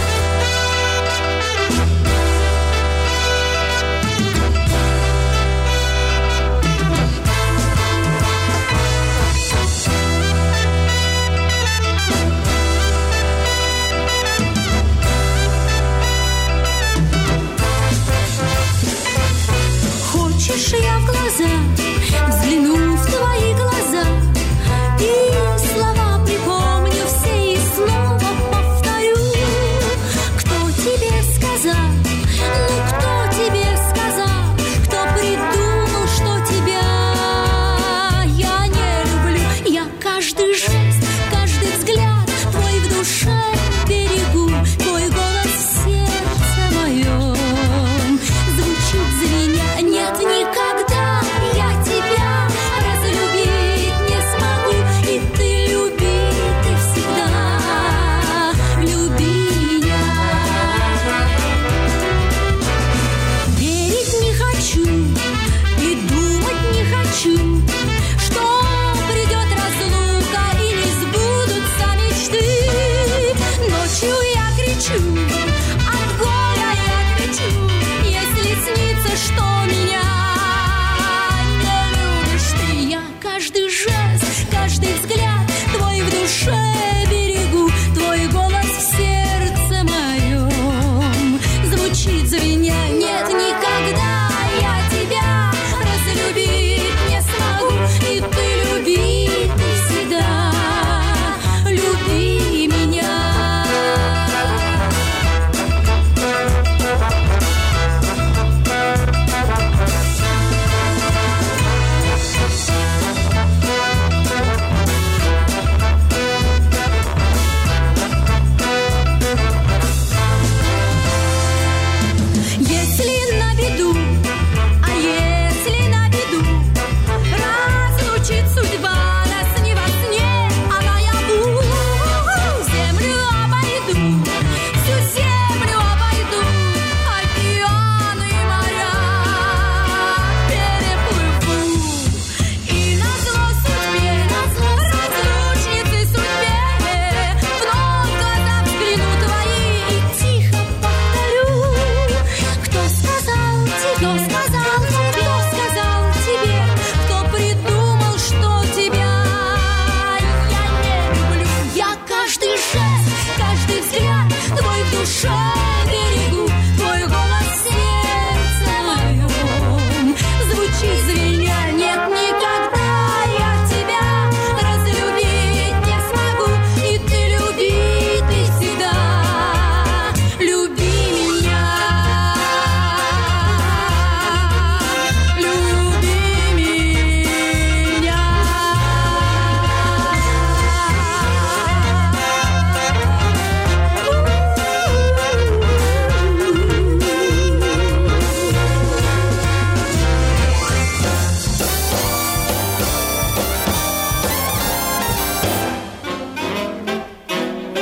Хочешь, я в глаза взгляну в твои глаза, и слова припомню все и снова повторю. Кто тебе сказал, ну кто тебе сказал, кто придумал, что тебя я не люблю? Я каждый жест, каждый взгляд твой в душе берегу, твой голос в сердце моем звучит звеня. Нет, никогда я тебя разлюбить не смогу, и ты люби, ты всегда люби меня. Верить не хочу и думать не хочу, что придет разлука и не сбудутся мечты. Ночью я кричу, от горя я кричу, если снится, что меня не любишь ты. Я каждый жест, каждый взгляд твой в душе берегу, твой голос в сердце моем звучит звеня. Нет, никогда я тебя разлюбить не смогу, и ты люби, ты всегда люби меня. Если на беду, а если на беду разлучит судьба нас не во сне, а наяву, землю обойду, всю землю обойду, океаны и моря переплыву. И назло судьбе, разлучнице судьбе, вновь в глаза взгляну твои и тихо повторю. Кто сказал тебе, кто придумал, что тебя я не люблю? Я каждый жест, каждый взгляд твой в душе берегу, твой голос в сердце моем звучит звеня. Нет, никогда я тебя разлюбить не смогу, и ты люби, ты всегда люби меня. Люби меня.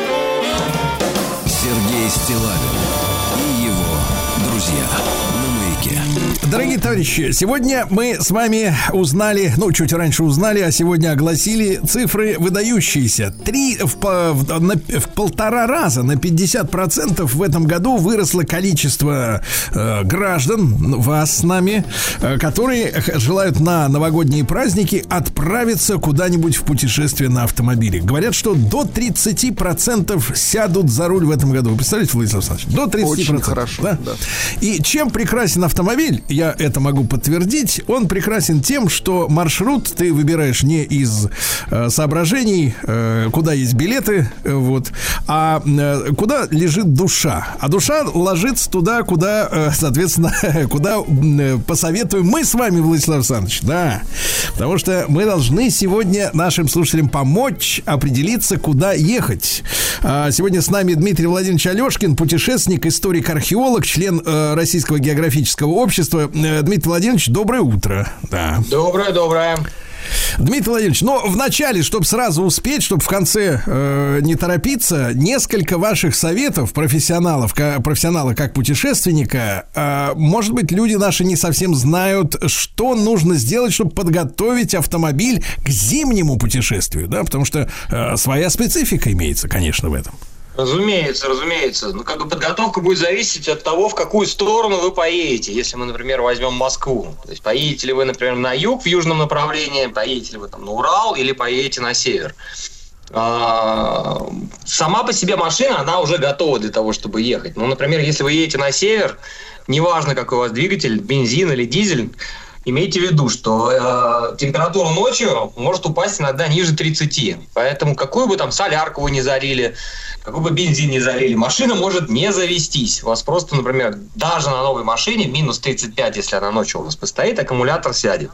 Сергей Стиллавин и его друзья на Маяке. Америки. Дорогие товарищи, сегодня мы с вами узнали, чуть раньше узнали, а сегодня огласили цифры выдающиеся. В полтора раза, на 50% в этом году выросло количество граждан, вас с нами, которые желают на новогодние праздники отправиться куда-нибудь в путешествие на автомобиле. Говорят, что до 30% сядут за руль в этом году. Вы представляете, Владислав Александрович? До 30%. Очень хорошо, да? И чем прекрасен автомобиль, я это могу подтвердить, он прекрасен тем, что маршрут ты выбираешь не из соображений, куда есть билеты, а куда лежит душа. А душа ложится туда, куда, соответственно, куда посоветуем мы с вами, Владислав Александрович. Да, потому что мы должны сегодня нашим слушателям помочь определиться, куда ехать. Сегодня с нами Дмитрий Владимирович Алешкин, путешественник, историк-археолог, член Российского географического общества. Дмитрий Владимирович, доброе утро. Да. Доброе. Дмитрий Владимирович, в начале, чтобы сразу успеть, чтобы в конце не торопиться, несколько ваших советов профессионала как путешественника. Может быть, люди наши не совсем знают, что нужно сделать, чтобы подготовить автомобиль к зимнему путешествию, да, потому что своя специфика имеется, конечно, в этом. Разумеется. Подготовка будет зависеть от того, в какую сторону вы поедете. Если мы, например, возьмем Москву. То есть поедете ли вы, например, на юг в южном направлении, поедете ли вы там на Урал или поедете на север. Сама по себе машина, она уже готова для того, чтобы ехать. Например, если вы едете на север, неважно, какой у вас двигатель, бензин или дизель, имейте в виду, что температура ночью может упасть иногда ниже 30. Поэтому какую бы там солярку вы ни залили, какой бы бензин ни залили, машина может не завестись. У вас просто, например, даже на новой машине минус 35, если она ночью у вас постоит, аккумулятор сядет.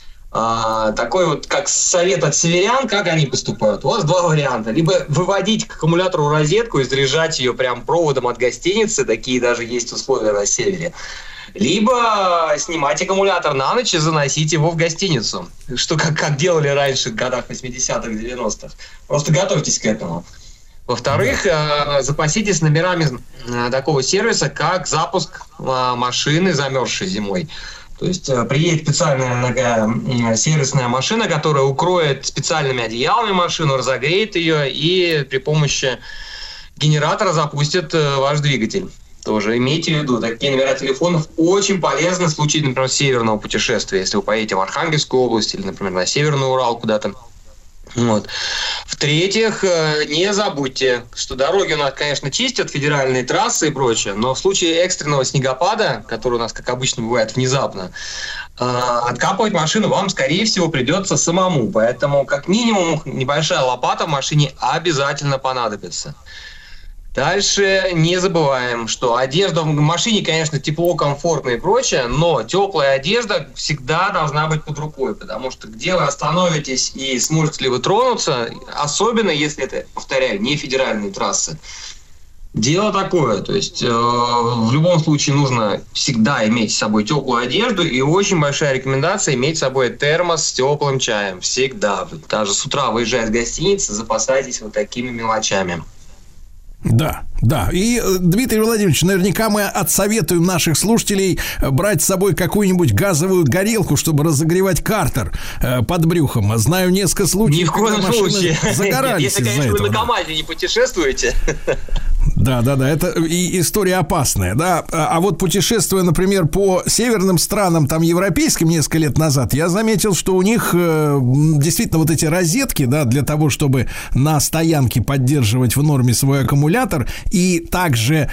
Такой как совет от северян, как они поступают. У вас два варианта. Либо выводить к аккумулятору розетку и заряжать ее прям проводом от гостиницы, такие даже есть условия на севере. Либо снимать аккумулятор на ночь и заносить его в гостиницу. Что как делали раньше в годах 80-х, 90-х. Просто готовьтесь к этому. Во-вторых, запаситесь номерами такого сервиса, как запуск машины, замерзшей зимой. То есть приедет специальная такая сервисная машина, которая укроет специальными одеялами машину, разогреет ее и при помощи генератора запустит ваш двигатель. Тоже имейте в виду, такие номера телефонов очень полезны в случае, например, северного путешествия, если вы поедете в Архангельскую область или, например, на Северный Урал куда-то. В-третьих, не забудьте, что дороги у нас, конечно, чистят, федеральные трассы и прочее, но в случае экстренного снегопада, который у нас, как обычно, бывает внезапно, откапывать машину вам, скорее всего, придется самому. Поэтому, как минимум, небольшая лопата в машине обязательно понадобится. Дальше не забываем, что одежда в машине, конечно, тепло, комфортно и прочее, но теплая одежда всегда должна быть под рукой, потому что где вы остановитесь и сможете ли вы тронуться, особенно если это, повторяю, не федеральные трассы. Дело такое, то есть в любом случае нужно всегда иметь с собой теплую одежду, и очень большая рекомендация иметь с собой термос с теплым чаем. Всегда. Даже с утра, выезжая из гостиницы, запасайтесь вот такими мелочами. Да. И, Дмитрий Владимирович, наверняка мы отсоветуем наших слушателей брать с собой какую-нибудь газовую горелку, чтобы разогревать картер под брюхом. Знаю несколько случаев, ни в коем когда машины загорались. Если, конечно, вы на КамАЗе не путешествуете. Да, это и история опасная, да. А вот путешествуя, например, по северным странам, там, европейским несколько лет назад, я заметил, что у них действительно вот эти розетки, да, для того, чтобы на стоянке поддерживать в норме свой аккумулятор, и также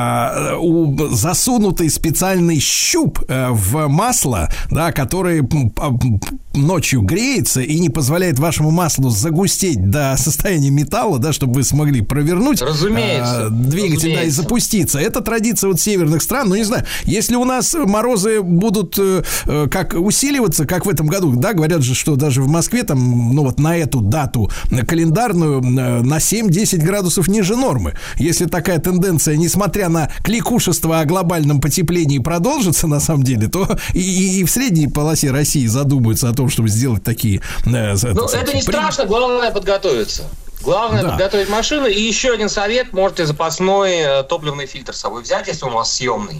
засунутый специальный щуп в масло, да, который ночью греется и не позволяет вашему маслу загустеть до состояния металла, да, чтобы вы смогли провернуть. Разумеется. Двигатель, да, и запуститься. Это традиция вот северных стран. Ну, не знаю, если у нас морозы будут как усиливаться, как в этом году, да, говорят же, что даже в Москве там, ну, вот на эту дату календарную на 7-10 градусов ниже нормы. Если такая тенденция, несмотря на кликушество о глобальном потеплении, продолжится, на самом деле, то и в средней полосе России задумаются о том, чтобы сделать такие... это не страшно, главное подготовиться. Главное подготовить машину. И еще один совет: можете запасной топливный фильтр с собой взять, если он у вас съемный.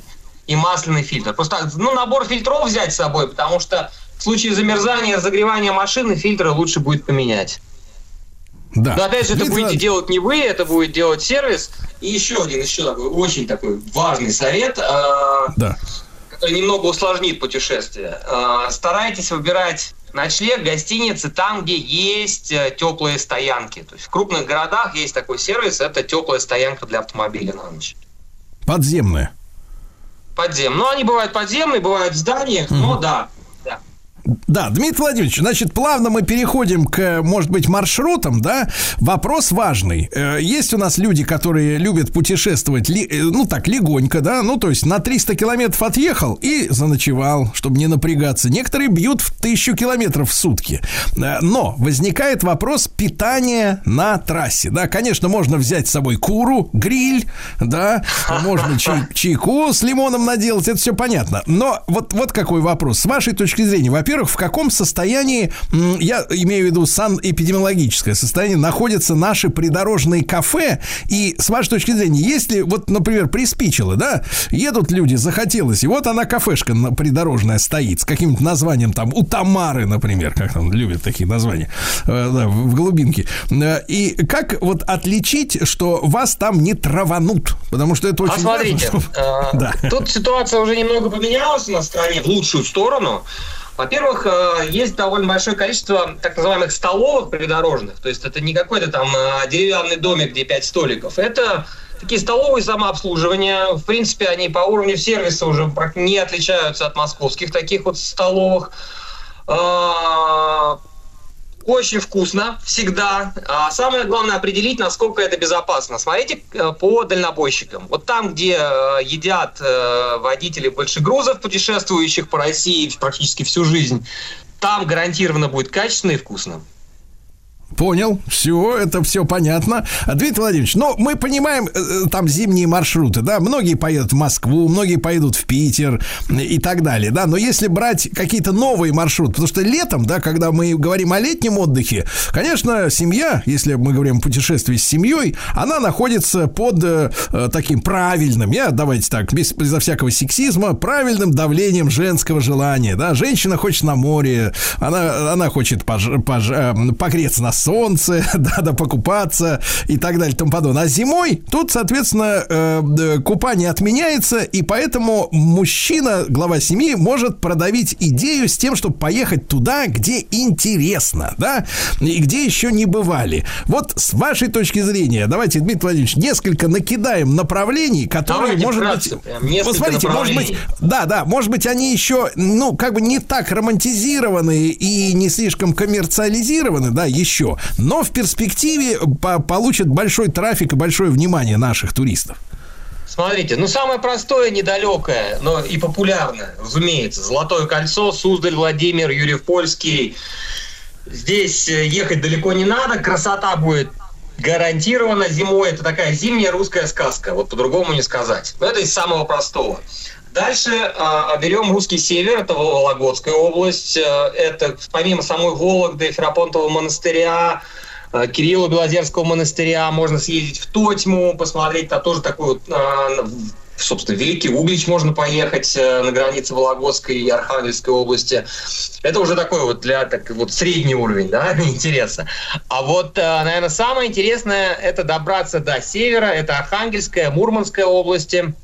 и масляный фильтр. Просто набор фильтров взять с собой, потому что в случае замерзания, разогревания машины фильтры лучше будет поменять. Да. Но опять же, это будете делать не вы, это будет делать сервис. И еще такой очень такой важный совет, который немного усложнит путешествие. Старайтесь выбирать ночлег, гостиницы там, где есть теплые стоянки. То есть в крупных городах есть такой сервис, это теплая стоянка для автомобиля на ночь. Подземная. Ну, они бывают подземные, бывают в зданиях, но да. Да, Дмитрий Владимирович, значит, плавно мы переходим к, может быть, маршрутам, да? Вопрос важный. Есть у нас люди, которые любят путешествовать, легонько, да? Ну, то есть на 300 километров отъехал и заночевал, чтобы не напрягаться. Некоторые бьют в 1000 километров в сутки. Но возникает вопрос питания на трассе, да? Конечно, можно взять с собой куру, гриль, да? Можно чайку с лимоном наделать, это все понятно. Но вот какой вопрос. С вашей точки зрения, во-первых, в каком состоянии, я имею в виду санэпидемиологическое состояние, находятся наши придорожные кафе? И с вашей точки зрения, если, вот, например, приспичило, да, едут люди, захотелось, и вот она, кафешка придорожная стоит с каким-то названием, там, у Тамары, например, как там любят такие названия, в глубинке. И как вот отличить, что вас там не траванут? Потому что это очень важно. Смотрите, тут ситуация уже немного поменялась у нас в стране в лучшую сторону. Во-первых, есть довольно большое количество так называемых столовых придорожных. То есть это не какой-то там деревянный домик, где 5 столиков. Это такие столовые самообслуживания. В принципе, они по уровню сервиса уже не отличаются от московских таких вот столовых. Очень вкусно всегда. А самое главное определить, насколько это безопасно. Смотрите по дальнобойщикам. Вот там, где едят водители большегрузов, путешествующих по России практически всю жизнь, там гарантированно будет качественно и вкусно. Понял, все, это все понятно. Дмитрий Владимирович, ну, мы понимаем, там зимние маршруты, да, многие поедут в Москву, многие поедут в Питер и так далее, да, но если брать какие-то новые маршруты, потому что летом, да, когда мы говорим о летнем отдыхе, конечно, семья, если мы говорим о путешествии с семьей, она находится под таким правильным, давайте так, безо всякого сексизма, правильным давлением женского желания, да, женщина хочет на море, она хочет погреться на солнце, да, покупаться и так далее, тому подобное. А зимой тут, соответственно, купание отменяется, и поэтому мужчина, глава семьи, может продавить идею с тем, чтобы поехать туда, где интересно, да, и где еще не бывали. Вот с вашей точки зрения, давайте, Дмитрий Владимирович, несколько накидаем направлений, которые, может быть, вот смотрите, может быть, может быть, они еще, ну, как бы не так романтизированы и не слишком коммерциализированы, да, еще, но в перспективе получат большой трафик и большое внимание наших туристов. Смотрите, ну самое простое, недалекое, но и популярное, разумеется, Золотое кольцо, Суздаль, Владимир, Юрьев-Польский. Здесь ехать далеко не надо, красота будет гарантирована зимой. Это такая зимняя русская сказка, вот по-другому не сказать. Но это из самого простого. Дальше берем русский север, это Вологодская область, это помимо самой Вологды, Ферапонтового монастыря, Кирилло-Белозерского монастыря, можно съездить в Тотьму, посмотреть, там тоже такой вот, собственно, Великий Углич можно поехать на границе Вологодской и Архангельской области. Это уже такой вот средний уровень, да, интереса. А вот, наверное, самое интересное, это добраться до севера, это Архангельская, Мурманская области.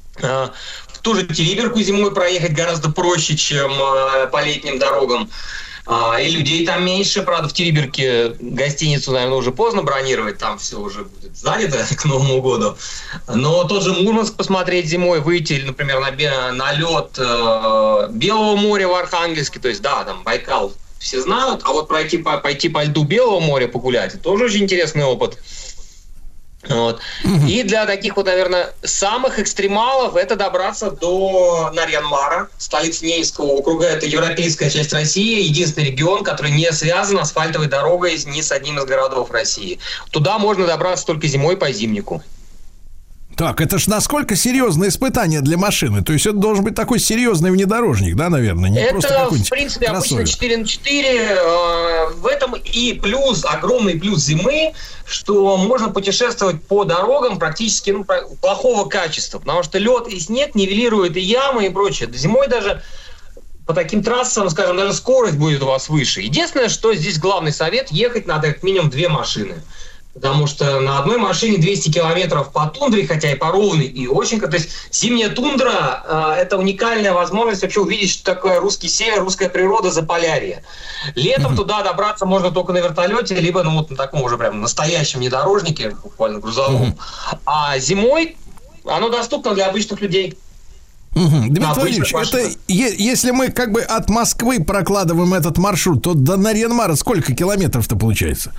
В ту же Териберку зимой проехать гораздо проще, чем по летним дорогам. И людей там меньше. Правда, в Териберке гостиницу, наверное, уже поздно бронировать. Там все уже будет занято к Новому году. Но тот же Мурманск посмотреть зимой, выйти, например, на лед Белого моря в Архангельске. То есть, да, там Байкал все знают. А вот пойти по льду Белого моря погулять, это тоже очень интересный опыт. Вот. И для таких вот, наверное, самых экстремалов это добраться до Нарьян-Мара, столицы Ненецкого округа. Это европейская часть России, единственный регион, который не связан асфальтовой дорогой ни с одним из городов России. Туда можно добраться только зимой по зимнику. Так, это ж насколько серьезное испытание для машины? То есть это должен быть такой серьезный внедорожник, да, наверное? Не это, в принципе, обычно 4х4. В этом и плюс, огромный плюс зимы, что можно путешествовать по дорогам практически плохого качества. Потому что лед и снег нивелируют и ямы, и прочее. Зимой даже по таким трассам, скажем, даже скорость будет у вас выше. Единственное, что здесь главный совет, ехать надо как минимум 2 машины. Потому что на одной машине 200 километров по тундре, хотя и по ровной, и очень... То есть зимняя тундра – это уникальная возможность вообще увидеть, что такое русский север, русская природа, Заполярье. Летом туда добраться можно только на вертолете, либо на таком уже прям настоящем внедорожнике, буквально грузовом. А зимой оно доступно для обычных людей. Дмитрий Владимирович, это если мы как бы от Москвы прокладываем этот маршрут, то до Нарьян-Мара сколько километров-то получается?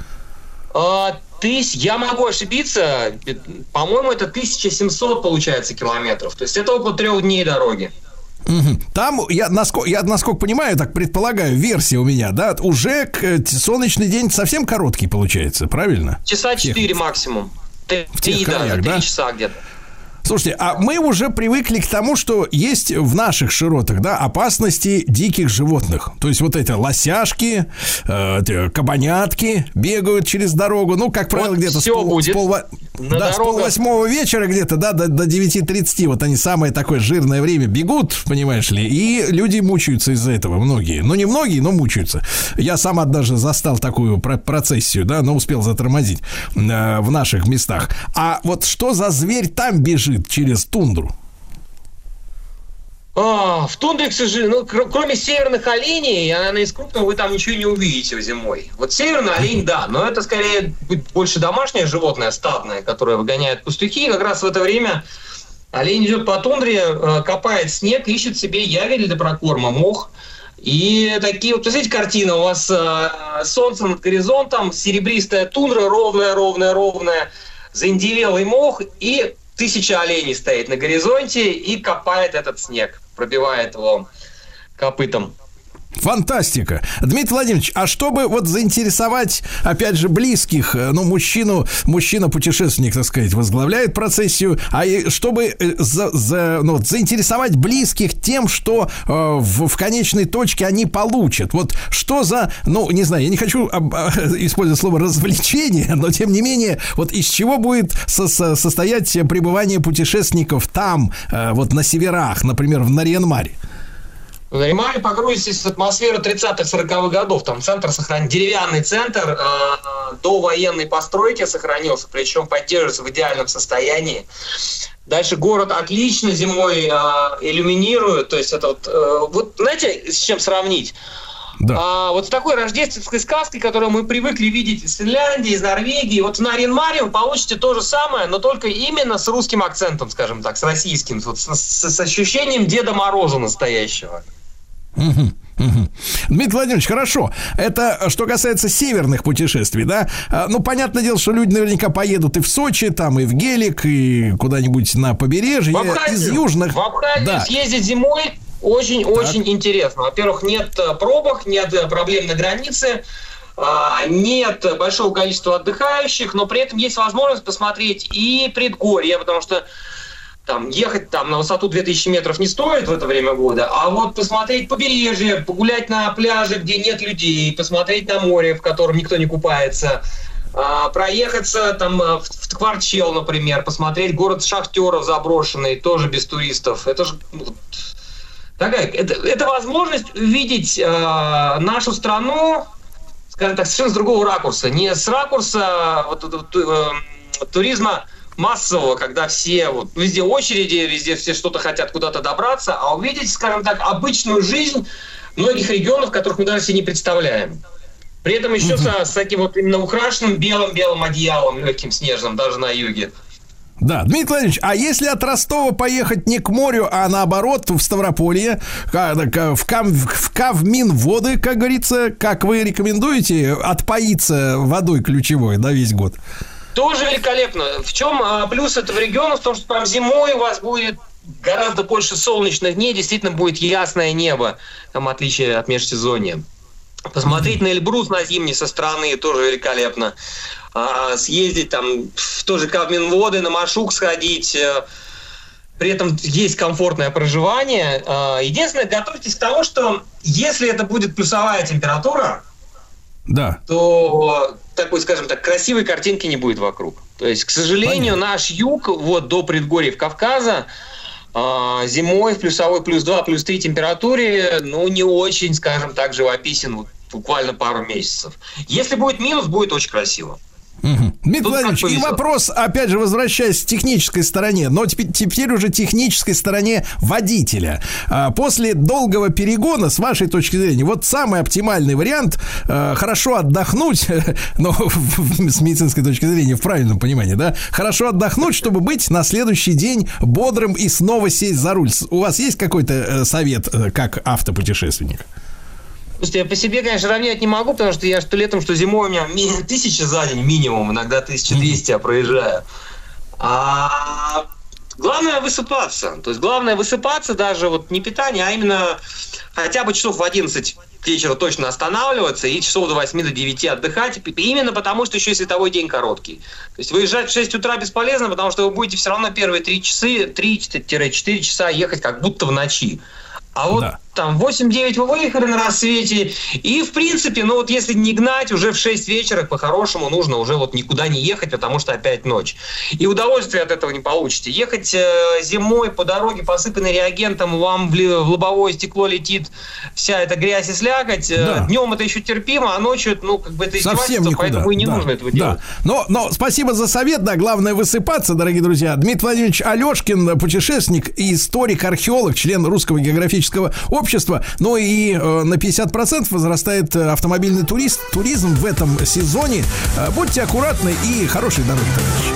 Я могу ошибиться, по-моему, это 1700 получается километров. То есть это около 3 дней дороги. Там, я насколько понимаю, так предполагаю, версия у меня, да, уже солнечный день совсем короткий получается, правильно? Часа 4 максимум. 3 часа где-то. Слушайте, а мы уже привыкли к тому, что есть в наших широтах, да, опасности диких животных. То есть вот эти лосяшки, кабанятки бегают через дорогу. Ну, как правило, вот где-то с 7:30 вечера где-то, да, до 9:30. Вот они самое такое жирное время бегут, понимаешь ли, и люди мучаются из-за этого, многие. Ну, не многие, но мучаются. Я сам однажды застал такую процессию, да, но успел затормозить в наших местах. А вот что за зверь там бежит через тундру? В тундре, к сожалению, кроме северных оленей, наверное, из крупного вы там ничего не увидите зимой. Вот северный олень, да, но это скорее больше домашнее животное, стадное, которое выгоняет пастухи. И как раз в это время олень идет по тундре, копает снег, ищет себе ягоды для прокорма, мох. И такие вот, посмотрите, картина, у вас солнце над горизонтом, серебристая тундра, ровная, заиндевелый мох, и 1000 оленей стоит на горизонте и копает этот снег, пробивает его копытом. Фантастика. Дмитрий Владимирович, а чтобы вот заинтересовать, опять же, близких, ну, мужчина-путешественник, так сказать, возглавляет процессию, а чтобы заинтересовать близких тем, что в конечной точке они получат. Вот что за, ну, не знаю, я не хочу использовать слово развлечение, но тем не менее, вот из чего будет состоять пребывание путешественников там, вот на северах, например, в Нарьян-Маре? В Нарьян-Маре погрузитесь в атмосферу 30-40-х годов. Там центр сохранен, деревянный центр до военной постройки сохранился, причем поддерживается в идеальном состоянии. Дальше город отлично зимой иллюминирует. То есть это вот знаете, с чем сравнить? Да. Вот с такой рождественской сказкой, которую мы привыкли видеть из Финляндии, из Норвегии. Вот в Нарьян-Маре вы получите то же самое, но только именно с русским акцентом, скажем так, с российским, вот с ощущением Деда Мороза настоящего. Дмитрий Владимирович, хорошо. Это что касается северных путешествий, да? Ну, понятное дело, что люди наверняка поедут и в Сочи, там, и в Гелик, и куда-нибудь на побережье. В Абхазию съездить зимой очень интересно. Во-первых, нет пробок, нет проблем на границе, нет большого количества отдыхающих, но при этом есть возможность посмотреть и предгорье, потому что там ехать там на высоту 2000 метров не стоит в это время года, а вот посмотреть побережье, погулять на пляже, где нет людей, посмотреть на море, в котором никто не купается, проехаться там в Ткварчел, например, посмотреть город шахтеров заброшенный, тоже без туристов. Это же это возможность увидеть нашу страну, скажем так, совершенно с другого ракурса. Не с ракурса туризма массового, когда все везде очереди, везде все что-то хотят куда-то добраться, а увидеть, скажем так, обычную жизнь многих регионов, которых мы даже себе не представляем. При этом еще с таким вот именно украшенным белым одеялом, легким снежным, даже на юге. Да, Дмитрий Владимирович, а если от Ростова поехать не к морю, а наоборот в Ставрополье, в Кавминводы, как говорится, как вы рекомендуете отпоиться водой ключевой, да, весь год? Тоже великолепно. В чем плюс этого региона? В том, что там зимой у вас будет гораздо больше солнечных дней, действительно будет ясное небо, там отличие от межсезонья. Посмотреть на Эльбрус на зимний со стороны тоже великолепно. Съездить там в тоже Кавминводы, на Машук сходить. При этом есть комфортное проживание. Единственное, готовьтесь к тому, что если это будет плюсовая температура, да, то такой, скажем так, красивой картинки не будет вокруг. То есть, к сожалению, наш юг, вот до предгорьев Кавказа, зимой в плюсовой +2, +3 температуре, ну, не очень, скажем так, живописен, вот, буквально пару месяцев. Если будет минус, будет очень красиво. Дмитрий Владимирович, и вопрос, опять же, возвращаясь к технической стороне, но теперь уже технической стороне водителя. После долгого перегона, с вашей точки зрения, вот самый оптимальный вариант хорошо отдохнуть, но с медицинской точки зрения, в правильном понимании, да, хорошо отдохнуть, чтобы быть на следующий день бодрым и снова сесть за руль. У вас есть какой-то совет как автопутешественник? Слушайте, я по себе, конечно, равнять не могу, потому что я что летом, что зимой у меня 1000 за день минимум, иногда 1200 я проезжаю. Главное высыпаться. То есть главное высыпаться даже вот не питание, а именно хотя бы часов в 11 к вечеру точно останавливаться и часов до 8 до 9 отдыхать. Именно потому, что еще и световой день короткий. То есть выезжать в 6 утра бесполезно, потому что вы будете все равно первые 3-4 часа ехать как будто в ночи. А вот там 8-9 вы выехали на рассвете, и, в принципе, ну вот если не гнать, уже в 6 вечера по-хорошему нужно уже вот никуда не ехать, потому что опять ночь. И удовольствия от этого не получите. Ехать зимой по дороге, посыпанной реагентом, вам в лобовое стекло летит вся эта грязь и слякоть. Да. Днем это еще терпимо, а ночью, ну, как бы это издевательство, поэтому и не нужно этого делать. Но спасибо за совет, да, главное высыпаться, дорогие друзья. Дмитрий Владимирович Алешкин, путешественник и историк, археолог, член Русского географического общества. Ну и на 50% возрастает автомобильный туризм в этом сезоне. Будьте аккуратны и хорошей дороги, товарищи.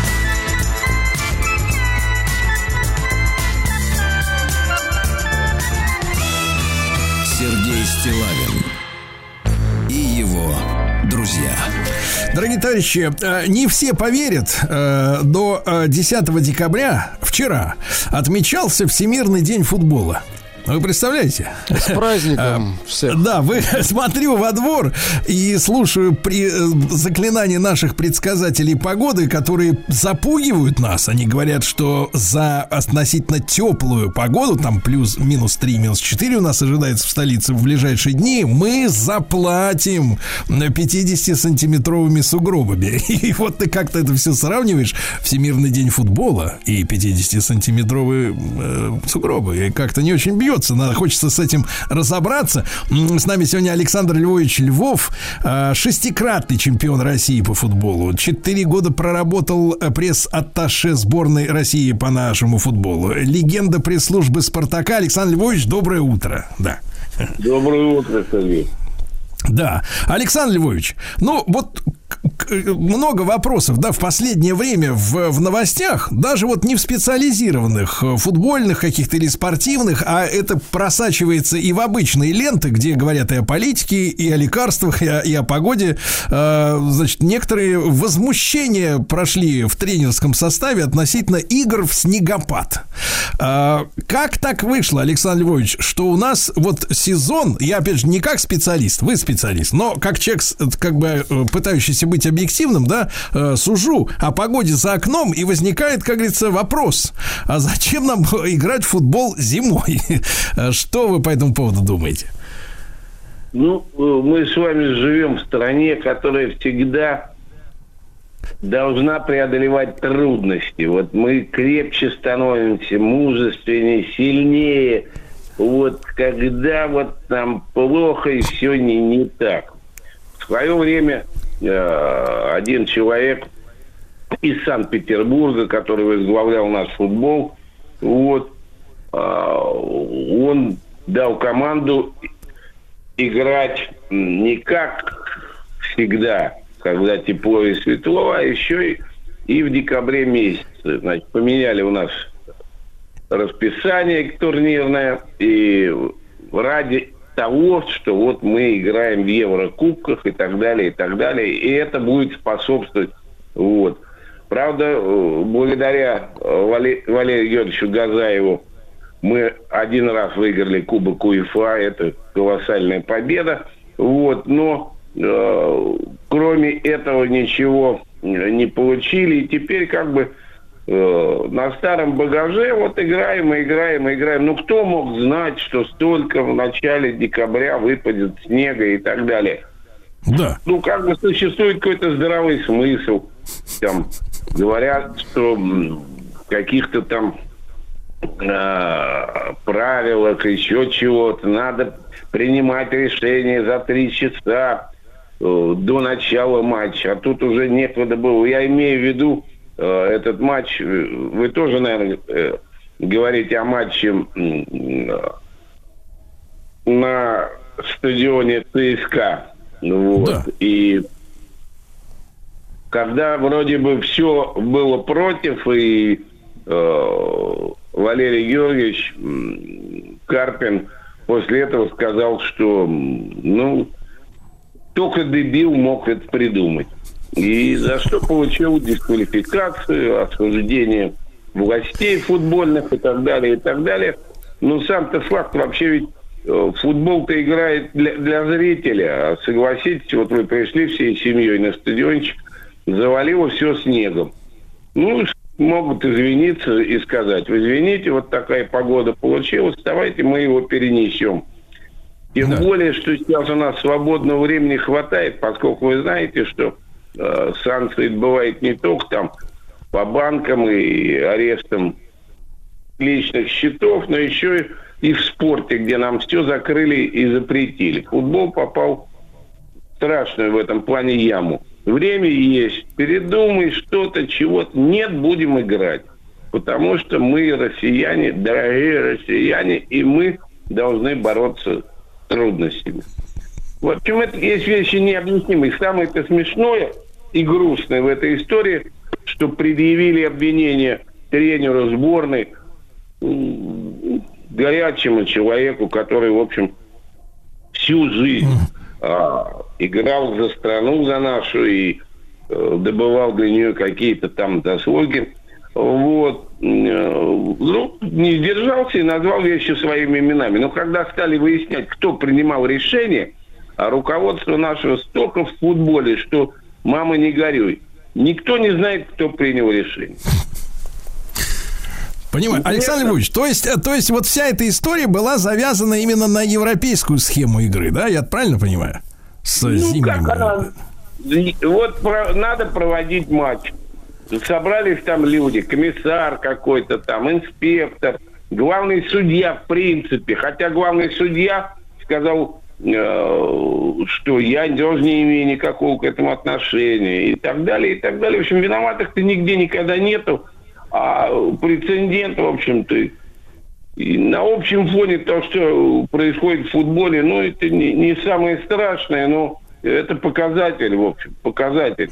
Сергей Стиллавин и его друзья. Дорогие товарищи, не все поверят, до 10 декабря, вчера, отмечался Всемирный день футбола. Вы представляете? С праздником всех. Да, смотрю во двор и слушаю заклинания наших предсказателей погоды, которые запугивают нас. Они говорят, что за относительно теплую погоду, там минус 3, минус 4 у нас ожидается в столице в ближайшие дни, мы заплатим 50-сантиметровыми сугробами. И вот ты как-то это все сравниваешь, Всемирный день футбола и 50-сантиметровые сугробы. И как-то не очень бьет. Хочется с этим разобраться. С нами сегодня Александр Львович Львов, 6-кратный чемпион России по футболу. 4 года проработал пресс-атташе сборной России по нашему футболу. Легенда пресс-службы «Спартака». Александр Львович, доброе утро. Да. Доброе утро, Сергей. Да. Александр Львович, ну вот много вопросов, да, в последнее время в новостях, даже вот не в специализированных футбольных каких-то или спортивных, а это просачивается и в обычные ленты, где говорят и о политике, и о лекарствах, и о погоде. Значит, некоторые возмущения прошли в тренерском составе относительно игр в снегопад. Как так вышло, Александр Львович, что у нас вот сезон, я опять же не как специалист, вы специалист, но как человек, как бы пытающийся быть объективным, да, сужу о погоде за окном, и возникает, как говорится, вопрос: а зачем нам играть в футбол зимой? Что вы по этому поводу думаете? Ну, мы с вами живем в стране, которая всегда должна преодолевать трудности. Вот мы крепче становимся, мужественнее, сильнее. Вот когда вот нам плохо и все не так. В свое время один человек из Санкт-Петербурга, который возглавлял наш футбол, вот, он дал команду играть не как всегда, когда тепло и светло, а еще и в декабре месяце. Значит, поменяли у нас расписание турнирное, и ради того, что вот мы играем в Еврокубках и так далее, и это будет способствовать. Вот. Правда, благодаря Валерию Георгиевичу Газаеву мы один раз выиграли Кубок УЕФА, это колоссальная победа. Вот, но кроме этого ничего не получили. И теперь как бы на старом багаже вот играем. Ну, кто мог знать, что столько в начале декабря выпадет снега и так далее? Да. Ну, как бы существует какой-то здравый смысл. Там говорят, что каких-то там правилах, еще чего-то. Надо принимать решение за 3 часа до начала матча. А тут уже некогда было. Я имею в виду этот матч. Вы тоже, наверное, говорите о матче на стадионе ЦСКА. Вот. Да. И когда вроде бы все было против, и Валерий Георгиевич Карпин после этого сказал, что только дебил мог это придумать. И за что получил дисквалификацию, осуждение властей футбольных и так далее, и так далее. Но сам-то факт, вообще ведь футбол-то играет для зрителя. А согласитесь, вот вы пришли всей семьей на стадиончик, завалило все снегом. Ну, могут извиниться и сказать: вы извините, вот такая погода получилась, давайте мы его перенесем. Тем более, что сейчас у нас свободного времени хватает, поскольку вы знаете, что санкции бывают не только там по банкам и арестам личных счетов, но еще и в спорте, где нам все закрыли и запретили. Футбол попал в страшную в этом плане яму. Время есть. Передумай что-то, чего-то. Нет, будем играть. Потому что мы россияне, дорогие россияне, и мы должны бороться с трудностями. В общем, это есть вещи необъяснимые. Самое-то смешное и грустное в этой истории, что предъявили обвинение тренеру сборной, горячему человеку, который, в общем, всю жизнь играл за страну, за нашу, и добывал для нее какие-то там заслуги. Вот. Ну, не сдержался и назвал вещи своими именами. Но когда стали выяснять, кто принимал решение, а руководство нашего столько в футболе, что мама не горюй. Никто не знает, кто принял решение. Понимаю. Александр Львович, то есть вот вся эта история была завязана именно на европейскую схему игры, да? Я правильно понимаю? Вот надо проводить матч. Собрались там люди, комиссар какой-то там, инспектор, главный судья в принципе. Хотя главный судья сказал, что я тоже не имею никакого к этому отношения и так далее, и так далее. В общем, виноватых-то нигде никогда нету. А прецедент, в общем-то, и на общем фоне то, что происходит в футболе, ну, это не самое страшное, но это показатель, в общем, показатель.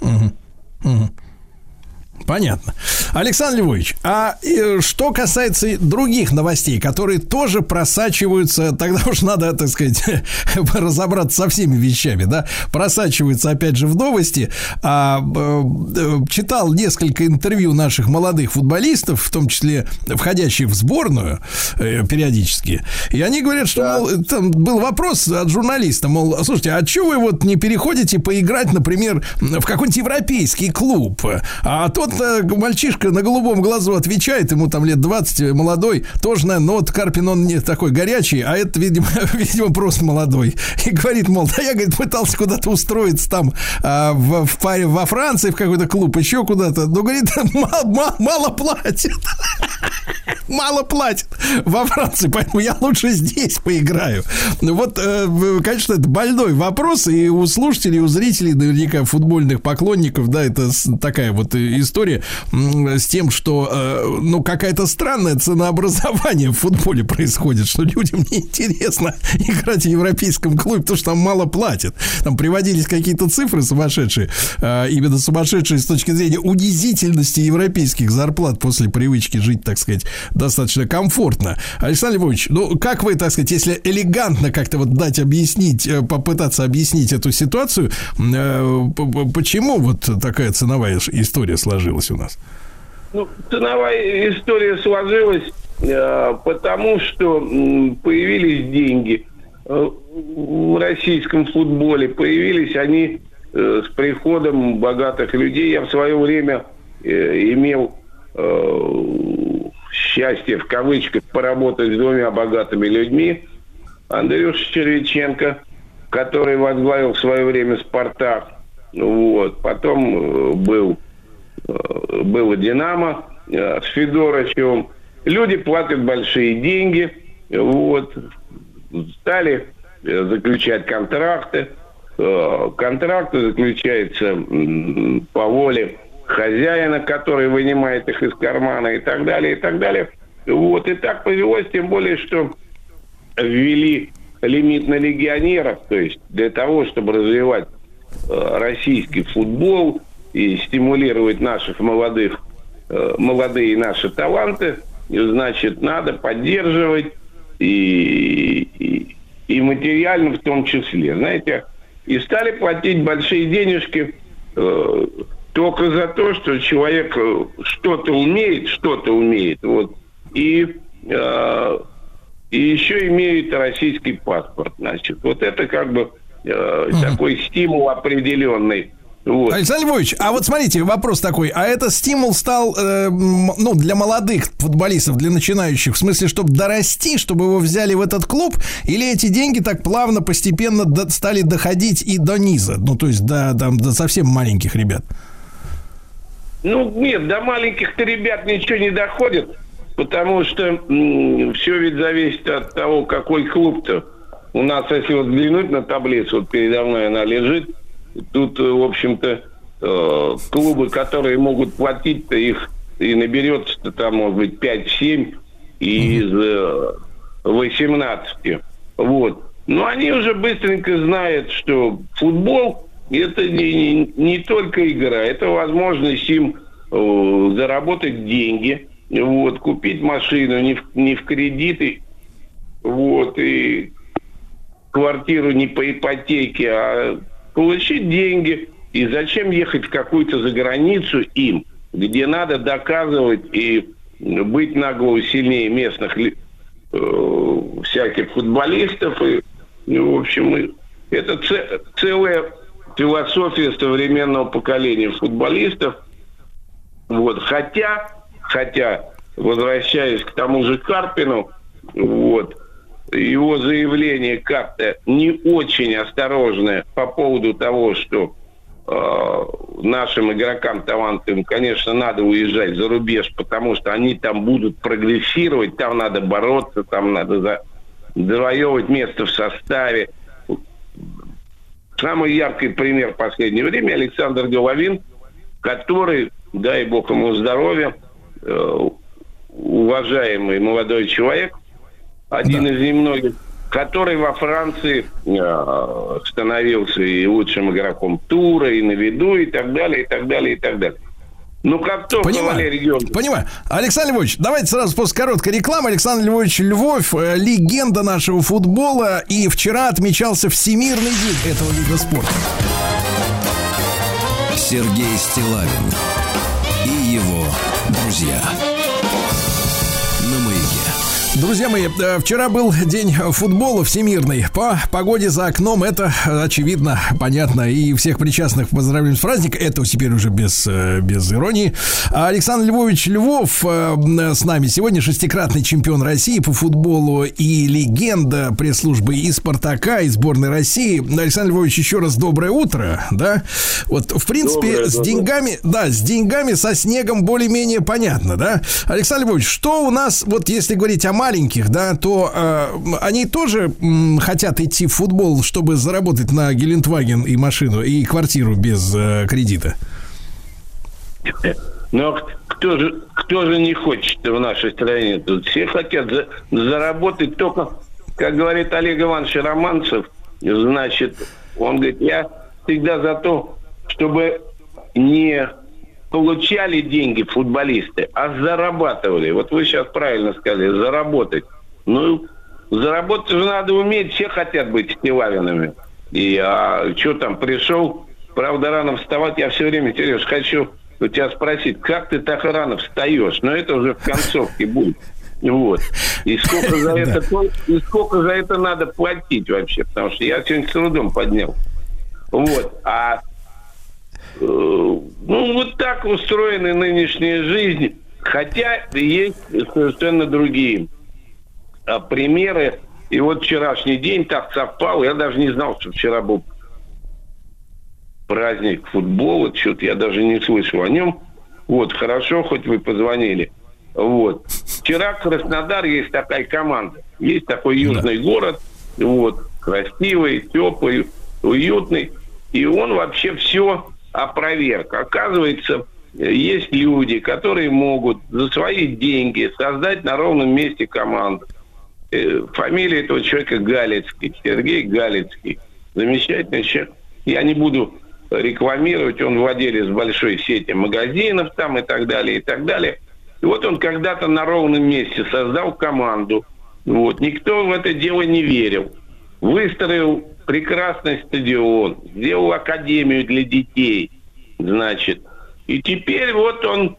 Понятно. Александр Львович, а что касается других новостей, которые тоже просачиваются, тогда уж надо, так сказать, разобраться со всеми вещами, да, просачиваются опять же в новости. Читал несколько интервью наших молодых футболистов, в том числе входящих в сборную периодически, и они говорят, что, мол, там был вопрос от журналиста, мол, слушайте, а чего вы вот не переходите поиграть, например, в какой-нибудь европейский клуб? А тот мальчишка на голубом глазу отвечает, ему там лет 20, молодой, тоже, наверное, но вот Карпин, он не такой горячий, а это, видимо, просто молодой. И говорит, мол, да я, говорит, пытался куда-то устроиться там во Франции, в какой-то клуб, еще куда-то. Но, говорит, мало платят. Мало платят во Франции, поэтому я лучше здесь поиграю. Вот, конечно, это больной вопрос, и у слушателей, и у зрителей, наверняка, футбольных поклонников, да, это такая вот история с тем, что, ну, какая-то странная ценообразование в футболе происходит, что людям неинтересно играть в европейском клубе, потому что там мало платят. Там приводились какие-то цифры сумасшедшие, именно сумасшедшие с точки зрения унизительности европейских зарплат после привычки жить, так сказать, достаточно комфортно. Александр Львович, ну, как вы, так сказать, если элегантно как-то вот попытаться объяснить эту ситуацию, почему вот такая ценовая история сложилась у нас? Ну, ценовая история сложилась, потому что появились деньги. в российском футболе появились они с приходом богатых людей. Я в свое время имел счастье, в кавычках, поработать с двумя богатыми людьми. Андрюша Червиченко, который возглавил в свое время «Спартак». Вот. Потом было «Динамо» с Федорычем. Люди платят большие деньги. Вот. Стали заключать контракты. Контракты заключаются по воле хозяина, который вынимает их из кармана и так далее, и так далее. Вот. И так повелось, тем более, что ввели лимит на легионеров, то есть для того, чтобы развивать российский футбол и стимулировать наших молодые наши таланты, значит, надо поддерживать и материально в том числе. Знаете, и стали платить большие денежки только за то, что человек что-то умеет, вот, и еще имеет российский паспорт, значит. Вот это как бы такой стимул определенный. Вот. Александр Львович, а вот смотрите, вопрос такой. А это стимул стал, для молодых футболистов, для начинающих, в смысле, чтобы дорасти, чтобы его взяли в этот клуб? Или эти деньги так плавно, постепенно стали доходить и до низа? Ну, то есть до совсем маленьких ребят? Ну, нет, до маленьких-то ребят ничего не доходит, потому что все ведь зависит от того, какой клуб-то. У нас, если вот взглянуть на таблицу, вот передо мной она лежит, тут, в общем-то, клубы, которые могут платить-то, их и наберется там, может быть, 5-7 из 18. Вот. Но они уже быстренько знают, что футбол – это не только игра, это возможность им заработать деньги, вот, купить машину не в кредиты, вот, и квартиру не по ипотеке, а получить деньги. И зачем ехать в какую-то заграницу им, где надо доказывать и быть на голову сильнее местных всяких футболистов. И, в общем, это целая философия современного поколения футболистов. Вот. Хотя, возвращаясь к тому же Карпину, вот, его заявление как-то не очень осторожное по поводу того, что нашим игрокам талантливым, конечно, надо уезжать за рубеж, потому что они там будут прогрессировать, там надо бороться, там надо завоевывать место в составе. Самый яркий пример в последнее время — Александр Головин, который, дай бог ему здоровья, уважаемый молодой человек, один из немногих, который во Франции становился и лучшим игроком тура, и на виду, и так далее, и так далее, и так далее. Ну, как только Валерий Георгиевич... Понимаю. Александр Львович, давайте сразу после короткой рекламы. Александр Львович Львов, легенда нашего футбола, и вчера отмечался Всемирный день этого вида спорта. Сергей Стиллавин и его друзья. Друзья мои, вчера был день футбола всемирный. По погоде за окном это очевидно, понятно. И всех причастных поздравляем с праздником. Это теперь уже без иронии. Александр Львович Львов с нами сегодня, шестикратный чемпион России по футболу и легенда пресс-службы и «Спартака», и сборной России. Александр Львович, еще раз доброе утро. Да? Вот, в принципе, с деньгами, со снегом более-менее понятно, да? Александр Львович, что у нас, вот если говорить о маленьких, да, то они тоже хотят идти в футбол, чтобы заработать на Гелендваген и машину, и квартиру без кредита? Но кто же не хочет в нашей стране? Тут все хотят заработать только, как говорит Олег Иванович Романцев, значит, он говорит, я всегда за то, чтобы не получали деньги футболисты, а зарабатывали. Вот вы сейчас правильно сказали, заработать. Ну, заработать же надо уметь, все хотят быть Стиллавинами. И что там, пришел, правда, рано вставать, я все время, Сереж, хочу у тебя спросить, как ты так рано встаешь? Но это уже в концовке будет. Вот. И сколько за это надо платить вообще? Потому что я сегодня с трудом поднял. Вот. Вот так устроена нынешняя жизнь. Хотя есть совершенно другие примеры. И вот вчерашний день так совпал. Я даже не знал, что вчера был праздник футбола. Что-то я даже не слышал о нем. Вот, хорошо, хоть вы позвонили. Вот. Вчера Краснодар, есть такая команда. Есть такой южный город. Вот, красивый, теплый, уютный. И он вообще все опроверг. Оказывается, есть люди, которые могут за свои деньги создать на ровном месте команду. Фамилия этого человека Галицкий, Сергей Галицкий. Замечательный человек. Я не буду рекламировать, он владелец большой сети магазинов там и так далее, и так далее. И вот он когда-то на ровном месте создал команду. Вот. Никто в это дело не верил. Выстроил прекрасный стадион, сделал академию для детей, значит. И теперь вот он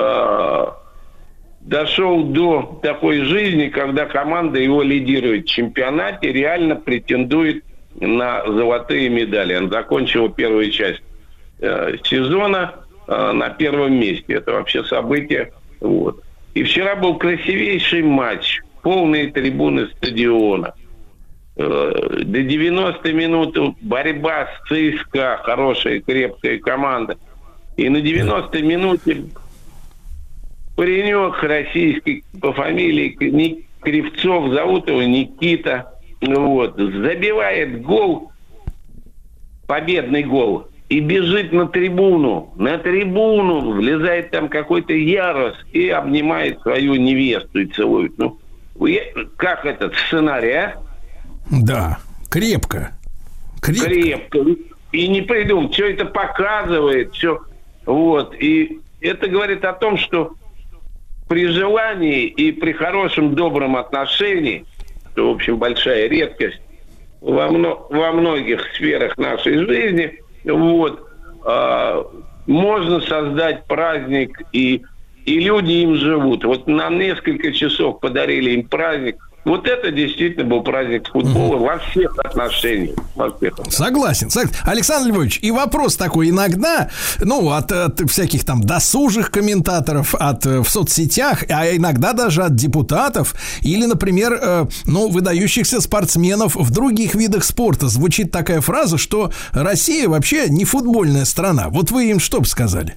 дошел до такой жизни, когда команда его лидирует в чемпионате, реально претендует на золотые медали. Он закончил первую часть сезона на первом месте. Это вообще событие. Вот. И вчера был красивейший матч, полные трибуны стадиона. До 90 минут борьба с ЦСКА, хорошая, крепкая команда. И на 90 минуте паренек российский по фамилии Кривцов, зовут его Никита, вот, забивает гол, победный гол, и бежит на трибуну, влезает там какой-то Ярос и обнимает свою невесту и целует. Ну, как этот сценарий, а? Да, крепко. И не придумал, все это показывает, все. Вот. И это говорит о том, что при желании и при хорошем, добром отношении, что, в общем, большая редкость во многих сферах нашей жизни, вот, можно создать праздник, и люди им живут. Вот на несколько часов подарили им праздник. Вот это действительно был праздник футбола во всех отношениях. Согласен. Александр Львович, и вопрос такой иногда, от всяких там досужих комментаторов, в соцсетях, а иногда даже от депутатов или, например, выдающихся спортсменов в других видах спорта звучит такая фраза, что Россия вообще не футбольная страна. Вот вы им что бы сказали?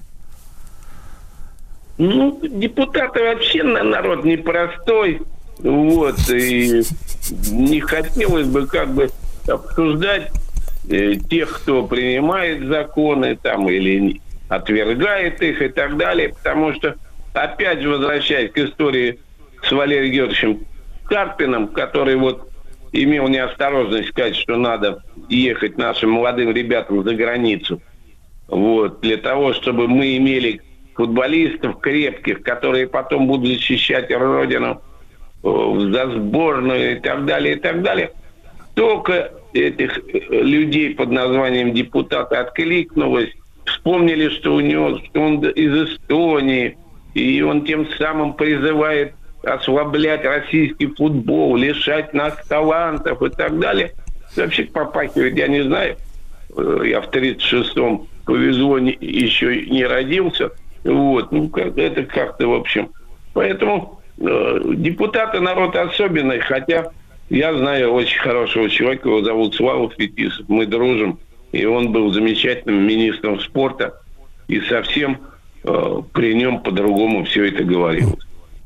Депутаты вообще народ непростой. Вот, и не хотелось бы обсуждать тех, кто принимает законы там или отвергает их и так далее, потому что, опять же, возвращаясь к истории с Валерием Георгиевичем Карпиным, который вот имел неосторожность сказать, что надо ехать нашим молодым ребятам за границу, вот, для того, чтобы мы имели футболистов крепких, которые потом будут защищать Родину за сборную и так далее, и так далее. Только этих людей под названием депутаты откликнулось, вспомнили, что он из Эстонии, и он тем самым призывает ослаблять российский футбол, лишать нас талантов и так далее. Вообще попахивает, я не знаю, я в 36-м повезло, еще не родился. Вот, это как-то, в общем. Поэтому депутаты народ особенный, хотя я знаю очень хорошего человека, его зовут Слава Фетисов, мы дружим, и он был замечательным министром спорта, и совсем при нем по-другому все это говорилось.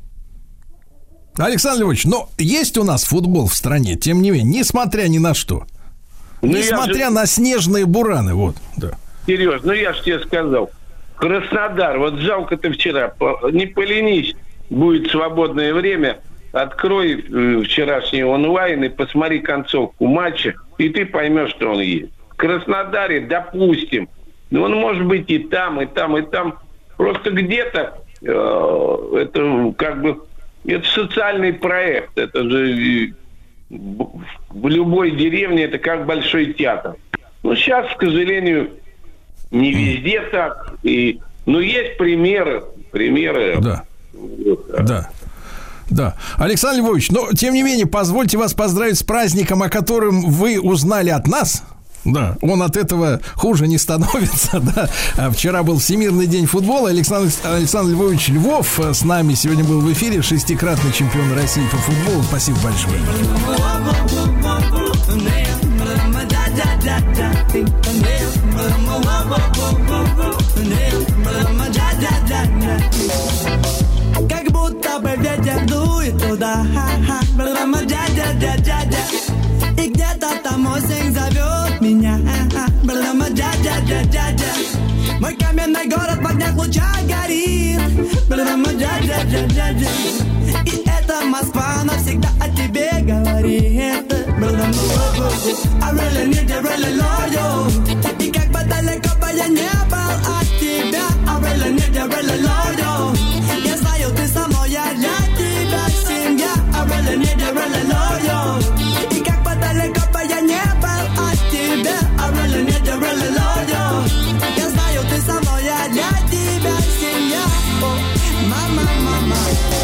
Александр Львович, но есть у нас футбол в стране, тем не менее, несмотря ни на что. Несмотря на снежные бураны, вот. Да. Сереж, я же тебе сказал, Краснодар, вот жалко ты вчера, не поленись, будет свободное время, открой вчерашний онлайн и посмотри концовку матча, и ты поймешь, что он есть. В Краснодаре, допустим, он может быть и там, и там, и там. Просто где-то это это социальный проект. Это же в любой деревне это как большой театр. Сейчас, к сожалению, не везде так. Но есть примеры. Да. Да. Да. Александр Львович, но, тем не менее, позвольте вас поздравить с праздником, о котором вы узнали от нас. Да, он от этого хуже не становится, да. Вчера был Всемирный день футбола. Александр Львович Львов с нами сегодня был в эфире, 6-кратный чемпион России по футболу. Спасибо большое. Как будто бы ветер дует туда, и где-то там осень зовет меня. Мой каменный город в огнях лучах горит. И эта Москва навсегда о тебе говорит. I really need you, really love you. И как бы далеко бы я не был от тебя, I really need you, really love you. Я знаю, ты со мной, я для тебя семья. I really need you, really love you. И как бы далеко бы я не был от тебя, I really need you, really love you. Я знаю, ты со мной, я для тебя семья. Мама, мама.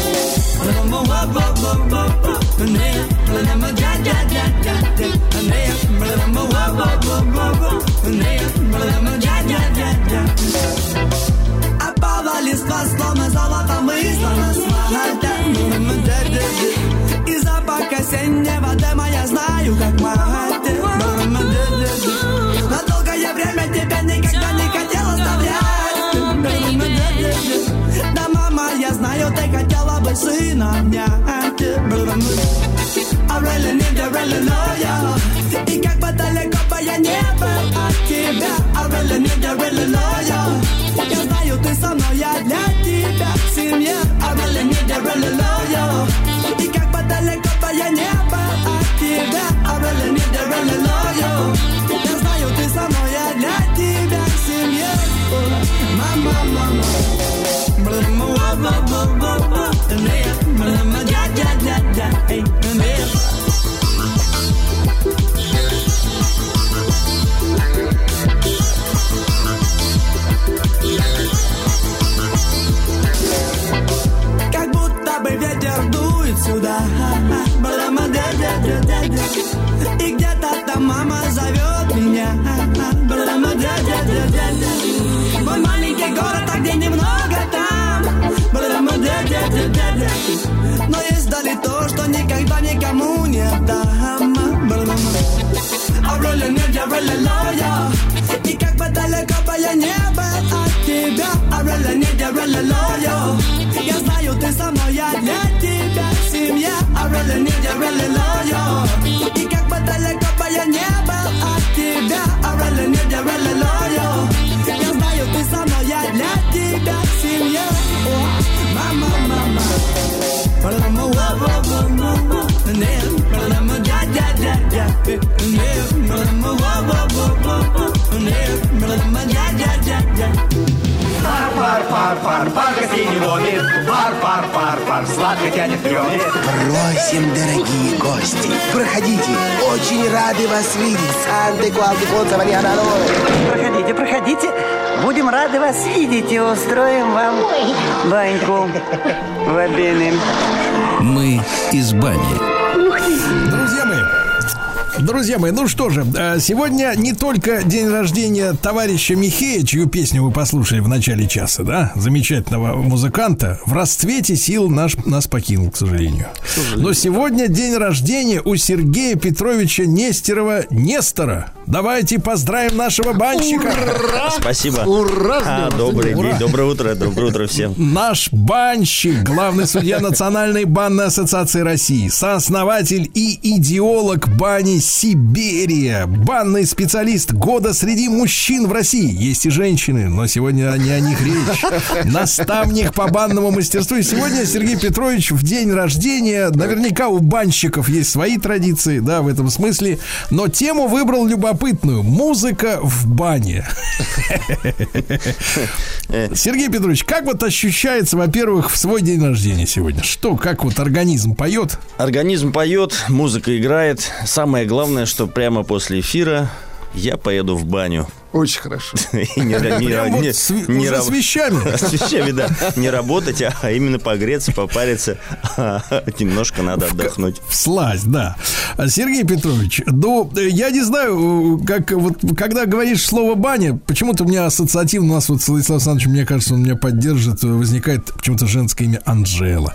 Опала листва, словно золото выслана с асфальта. И запах осеннего дыма я знаю, как мать. На долгое время тебя никогда не хотела оставлять. Да, мама, я знаю, ты хотела бы сына обнять. I really need you, really love you. И как бы далеко бы я не был от тебя, I really need you, really love you. Я знаю, ты со мной, я для тебя семья. I really need you, really love you. И как бы далеко бы я не был от тебя, I really need you, really love you. Я знаю, ты со мной, я для тебя семья. Мама, мама. Как будто бы ветер дует сюда, и где-то там мама зовет меня. Мой маленький город, а где немного там. Но есть вдали то, что никогда никому не отдам. I really need you, really love you. И как бы далеко бы я не был от тебя, I really need you, really love you. Я знаю, ты со мной, я для тебя семья. I really need you, really love you. И как бы далеко бы я не был от тебя, I really need you, really love you. Я знаю, ты со мной, я для тебя семья. Мама, мама. Пар, кофейный номер. Пар, сладко тянет рёмер. Просим, дорогие гости, проходите. Очень рады вас видеть. Проходите. Будем рады вас видеть и устроим вам баньку в обеим. Мы из бани. Друзья мои, ну что же, сегодня не только день рождения товарища Михея, чью песню вы послушали в начале часа, да, замечательного музыканта, в расцвете сил нас покинул, к сожалению. Но сегодня день рождения у Сергея Петровича Нестора. Давайте поздравим нашего банщика. Ура! Спасибо. Ура! Добрый день, доброе утро всем. Наш банщик, главный судья Национальной банной ассоциации России, сооснователь и идеолог бани Сибирия, банный специалист года среди мужчин в России. Есть и женщины, но сегодня не о них речь. Наставник по банному мастерству. И сегодня Сергей Петрович в день рождения. Наверняка у банщиков есть свои традиции, да, в этом смысле. Но тему выбрал любопытную. Музыка в бане. Сергей Петрович, как вот ощущается, во-первых, в свой день рождения сегодня? Что, как вот организм поет? Организм поет, музыка играет. Самое главное, что прямо после эфира я поеду в баню. Очень хорошо. Уже с вещами. С вещами, да. Не работать, а именно погреться, попариться. Немножко надо отдохнуть. Вслазь, да. Сергей Петрович, ну, я не знаю, как вот, когда говоришь слово «баня», почему-то у меня ассоциативно, у нас вот с Владиславом Александровичем, мне кажется, он меня поддержит, возникает почему-то женское имя Анжела.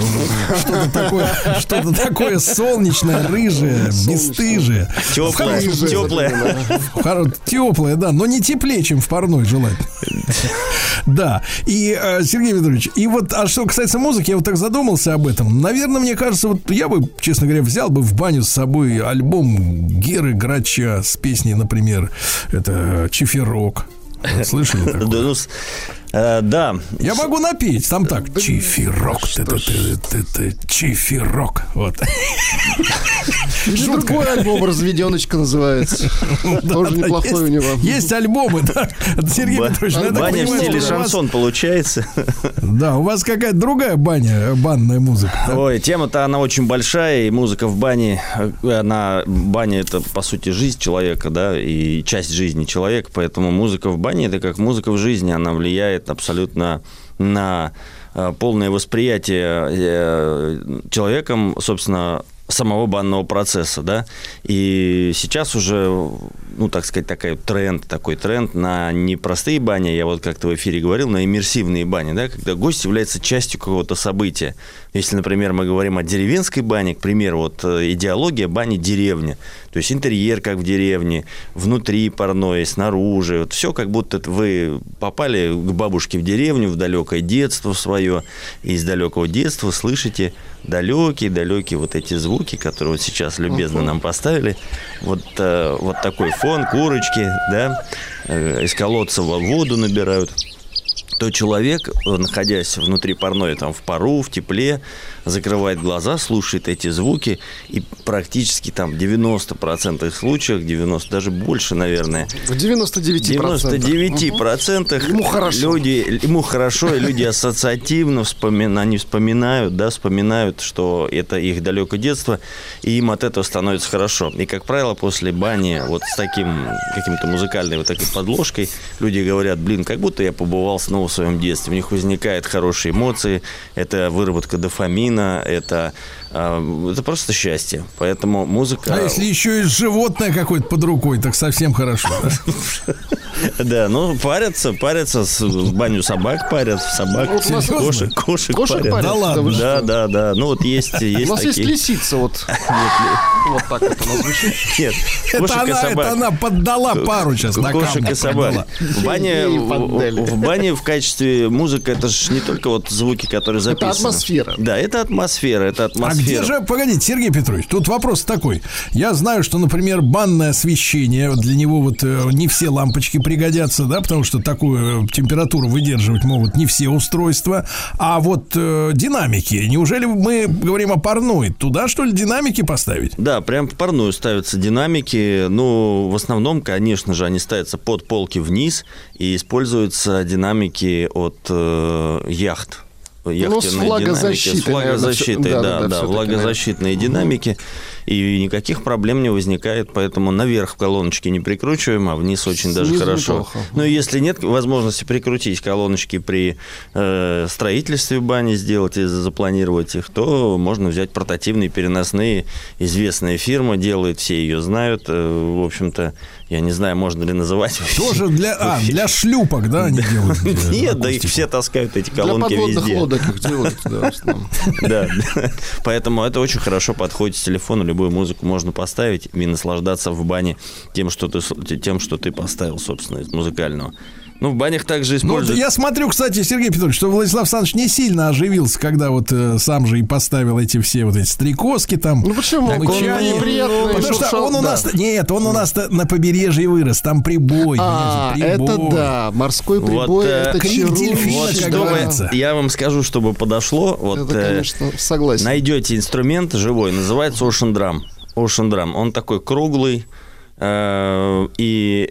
Что-то такое солнечное, рыжее, бесстыжее. Теплое, да, но не теплее, чем в парной, желательно. Да, и, Сергей Петрович, и вот, а что касается музыки, я вот так задумался об этом. Наверное, мне кажется, вот я бы, честно говоря, взял бы в баню с собой альбом Геры Грача с песней, например, это «Чифирок». Слышали такое? Да. Я могу напеть, там так: «Чифирок, чифирок». Вот. Другой альбом «Разведеночка» называется. Тоже неплохой у него. Есть альбомы, да. Сергей Петрович, баня в стиле шансон получается. Да, у вас какая-то другая банная музыка. Ой, тема-то она очень большая, и музыка в бане, баня это, по сути, жизнь человека, да, и часть жизни человека, поэтому музыка в бане это как музыка в жизни, она влияет абсолютно на полное восприятие человеком, собственно, самого банного процесса, да, и сейчас уже, ну, так сказать, такой тренд на не простые бани, я вот как-то в эфире говорил, на иммерсивные бани, да, когда гость является частью какого-то события. Если, например, мы говорим о деревенской бане, к примеру, вот идеология бани деревни, то есть интерьер как в деревне, внутри парной, снаружи, вот все как будто вы попали к бабушке в деревню, в далекое детство свое, и из далекого детства слышите далекие вот эти звуки, которые вот сейчас любезно нам поставили, вот такой фон, курочки, да, из колодца воду набирают, то человек, находясь внутри парной, там, в пару, в тепле, закрывает глаза, слушает эти звуки, и практически там в 90% случаев, 90, даже больше, наверное. В 99%. Ему хорошо. Ему хорошо, и люди ассоциативно вспоминают, что это их далекое детство, и им от этого становится хорошо. И, как правило, после бани вот с таким каким-то музыкальной вот такой подложкой люди говорят: блин, как будто я побывал снова в своем детстве. У них возникают хорошие эмоции, это выработка дофамина, это просто счастье. Поэтому музыка... А если еще и животное какое-то под рукой, так совсем хорошо. Да, ну, парятся, в баню собак парят, кошек парят. Да ладно. Да. Ну, вот есть такие. У нас есть лисица, вот так вот она звучит. Нет, кошек и собак. Это она поддала пару сейчас на камне. Кошек и собак. В бане в качестве музыки это же не только вот звуки, которые записаны. Это атмосфера. Да, это атмосфера. А где же, погодите, Сергей Петрович, тут вопрос такой. Я знаю, что, например, банное освещение, для него вот не все лампочки пригодятся, да, потому что такую температуру выдерживать могут не все устройства. А вот динамики, неужели мы говорим о парной? Туда, что ли, динамики поставить? Да, прям в парную ставятся динамики. Ну, в основном, конечно же, они ставятся под полки вниз, и используются динамики от яхт. Ну, с влагозащитой. С влагозащитой, да, влагозащитные динамики. И никаких проблем не возникает, поэтому наверх колоночки не прикручиваем, а вниз очень даже хорошо. Неплохо. Ну, и если нет возможности прикрутить колоночки при строительстве бани, сделать и запланировать их, то можно взять портативные, переносные. Известная фирма делает, все ее знают. В общем-то, я не знаю, можно ли называть. Тоже для шлюпок, да, они делают? Нет, да их все таскают, эти колонки везде. Для подводных лодок их делают, да. Да, поэтому это очень хорошо подходит с телефона. Любую музыку можно поставить и наслаждаться в бане тем, что ты поставил, собственно, из музыкального. Ну, в банях также используют... Ну, я смотрю, кстати, Сергей Петрович, что Владислав Александрович не сильно оживился, когда вот сам же и поставил эти все вот эти стрекозки там. Ну, почему? Потому что он у нас... Нет, он у нас на побережье вырос, там прибой. Это да, морской прибой, это крик дельфина, как говорится. Я вам скажу, чтобы подошло. Вот, это, конечно, согласен. Найдете инструмент живой, называется Ocean Drum. Ocean Drum. Он такой круглый, и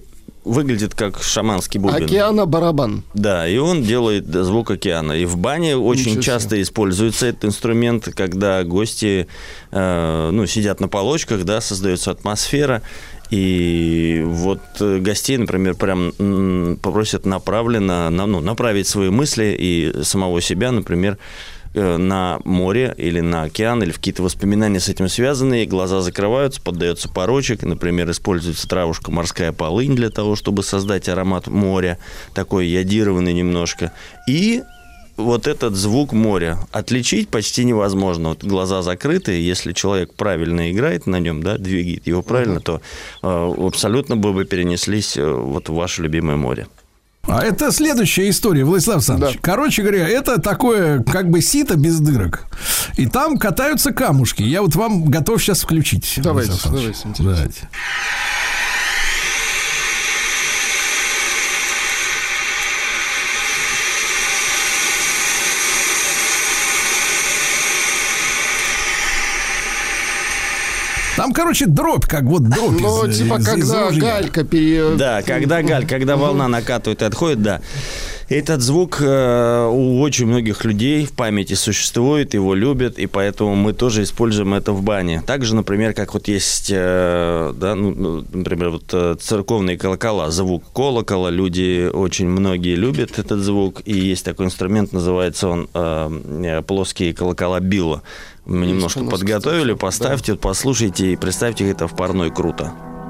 выглядит как шаманский бубен. Океана-барабан. Да, и он делает звук океана. И в бане очень часто используется этот инструмент, когда гости сидят на полочках, да, создается атмосфера. И вот гостей, например, прям попросят направить свои мысли и самого себя, например, на море или на океан, или в какие-то воспоминания с этим связанные, глаза закрываются, поддается порочек, например, используется травушка морская полынь для того, чтобы создать аромат моря, такой йодированный немножко, и вот этот звук моря отличить почти невозможно. Вот глаза закрыты, если человек правильно играет на нем, да, двигает его правильно, то абсолютно бы перенеслись вот в ваше любимое море. А это следующая история, Владислав Александрович. Да. Короче говоря, это такое как бы сито без дырок. И там катаются камушки. Я вот вам готов сейчас включить. Давайте. Там, короче, дробь, как вот дробь. Ну, типа, когда галька Да, когда волна накатывает и отходит, да. Этот звук у очень многих людей в памяти существует, его любят, и поэтому мы тоже используем это в бане. Также, например, как вот есть, например, вот церковные колокола, звук колокола, люди очень многие любят этот звук, и есть такой инструмент, называется он плоские колокола Билла. Мы немножко подготовили, поставьте, послушайте и представьте это в парной круто.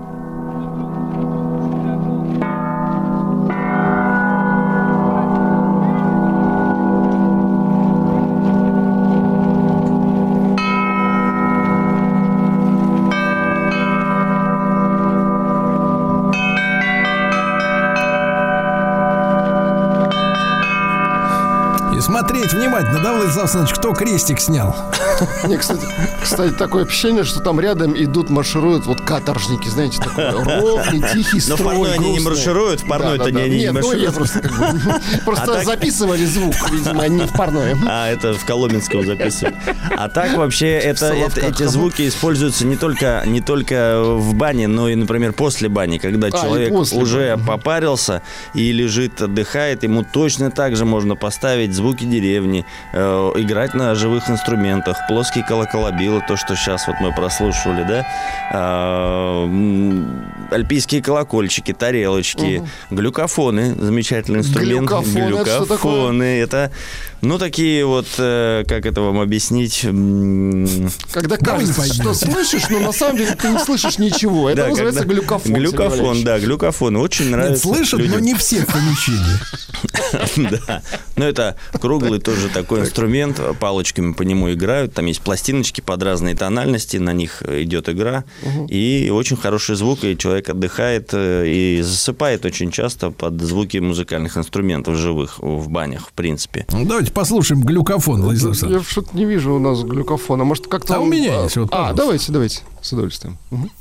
Смотреть внимательно, да, Владислав Александрович, кто крестик снял? Не, кстати, такое ощущение, что там рядом маршируют вот каторжники, знаете, такой ровный, тихий строй. Но в парной они не маршируют, в парной-то они не маршируют. Просто записывали звук, видимо, они в парной. А, это в Коломенском записывали. А так вообще эти звуки используются не только в бане, но и, например, после бани, когда человек уже попарился и лежит, отдыхает, ему точно так же можно поставить звуки деревни, играть на живых инструментах, плоские колокола Билла, то, что сейчас вот мы прослушивали, да, альпийские колокольчики, тарелочки, глюкофоны, замечательный инструмент. Глюкофоны, это, такие вот, как это вам объяснить? Когда кажется, что слышишь, но на самом деле ты не слышишь ничего. Это называется глюкофон. Глюкофон, очень нравится. Слышат, но не все в помещении. Да, но это круглый тоже такой инструмент, палочками по нему играют, там есть пластиночки под разные тональности, на них идет игра, и очень хороший звук, и человек отдыхает и засыпает очень часто под звуки музыкальных инструментов живых в банях, в принципе. Давайте послушаем глюкофон, Владислав Александрович. Я что-то не вижу у нас глюкофона, может как-то... А у меня есть. Вот, давайте, с удовольствием.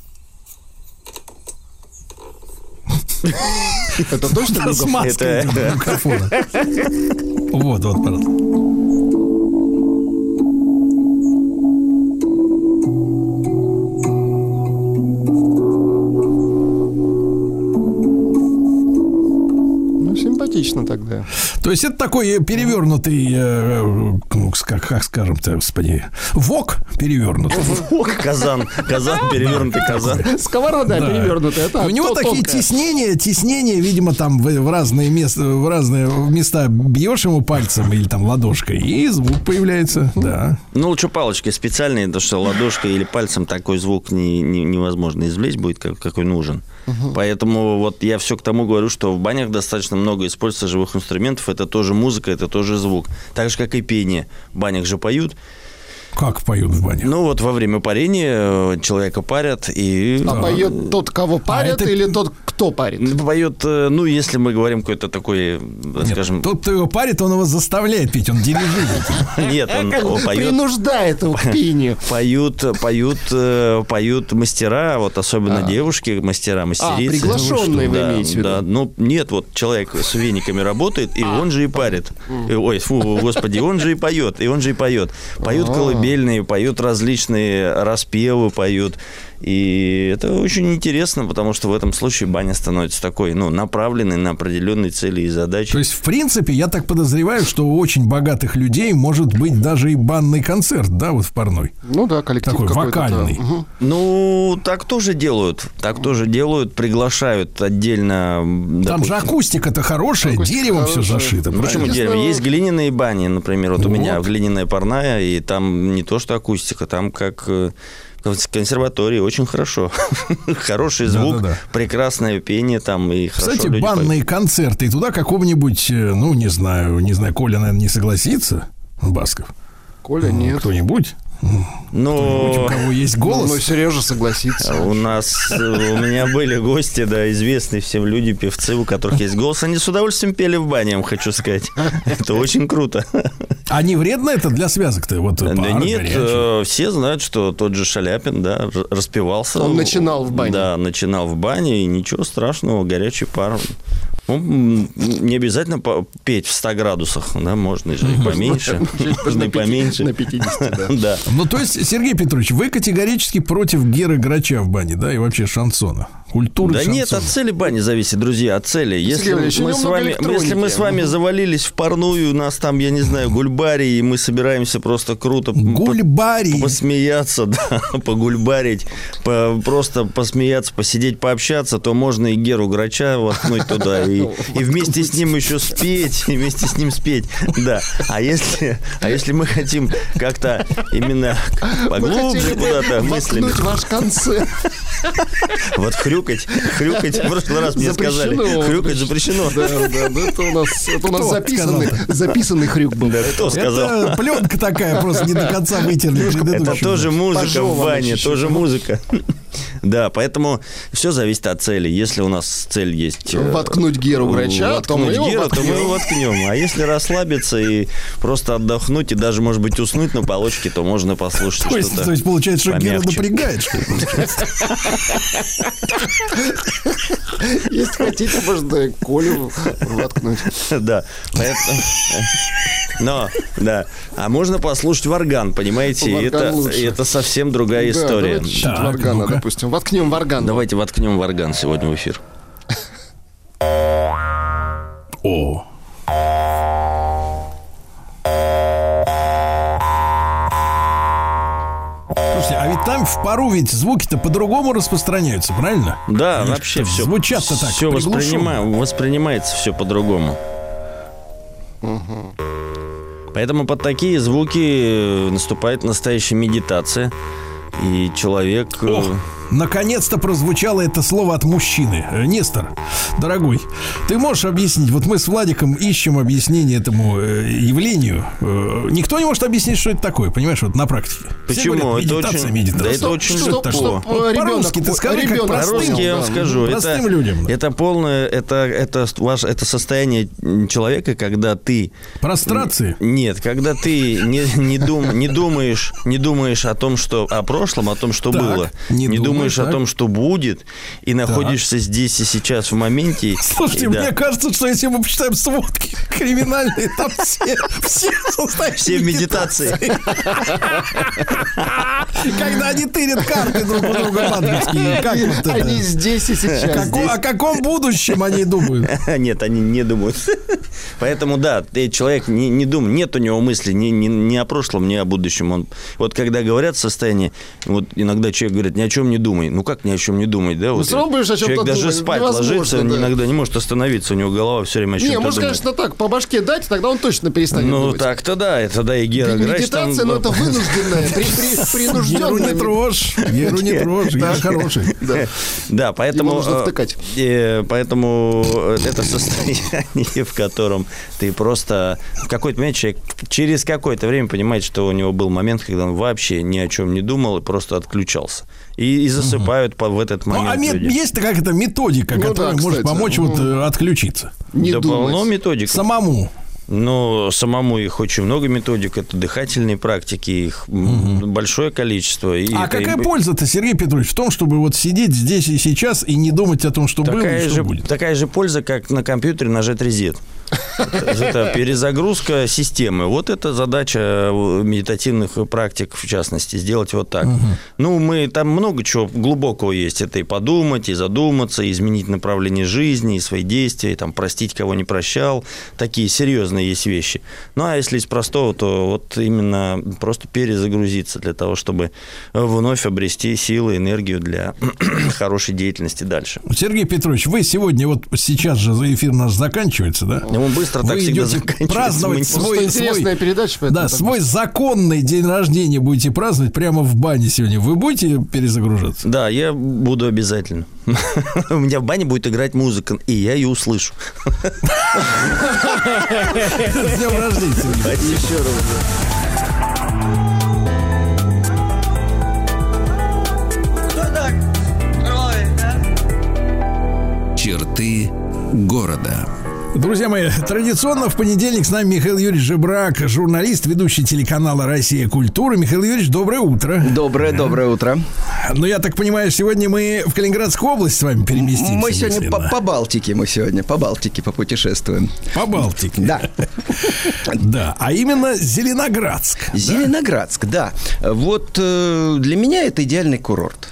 Это точно глюкофон? Это глюкофона. Вот, пожалуйста. Симпатично тогда. То есть это такой перевернутый, как скажем-то, господи, вок перевернутый. Вок, казан, перевернутый казан. Сковорода перевернутая. У него такие теснения, видимо, там в разные места бьешь ему пальцем или там ладошкой, и звук появляется, да. Ну, лучше палочкой специальной, потому что ладошкой или пальцем такой звук невозможно извлечь будет, какой нужен. Поэтому вот я все к тому говорю, что в банях достаточно много используется живых инструментов. Это тоже музыка, это тоже звук. Так же, как и пение. В банях же поют. Как поют в бане? Ну, вот во время парения человека парят и... А поет тот, кого парят, или тот, кто парит? Поет, если мы говорим какой-то такой, скажем... Тот, кто его парит, он его заставляет петь, он дирижирует. Нет, он поет... Принуждает его к пению. Поют мастера, вот особенно девушки, мастера, мастерицы. Приглашенные вы имеете в виду? Да, нет, вот человек с вениками работает, и он же и парит. Ой, господи, он же и поет. Поют колыбельные, поют различные распевы, поют. И это очень интересно, потому что в этом случае баня становится такой, направленной на определенные цели и задачи. То есть, в принципе, я так подозреваю, что у очень богатых людей может быть даже и банный концерт, да, вот в парной. Ну да, коллектив такой вокальный. Угу. Ну, так тоже делают. Приглашают отдельно. Там же акустика-то хорошая, деревом все зашито. Почему дерево? Есть глиняные бани, например, вот у меня глиняная парная, и там не то что акустика, там как в консерватории очень хорошо. Хороший звук, прекрасное пение там и хорошо. Кстати, банные концерты, и туда какого-нибудь, не знаю, Коля, наверное, не согласится, Басков. Коля, нет. Кто-нибудь? У кого есть голос? Сережа согласится. У меня были гости, да, известные всем люди, певцы, у которых есть голос. Они с удовольствием пели в бане, я вам хочу сказать. Это очень круто. А не вредно это для связок-то? Да нет, все знают, что тот же Шаляпин, да, распевался. Он начинал в бане. Да, начинал в бане, и ничего страшного, горячий пар. Не обязательно петь в 100 градусах, да, можно же и поменьше. Можно и поменьше. На 50, да. Ну, то есть, Сергей Петрович, вы категорически против Геры Грача в бане, да, и вообще шансона? Культуры да шансона. Нет, от цели бани зависит, друзья, от цели. Если мы с вами завалились в парную, у нас там, я не знаю, гульбарий, и мы собираемся просто круто посмеяться, да, погульбарить, просто посмеяться, посидеть, пообщаться, то можно и Геру Грача воткнуть туда, и вместе с ним еще спеть, да. А если мы хотим как-то именно поглубже куда-то мыслями... ваш концерт. Вот хрюкать. В прошлый раз мне сказали, хрюкать запрещено. Да, это у нас записанный хрюк был. Да, кто сказал? Это пленка такая, просто не до конца вытерли. Это тоже музыка в бане, тоже музыка. Да, поэтому все зависит от цели. Если у нас цель есть... Воткнуть Геру Грача, то мы его воткнем. А если расслабиться и просто отдохнуть, и даже, может быть, уснуть на полочке, то можно послушать что-то. То есть получается, что Гера напрягает, что ли? Если хотите, можно Колю воткнуть. Да, но, да. А можно послушать в орган, понимаете? Это совсем другая история. Варгана, допустим. Воткнем в орган. Давайте воткнем в орган сегодня в эфир. О. Слушайте, а ведь там в пару ведь звуки-то по-другому распространяются, правильно? Да, они вообще все. Звучат-то так. Все воспринимается все по-другому. Поэтому под такие звуки наступает настоящая медитация. И человек... Наконец-то прозвучало это слово от мужчины. Нестор, дорогой, ты можешь объяснить? Вот мы с Владиком ищем объяснение этому явлению. Никто не может объяснить, что это такое, понимаешь, вот на практике. Почему? Говорят, медитация. Да это очень легко. По-русски ты скажи, как по-русски я вам скажу. Простым людям. Это полное... Это состояние человека, когда ты... Прострации? Нет, когда ты не думаешь о том, что... О прошлом, о том, что было. Не думаешь о том, что будет, и находишься здесь и сейчас в моменте. Слушайте, мне кажется, что если мы почитаем сводки криминальные, там все состоят в медитации. Когда они тырят карты друг у друга банковские. Они здесь и сейчас. О каком будущем они думают? Нет, они не думают. Поэтому, да, человек не думает, нет у него мысли ни о прошлом, ни о будущем. Вот когда говорят состояние, вот иногда человек говорит, ни о чем не думай. Ну как ни о чем не думать, да? Вот человек даже спать ложится, иногда не может остановиться, у него голова все время о чем-то думает. Не, может, конечно, так, по башке дать, тогда он точно перестанет думать. Ну так-то да, это да, и Гера Грач. Медитация, но это вынужденная, принужденная. Геру не трожь, я хороший. Да, поэтому... нужно втыкать. Поэтому это состояние, в котором ты просто... В какой-то момент человек через какое-то время понимает, что у него был момент, когда он вообще ни о чем не думал и просто отключался. И засыпают в этот момент. Есть какая-то методика, которая может помочь отключиться? Да полно методик. Самому. Но самому их очень много методик. Это дыхательные практики, их большое количество. Какая польза-то, Сергей Петрович, в том, чтобы вот сидеть здесь и сейчас и не думать о том, что было и что будет? Такая же польза, как на компьютере нажать резет. Это перезагрузка системы. Вот это задача медитативных практик, в частности, сделать вот так. Ну, там много чего глубокого есть. Это и подумать, и задуматься, и изменить направление жизни, и свои действия, и там простить, кого не прощал. Такие серьезные есть вещи. Ну, а если из простого, то вот именно просто перезагрузиться для того, чтобы вновь обрести силы, энергию для хорошей деятельности дальше. Сергей Петрович, вы сегодня, вот сейчас же эфир наш заканчивается, да? Он быстро так всегда заканчивается. Праздновать интересная передача. Да, свой законный день рождения будете праздновать прямо в бане сегодня. Вы будете перезагружаться? Да, я буду обязательно. У меня в бане будет играть музыка, и я ее услышу. С днем рождения, Сергей. Еще раз. Черты города. Друзья мои, традиционно в понедельник с нами Михаил Юрьевич Жебрак, журналист, ведущий телеканала «Россия. Культура». Михаил Юрьевич, доброе утро. Доброе утро. Ну, я так понимаю, сегодня мы в Калининградскую область с вами переместимся. Мы сегодня по Балтике, по Балтике попутешествуем. По Балтике? Да. Да, а именно Зеленоградск. Зеленоградск, да. Вот для меня это идеальный курорт.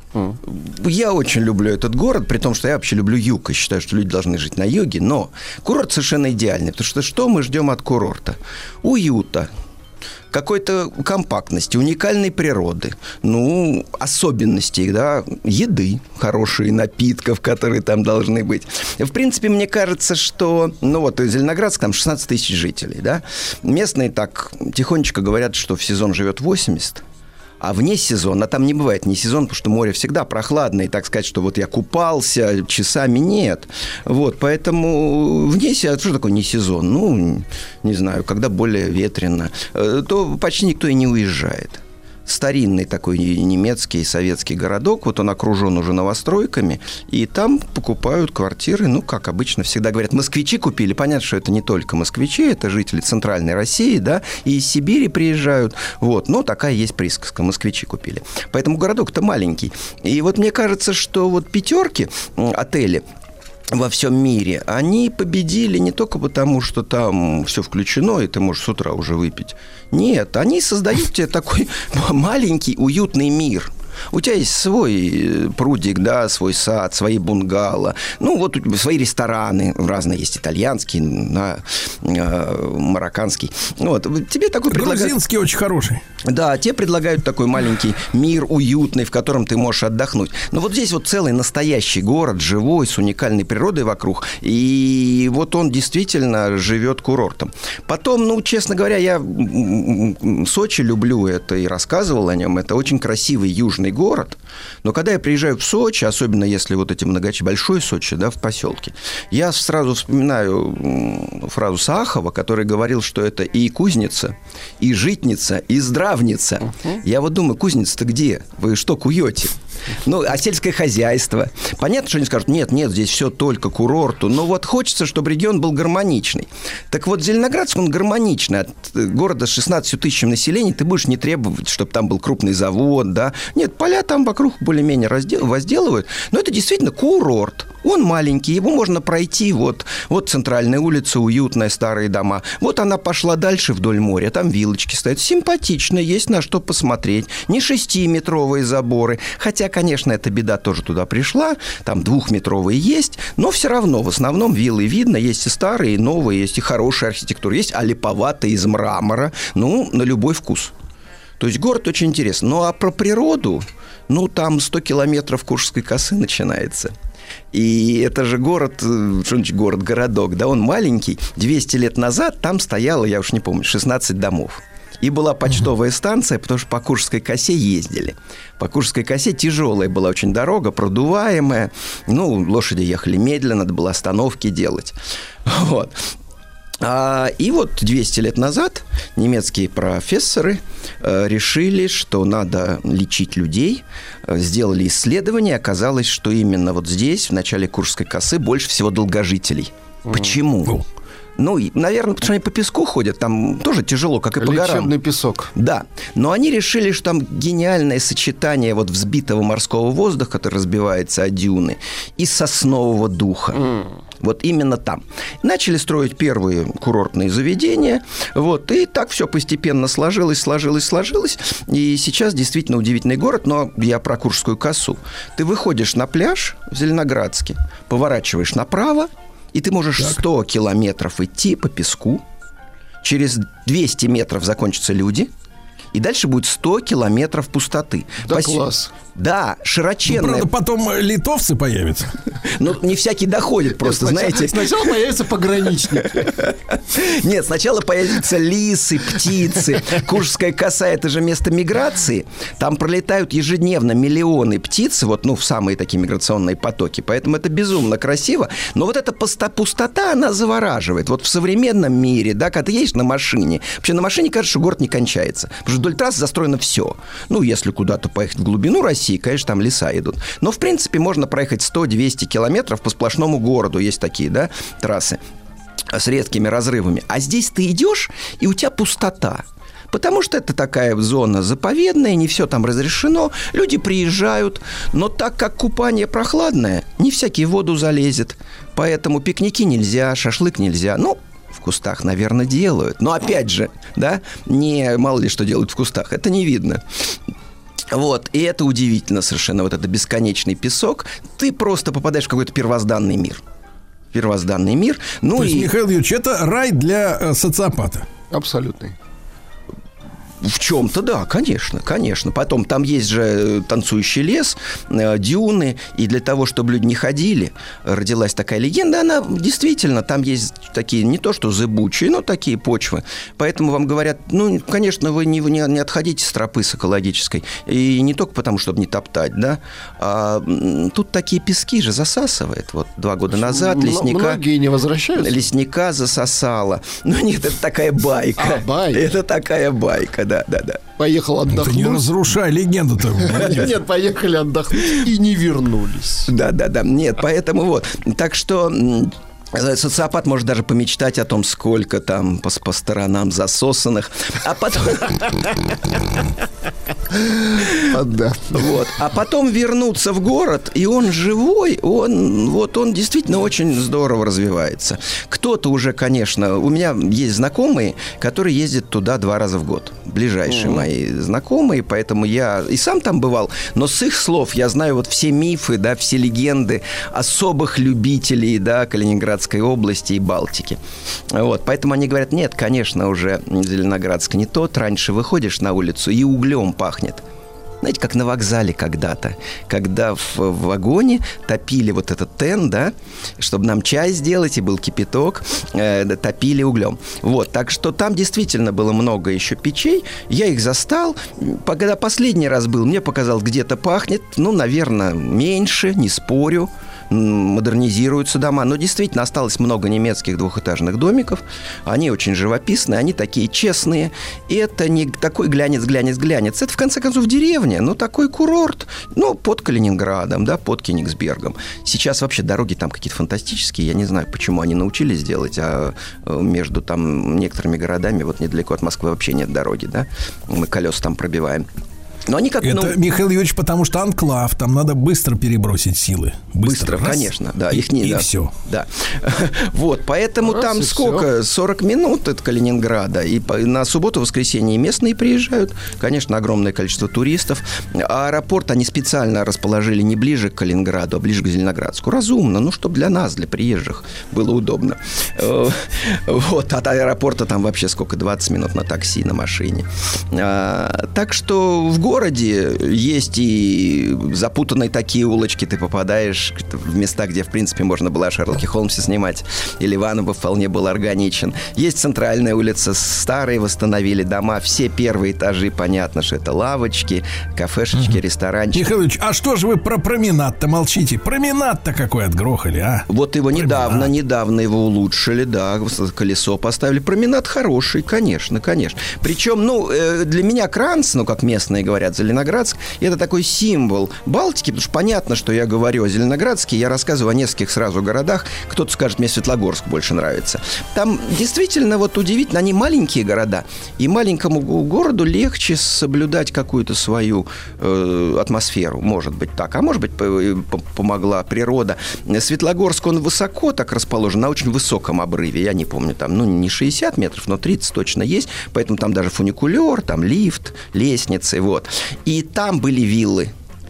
Я очень люблю этот город, при том, что я вообще люблю юг и считаю, что люди должны жить на юге, но курорт совершенно идеальный, потому что мы ждем от курорта? Уюта, какой-то компактности, уникальной природы, ну, особенностей, да, еды, хорошие, напитков, которые там должны быть. В принципе, мне кажется, что, ну, вот Зеленоградск, там 16 тысяч жителей, да, местные так тихонечко говорят, что в сезон живет 80. А вне сезона, там не бывает не сезон, потому что море всегда прохладное, и так сказать, что вот я купался часами, нет. Вот, поэтому вне сезона, что такое не сезон? Ну, не знаю, когда более ветрено, то почти никто и не уезжает. Старинный такой немецкий советский городок, вот он окружен уже новостройками, и там покупают квартиры, ну, как обычно всегда говорят, москвичи купили, понятно, что это не только москвичи, это жители центральной России, да, и из Сибири приезжают, вот, но такая есть присказка, москвичи купили. Поэтому городок-то маленький. И вот мне кажется, что вот пятерки, отели, во всем мире, они победили не только потому, что там все включено, и ты можешь с утра уже выпить. Нет, они создают тебе такой маленький уютный мир. У тебя есть свой прудик, да, свой сад, свои бунгало, ну, вот свои рестораны, разные есть, итальянский, да, марокканский. Вот, тебе такой предлагают... Грузинский очень хороший. Да, тебе предлагают такой маленький мир уютный, в котором ты можешь отдохнуть. Но вот здесь вот целый настоящий город, живой, с уникальной природой вокруг, и вот он действительно живет курортом. Потом, ну, честно говоря, я Сочи люблю это и рассказывал о нем, это очень красивый южный город, но когда я приезжаю в Сочи, особенно если вот эти большой Сочи, да, в поселке, я сразу вспоминаю фразу Сахова, который говорил, что это и кузница, и житница, и здравница. Я вот думаю, кузница-то где? Вы что куете? Ну, а сельское хозяйство? Понятно, что они скажут, нет, здесь все только курорту, но вот хочется, чтобы регион был гармоничный. Так вот, Зеленоградск, он гармоничный. От города с 16 тысячами населения ты будешь не требовать, чтобы там был крупный завод, да. Нет, поля там вокруг более-менее возделывают, но это действительно курорт. Он маленький, его можно пройти, вот центральная улица, уютная, старые дома. Вот она пошла дальше вдоль моря, там вилочки стоят. Симпатично, есть на что посмотреть. Не 6-метровые заборы, хотя, конечно, эта беда тоже туда пришла, там 2-метровые есть, но все равно в основном виллы видно, есть и старые, и новые, есть и хорошая архитектура, есть олиповатые из мрамора, ну, на любой вкус. То есть город очень интересный. Ну, а про природу, ну, там 100 километров Куршской косы начинается. И это же город, что значит городок, да, он маленький. 200 лет назад там стояло, я уж не помню, 16 домов. И была почтовая станция, потому что по Куршской косе ездили. По Куршской косе тяжелая была очень дорога, продуваемая. Ну, лошади ехали медленно, надо было остановки делать. Вот. И вот 200 лет назад немецкие профессоры решили, что надо лечить людей, сделали исследование, оказалось, что именно вот здесь, в начале Куршской косы, больше всего долгожителей. Почему? Ну, наверное, потому что они по песку ходят, там тоже тяжело, как и по горам. Лечебный песок. Да, но они решили, что там гениальное сочетание вот взбитого морского воздуха, который разбивается о дюны, и соснового духа. Вот именно там. Начали строить первые курортные заведения. Вот, и так все постепенно сложилось. И сейчас действительно удивительный город, но я про Куршскую косу. Ты выходишь на пляж в Зеленоградске, поворачиваешь направо, и ты можешь 100 километров идти по песку. Через 200 метров закончатся люди, и дальше будет 100 километров пустоты. Да, класс. Да, широченная. Ну, правда, потом литовцы появятся. Ну, не всякий доходит просто, знаете. Сначала появятся пограничники. Нет, сначала появятся лисы, птицы. Куршская коса – это же место миграции. Там пролетают ежедневно миллионы птиц, вот, ну, в самые такие миграционные потоки. Поэтому это безумно красиво. Но вот эта пустота, она завораживает. Вот в современном мире, да, когда ты едешь на машине, вообще на машине кажется, что город не кончается. Потому что вдоль трассы застроено все. Ну, если куда-то поехать в глубину России, конечно, там леса идут. Но, в принципе, можно проехать 100-200 километров по сплошному городу. Есть такие, да, трассы с редкими разрывами. А здесь ты идешь, и у тебя пустота. Потому что это такая зона заповедная, не все там разрешено. Люди приезжают, но так как купание прохладное, не всякий в воду залезет. Поэтому пикники нельзя, шашлык нельзя. Ну, в кустах, наверное, делают. Но, опять же, да, не мало ли что делают в кустах. Это не видно. Вот, и это удивительно совершенно, вот это бесконечный песок. Ты просто попадаешь в какой-то первозданный мир. Ну, то есть, Михаил Юрьевич, это рай для социопата. Абсолютный. В чем-то, да, конечно. Потом там есть же танцующий лес, дюны, и для того, чтобы люди не ходили, родилась такая легенда. Она действительно, там есть такие, не то что зыбучие, но такие почвы. Поэтому вам говорят, ну, конечно, вы не отходите с тропы с экологической. И не только потому, чтобы не топтать, да. А тут такие пески же засасывает. Вот 2 года назад многие не возвращаются. Лесника засосало. Ну, нет, это такая байка. Это такая байка, да. Поехал отдохнуть. Ты не разрушай легенду-то. Нет, поехали отдохнуть и не вернулись. Да. Нет, поэтому вот. Так что социопат может даже помечтать о том, сколько там по сторонам засосанных. А потом... Вот. А потом вернуться в город, и он живой, он действительно очень здорово развивается. Кто-то уже, конечно... У меня есть знакомые, которые ездят туда 2 раза в год. Ближайшие мои знакомые, поэтому я и сам там бывал, но с их слов я знаю вот все мифы, да, все легенды особых любителей, да, Калининградской области и Балтики. Вот, поэтому они говорят, нет, конечно, уже Зеленоградск не тот. Раньше выходишь на улицу, и углем пахнет. Знаете, как на вокзале когда-то, когда в вагоне топили вот этот тен, да, чтобы нам чай сделать, и был кипяток, топили углем. Вот, так что там действительно было много еще печей. Я их застал. Когда последний раз был, мне показалось, где-то пахнет, ну, наверное, меньше, не спорю. Модернизируются дома. Но действительно осталось много немецких двухэтажных домиков. Они очень живописные, они такие честные. И это не такой глянец. Это, в конце концов, деревня. Ну, такой курорт. Ну, под Калининградом, да, под Кенигсбергом. Сейчас вообще дороги там какие-то фантастические. Я не знаю, почему они научились делать. А между там некоторыми городами, вот недалеко от Москвы, вообще нет дороги, да. Мы колеса там пробиваем. Но они как, это, Михаил Юрьевич, потому что анклав, там надо быстро перебросить силы. Быстро, конечно, да. Их не, и все. Да. Вот, поэтому там сколько? 40 минут от Калининграда. И на субботу-воскресенье местные приезжают. Конечно, огромное количество туристов. А аэропорт они специально расположили не ближе к Калининграду, а ближе к Зеленоградску. Разумно, ну, чтобы для нас, для приезжих, было удобно. Вот, от аэропорта там вообще сколько? 20 минут на такси, на машине. Так что в городе есть и запутанные такие улочки, ты попадаешь в места, где, в принципе, можно было о Шерлоке Холмсе снимать, или Иванова вполне был органичен. Есть центральная улица, старые восстановили дома, все первые этажи, понятно, что это лавочки, кафешечки, ресторанчики. Михаил Ильич, а что же вы про променад-то молчите? Променад-то какой отгрохали, а? Вот его недавно его улучшили, да, колесо поставили. Променад хороший, конечно. Причем, ну, для меня Кранц, ну, как местные говорят, говорят Зеленоградск. И это такой символ Балтики, потому что понятно, что я говорю о Зеленоградске, я рассказываю о нескольких сразу городах. Кто-то скажет, мне Светлогорск больше нравится. Там действительно вот удивительно, они маленькие города, и маленькому городу легче соблюдать какую-то свою атмосферу, может быть так, а может быть помогла природа. Светлогорск, он высоко так расположен, на очень высоком обрыве, я не помню, там, не 60 метров, но 30 точно есть, поэтому там даже фуникулер, там лифт, лестницы, вот. И там были виллы.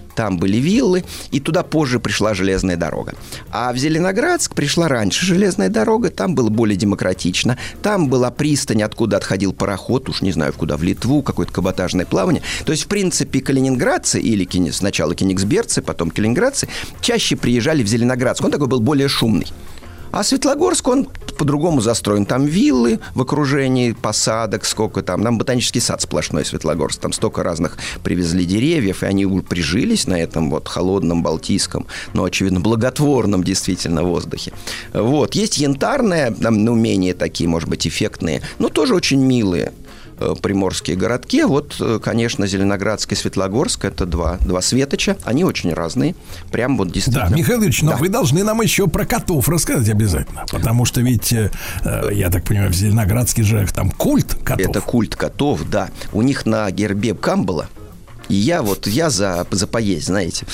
И туда позже пришла железная дорога. А в Зеленоградск пришла раньше железная дорога, там было более демократично, там была пристань, откуда отходил пароход, уж не знаю куда, в Литву, какое-то каботажное плавание. То есть, в принципе, калининградцы, или сначала кенигсбергцы, потом калининградцы, чаще приезжали в Зеленоградск, он такой был более шумный. А Светлогорск, он по-другому застроен. Там виллы в окружении посадок, сколько там. Там ботанический сад сплошной Светлогорск. Там столько разных привезли деревьев, и они прижились на этом вот холодном, балтийском, но, очевидно, благотворном действительно воздухе. Вот. Есть янтарные, там, менее такие, может быть, эффектные, но тоже очень милые приморские городки. Вот, конечно, Зеленоградск и Светлогорск – это два светоча. Они очень разные. Прям вот действительно. Да, Михаил Ильич, но вы должны нам еще про котов рассказать обязательно. Потому что ведь, я так понимаю, в Зеленоградске же там культ котов. Это культ котов, да. У них на гербе Камбала. И я за поесть, знаете.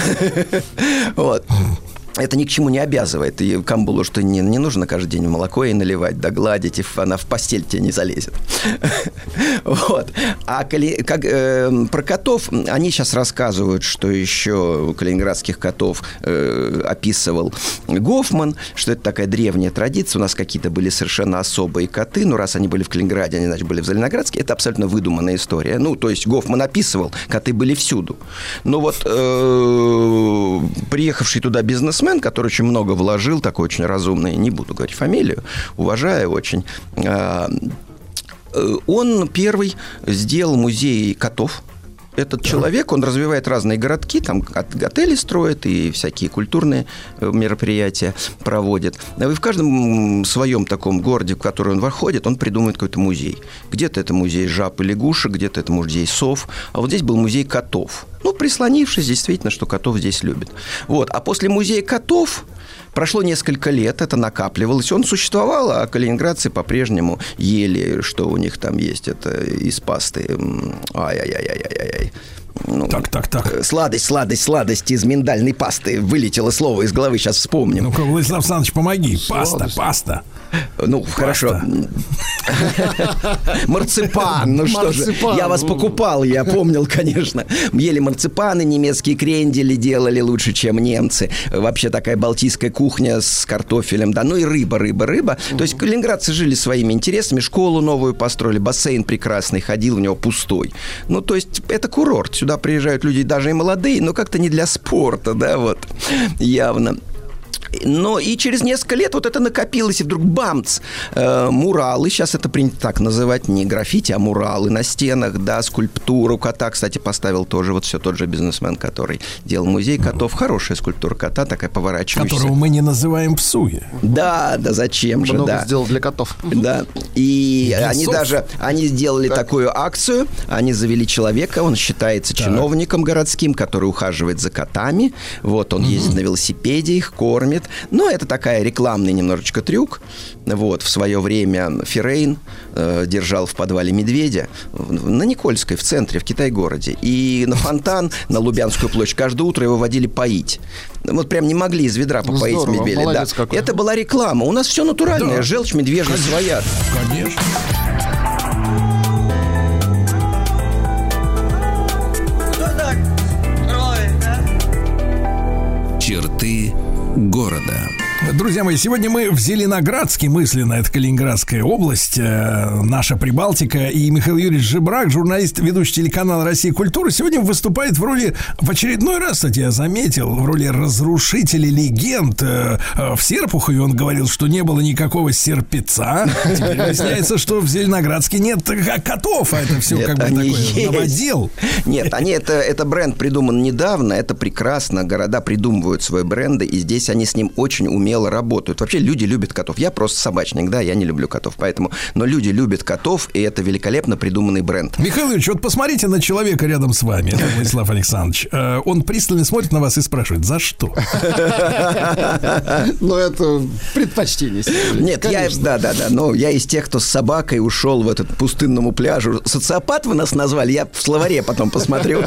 Вот. Это ни к чему не обязывает. И Камбалу, что не нужно каждый день молоко ей наливать, да гладить, и она в постель тебе не залезет. Вот. А про котов, они сейчас рассказывают, что еще калининградских котов описывал Гофман, что это такая древняя традиция. У нас какие-то были совершенно особые коты, но раз они были в Калининграде, они, значит, были в Зеленоградске. Это абсолютно выдуманная история. Ну, то есть Гофман описывал, коты были всюду. Но вот приехавший туда бизнесмен, который очень много вложил, такой очень разумный, не буду говорить фамилию, уважаю очень, он первый сделал музей котов. Этот человек, он развивает разные городки, там отели строит и всякие культурные мероприятия проводит. И в каждом своем таком городе, в который он входит, он придумывает какой-то музей. Где-то это музей жаб и лягушек, где-то это музей сов, а вот здесь был музей котов. Ну, прислонившись, действительно, что котов здесь любят. Вот. А после музея котов прошло несколько лет, это накапливалось. Он существовал, а калининградцы по-прежнему ели, что у них там есть. Это из пасты. Ай-яй-яй-яй-яй-яй. Ну, так. Сладость из миндальной пасты. Вылетело слово из головы, сейчас вспомним. Ну-ка, Владислав Александрович, помоги. Паста. Ну, хорошо. Марципан. Ну что же, я вас покупал, я помнил, конечно. Ели марципаны, немецкие крендели делали лучше, чем немцы. Вообще такая балтийская кухня с картофелем, да. Ну и рыба. То есть калининградцы жили своими интересами, школу новую построили, бассейн прекрасный, ходил в него пустой. Ну, то есть это курорт. Сюда приезжают люди даже и молодые, но как-то не для спорта, да, вот, явно. Но и через несколько лет вот это накопилось, и вдруг бамц, муралы, сейчас это принято так называть, не граффити, а муралы на стенах, да, скульптуру кота, кстати, поставил тоже вот все тот же бизнесмен, который делал музей котов, хорошая скульптура кота, такая поворачивающаяся. Которого мы не называем Псуе. Да, зачем же, много да. сделал для котов. Да, и они сделали такую акцию, они завели человека, он считается чиновником городским, который ухаживает за котами, вот, он ездит на велосипеде, их кормит. Но это такая рекламный немножечко трюк. Вот, в свое время Феррейн держал в подвале медведя на Никольской, в центре, в Китай-городе. И на фонтан, на Лубянскую площадь, каждое утро его водили поить. Вот прям не могли из ведра попоить медведя. Да. Это была реклама. У нас все натуральное. Да. Желчь медвежья своя. Конечно. Черты города. Друзья мои, сегодня мы в Зеленоградске, мысленно, это Калининградская область, наша Прибалтика, и Михаил Юрьевич Жебрак, журналист, ведущий телеканала «Россия. Культура», сегодня выступает в очередной раз, кстати, я заметил, в роли разрушителя легенд. В Серпухове он говорил, что не было никакого серпеца. Теперь выясняется, что в Зеленоградске нет котов, а это все как бы такой новодел. Нет, это бренд придуман недавно, это прекрасно, города придумывают свои бренды, и здесь они с ним очень умело правило, работают. Вообще люди любят котов. Я просто собачник, да, я не люблю котов, поэтому... Но люди любят котов, и это великолепно придуманный бренд. Михаил Ильич, вот посмотрите на человека рядом с вами, это Владислав Александрович. Он пристально смотрит на вас и спрашивает, за что? Ну, это предпочтение. Нет, да, но я из тех, кто с собакой ушел в этот пустынному пляжу. Социопат вы нас назвали? Я в словаре потом посмотрю.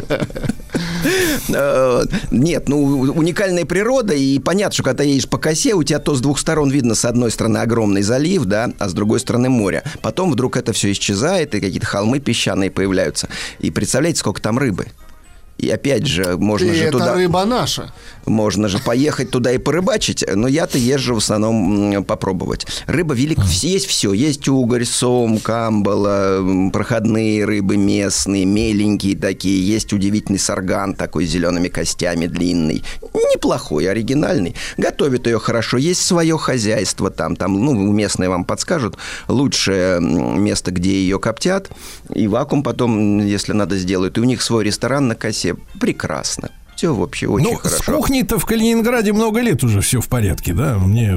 Нет, уникальная природа, и понятно, что когда едешь по косе, у тебя то с двух сторон видно, с одной стороны огромный залив, да, а с другой стороны море. Потом вдруг это все исчезает, и какие-то холмы песчаные появляются. И представляете, сколько там рыбы? И опять же, можно же туда... Это рыба наша. Можно же поехать туда и порыбачить, но я-то езжу в основном попробовать. Рыба велика, есть все. Есть угорь, сом, камбала, проходные рыбы местные, меленькие такие. Есть удивительный сарган такой с зелеными костями, длинный. Неплохой, оригинальный. Готовят ее хорошо. Есть свое хозяйство там. Местные вам подскажут. Лучшее место, где ее коптят. И вакуум потом, если надо, сделают. И у них свой ресторан на косе. Прекрасно. Все вообще очень хорошо. С кухней-то в Калининграде много лет уже все в порядке, да?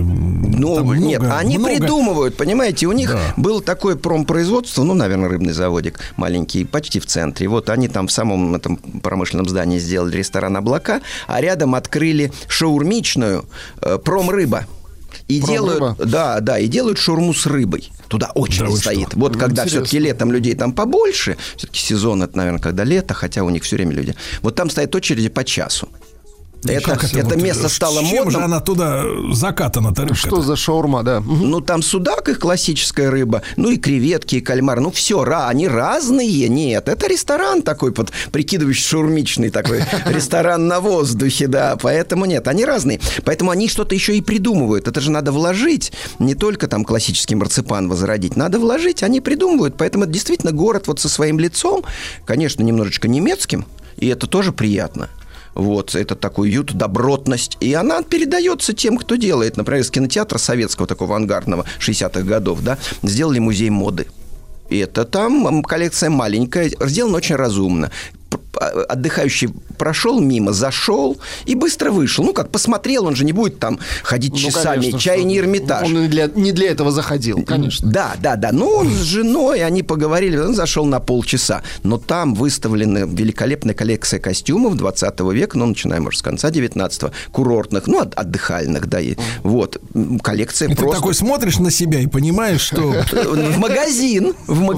Они придумывают, понимаете, у них был такой промпроизводство, наверное, рыбный заводик маленький, почти в центре. Вот они там в самом этом промышленном здании сделали ресторан «Облака», а рядом открыли шаурмичную «Промрыба». И делают, и делают шаурму с рыбой. Туда очередь стоит. Вот когда все-таки летом людей там побольше, все-таки сезон это, наверное, когда лето, хотя у них все время люди. Вот там стоят очереди по часу. Это место стало модным. Чем же она туда закатана-то рыбка? Что за шаурма, да? Там судак, их классическая рыба, и креветки, и кальмар. Все, они разные. Нет, это ресторан такой, прикидывающий шаурмичный такой. Ресторан на воздухе, да. Поэтому нет, они разные. Поэтому они что-то еще и придумывают. Это же надо вложить. Не только там классический марципан возродить. Надо вложить, они придумывают. Поэтому это действительно город вот со своим лицом. Конечно, немножечко немецким. И это тоже приятно. Вот, это такой уют, добротность. И она передается тем, кто делает. Например, из кинотеатра советского, такого авангардного, 60-х годов, да, сделали музей моды. И это там коллекция маленькая, сделана очень разумно. Отдыхающий прошел мимо, зашел и быстро вышел. Как посмотрел, он же не будет там ходить часами. Конечно, чай не Эрмитаж. Он не для этого заходил, конечно. Да. Он с женой, они поговорили, он зашел на полчаса. Но там выставлена великолепная коллекция костюмов 20 века, начиная, может, с конца 19-го, курортных, отдыхальных, да. Вот, коллекция и просто... Ты такой смотришь на себя и понимаешь, что... В магазин,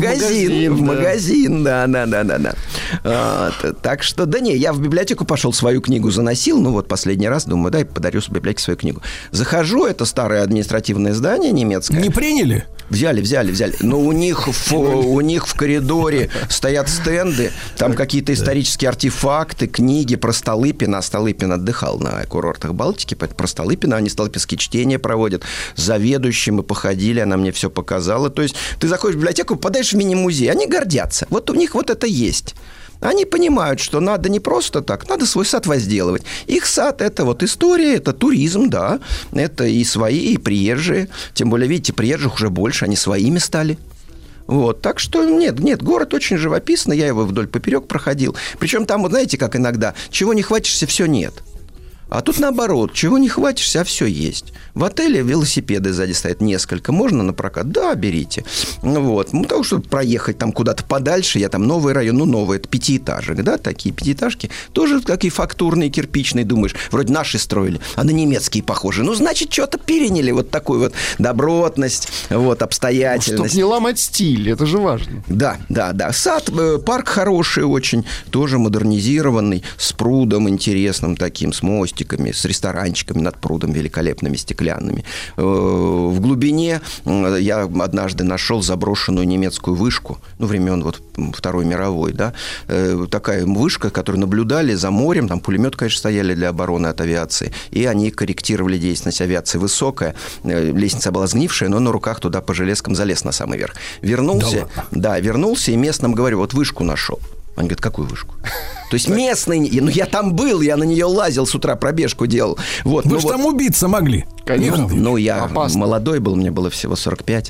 да. Так что, я в библиотеку пошел, свою книгу заносил. Последний раз, думаю, подарю в библиотеке свою книгу. Захожу, это старое административное здание немецкое. Не приняли? Взяли. Но у них в коридоре стоят стенды, там какие-то исторические артефакты, книги про Столыпина. Столыпин отдыхал на курортах Балтики, про Столыпина они столыпинские чтения проводят. С заведующим мы походили, она мне все показала. То есть ты заходишь в библиотеку, попадаешь в мини-музей, они гордятся. Вот у них вот это есть. Они понимают, что надо не просто так, надо свой сад возделывать. Их сад – это история, это туризм, да, это и свои, и приезжие. Тем более, видите, приезжих уже больше, они своими стали. Вот, так что нет, город очень живописный, я его вдоль поперек проходил. Причем там, знаете, как иногда, чего не хватишься, все нет. А тут наоборот, чего не хватишься, а все есть. В отеле велосипеды сзади стоят несколько. Можно на прокат? Да, берите. Вот. Потому что проехать там куда-то подальше, я там новый район, новый, это пятиэтажек, да, такие пятиэтажки. Тоже такие фактурные, кирпичные, думаешь, вроде наши строили, а на немецкие похожи. Значит, что-то переняли, вот такую добротность, обстоятельность. Чтобы не ломать стиль, это же важно. Да. Сад, парк хороший очень, тоже модернизированный, с прудом интересным таким, с мостиком, с ресторанчиками над прудом великолепными, стеклянными. В глубине я однажды нашел заброшенную немецкую вышку, времен Второй мировой, да, такая вышка, которую наблюдали за морем, там пулемет, конечно, стояли для обороны от авиации, и они корректировали деятельность авиации. Высокая, лестница была сгнившая, но на руках туда по железкам залез на самый верх. Вернулся и местным говорю, вышку нашел. Они говорят, какую вышку? То есть местные... я там был, я на нее лазил с утра, пробежку делал. Вы же там убиться могли. Конечно. Я молодой был, мне было всего 45.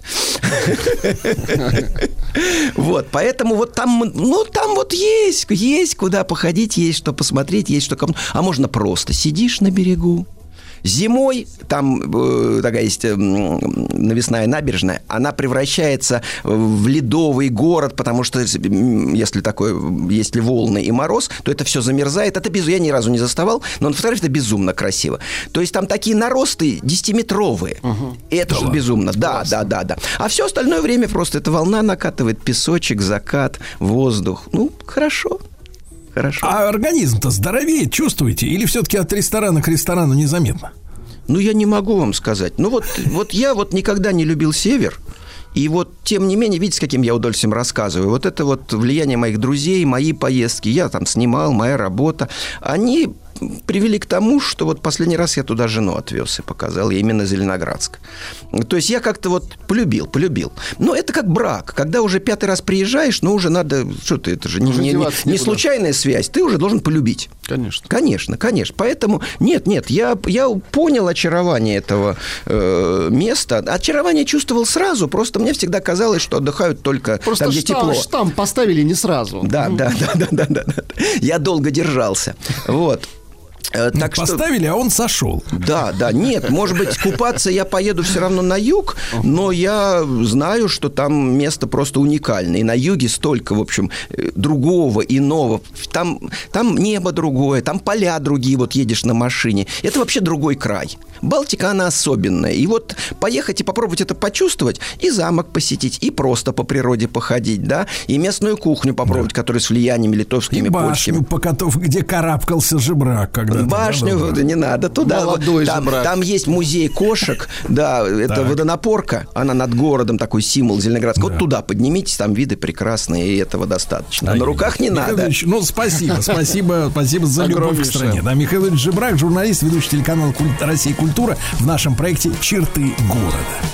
Поэтому там есть куда походить, есть что посмотреть, есть что... А можно просто сидишь на берегу, Зимой там такая есть навесная набережная, она превращается в ледовый город, потому что если волны и мороз, то это все замерзает. Это я ни разу не заставал, но на фотографии это безумно красиво. То есть там такие наросты 10-метровые. Это же безумно. Да. А все остальное время просто эта волна накатывает, песочек, закат, воздух. Ну, хорошо. А организм-то здоровеет, чувствуете? Или все-таки от ресторана к ресторану незаметно? Ну, я не могу вам сказать. Ну, вот я никогда не любил север. И вот, тем не менее, видите, с каким я удовольствием рассказываю. Вот это вот влияние моих друзей, мои поездки, я там снимал, моя работа, они привели к тому, что вот последний раз я туда жену отвез и показал, ей именно Зеленоградск. То есть я как-то вот полюбил. Но это как брак. Когда уже 5-й раз приезжаешь, ну, уже надо... Что ты, это же не случайная связь. Ты уже должен полюбить. Конечно. Поэтому нет, я понял очарование этого места. Очарование чувствовал сразу, просто мне всегда казалось, что отдыхают только там, где тепло. Штамп поставили не сразу. Да. Я долго держался. Вот. Так поставили, а он сошел. Да, нет, может быть, купаться я поеду все равно на юг, но я знаю, что там место просто уникальное. И на юге столько, в общем, другого, иного. Там небо другое, там поля другие, вот едешь на машине. Это вообще другой край. Балтика, она особенная. И вот поехать и попробовать это почувствовать, и замок посетить, и просто по природе походить, да, и местную кухню попробовать, которая с влияниями литовскими, польскими. И башню, где карабкался жебрак когда-то. Башню, не надо туда. Там есть музей кошек, да, это водонапорка, она над городом, такой символ Зеленоградска. Вот туда поднимитесь, там виды прекрасные, и этого достаточно. А на руках не надо. Ну, спасибо за любовь к стране. Да, Михаил Ильич Жебрак, журналист, ведущий телеканала «Россия. Культура» в нашем проекте «Черты города».